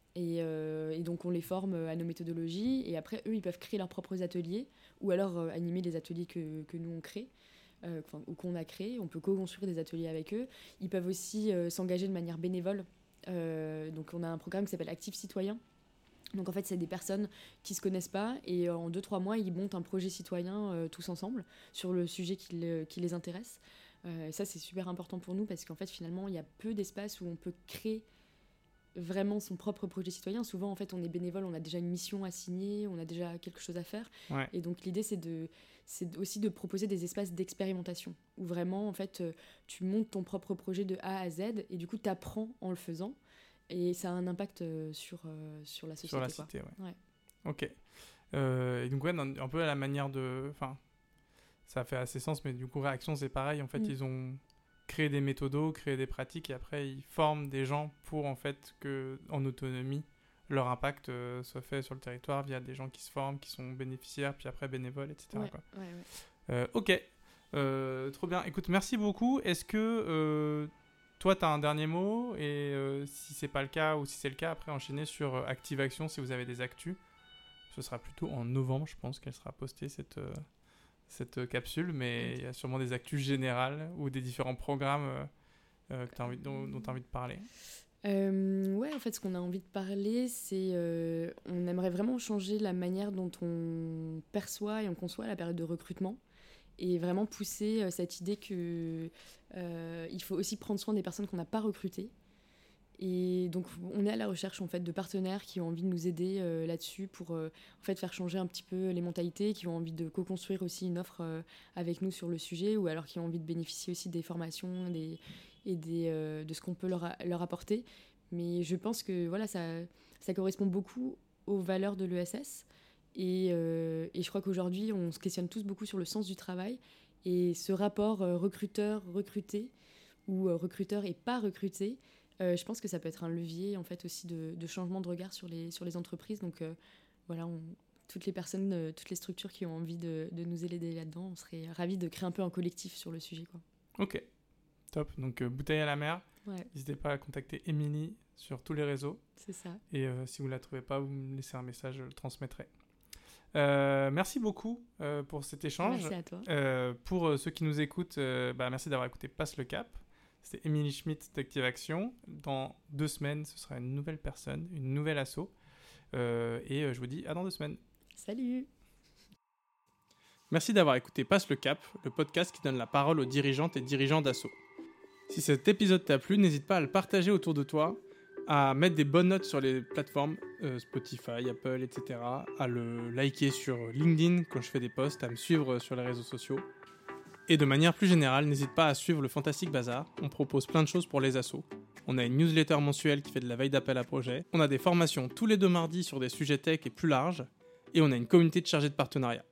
Speaker 1: Et donc on les forme à nos méthodologies, et après eux ils peuvent créer leurs propres ateliers, ou alors animer les ateliers que nous on crée. ou qu'on a créés. On peut co-construire des ateliers avec eux. Ils peuvent aussi s'engager de manière bénévole. Donc on a un programme qui s'appelle Actif Citoyen. Donc en fait, c'est des personnes qui ne se connaissent pas et en 2-3 mois, ils montent un projet citoyen tous ensemble sur le sujet qui les intéresse. Ça, c'est super important pour nous parce qu'en fait, finalement, il y a peu d'espaces où on peut créer vraiment son propre projet citoyen. Souvent, en fait, on est bénévole, on a déjà une mission à signer, on a déjà quelque chose à faire.
Speaker 2: Ouais.
Speaker 1: Et donc, l'idée, c'est aussi de proposer des espaces d'expérimentation où vraiment, en fait, tu montes ton propre projet de A à Z et du coup, tu apprends en le faisant. Et ça a un impact sur la société.
Speaker 2: Sur la cité, ouais. Ok. Et donc, ouais, un peu à la manière de... Enfin, ça fait assez sens, mais du coup, Réaction, c'est pareil. En fait, ils ont créé des méthodos, créé des pratiques, et après, ils forment des gens pour, en fait, que, en autonomie, leur impact soit fait sur le territoire via des gens qui se forment, qui sont bénéficiaires, puis après bénévoles, etc.
Speaker 1: Ouais,
Speaker 2: quoi.
Speaker 1: ouais.
Speaker 2: Ok. Trop bien. Écoute, merci beaucoup. Est-ce que... toi, tu as un dernier mot et si c'est pas le cas ou si c'est le cas, après enchaîner sur Active Action si vous avez des actus. Ce sera plutôt en novembre, je pense qu'elle sera postée cette capsule, mais il y a sûrement des actus générales ou des différents programmes dont tu as envie de parler.
Speaker 1: Ouais, en fait, ce qu'on a envie de parler, c'est on aimerait vraiment changer la manière dont on perçoit et on conçoit la période de recrutement. Et vraiment pousser cette idée qu'il faut aussi prendre soin des personnes qu'on n'a pas recrutées. Et donc, on est à la recherche en fait, de partenaires qui ont envie de nous aider là-dessus pour en fait, faire changer un petit peu les mentalités, qui ont envie de co-construire aussi une offre avec nous sur le sujet, ou alors qui ont envie de bénéficier aussi des formations de ce qu'on peut leur apporter. Mais je pense que voilà, ça correspond beaucoup aux valeurs de l'ESS. Et je crois qu'aujourd'hui, on se questionne tous beaucoup sur le sens du travail. Et ce rapport recruteur-recruté ou recruteur et pas recruté, je pense que ça peut être un levier en fait, aussi de changement de regard sur les entreprises. Donc voilà, toutes les personnes, toutes les structures qui ont envie de nous aider là-dedans, on serait ravis de créer un peu un collectif sur le sujet, quoi.
Speaker 2: Ok, top. Donc bouteille à la mer.
Speaker 1: Ouais.
Speaker 2: N'hésitez pas à contacter Émilie sur tous les réseaux.
Speaker 1: C'est ça.
Speaker 2: Et si vous ne la trouvez pas, vous me laissez un message, je le transmettrai. Merci beaucoup pour cet échange.
Speaker 1: Merci à toi.
Speaker 2: Pour ceux qui nous écoutent, merci d'avoir écouté Passe le Cap. C'était Émilie Schmitt d'Active Action. Dans 2 semaines, ce sera une nouvelle personne, une nouvelle asso. Et je vous dis à dans 2 semaines.
Speaker 1: Salut.
Speaker 2: Merci d'avoir écouté Passe le Cap, le podcast qui donne la parole aux dirigeantes et dirigeants d'asso. Si cet épisode t'a plu, n'hésite pas à le partager autour de toi, à mettre des bonnes notes sur les plateformes Spotify, Apple, etc., à le liker sur LinkedIn quand je fais des posts, à me suivre sur les réseaux sociaux. Et de manière plus générale, n'hésite pas à suivre le Fantastic Bazar, on propose plein de choses pour les assos. On a une newsletter mensuelle qui fait de la veille d'appel à projet, on a des formations tous les 2 mardis sur des sujets tech et plus larges, et on a une communauté de chargés de partenariat.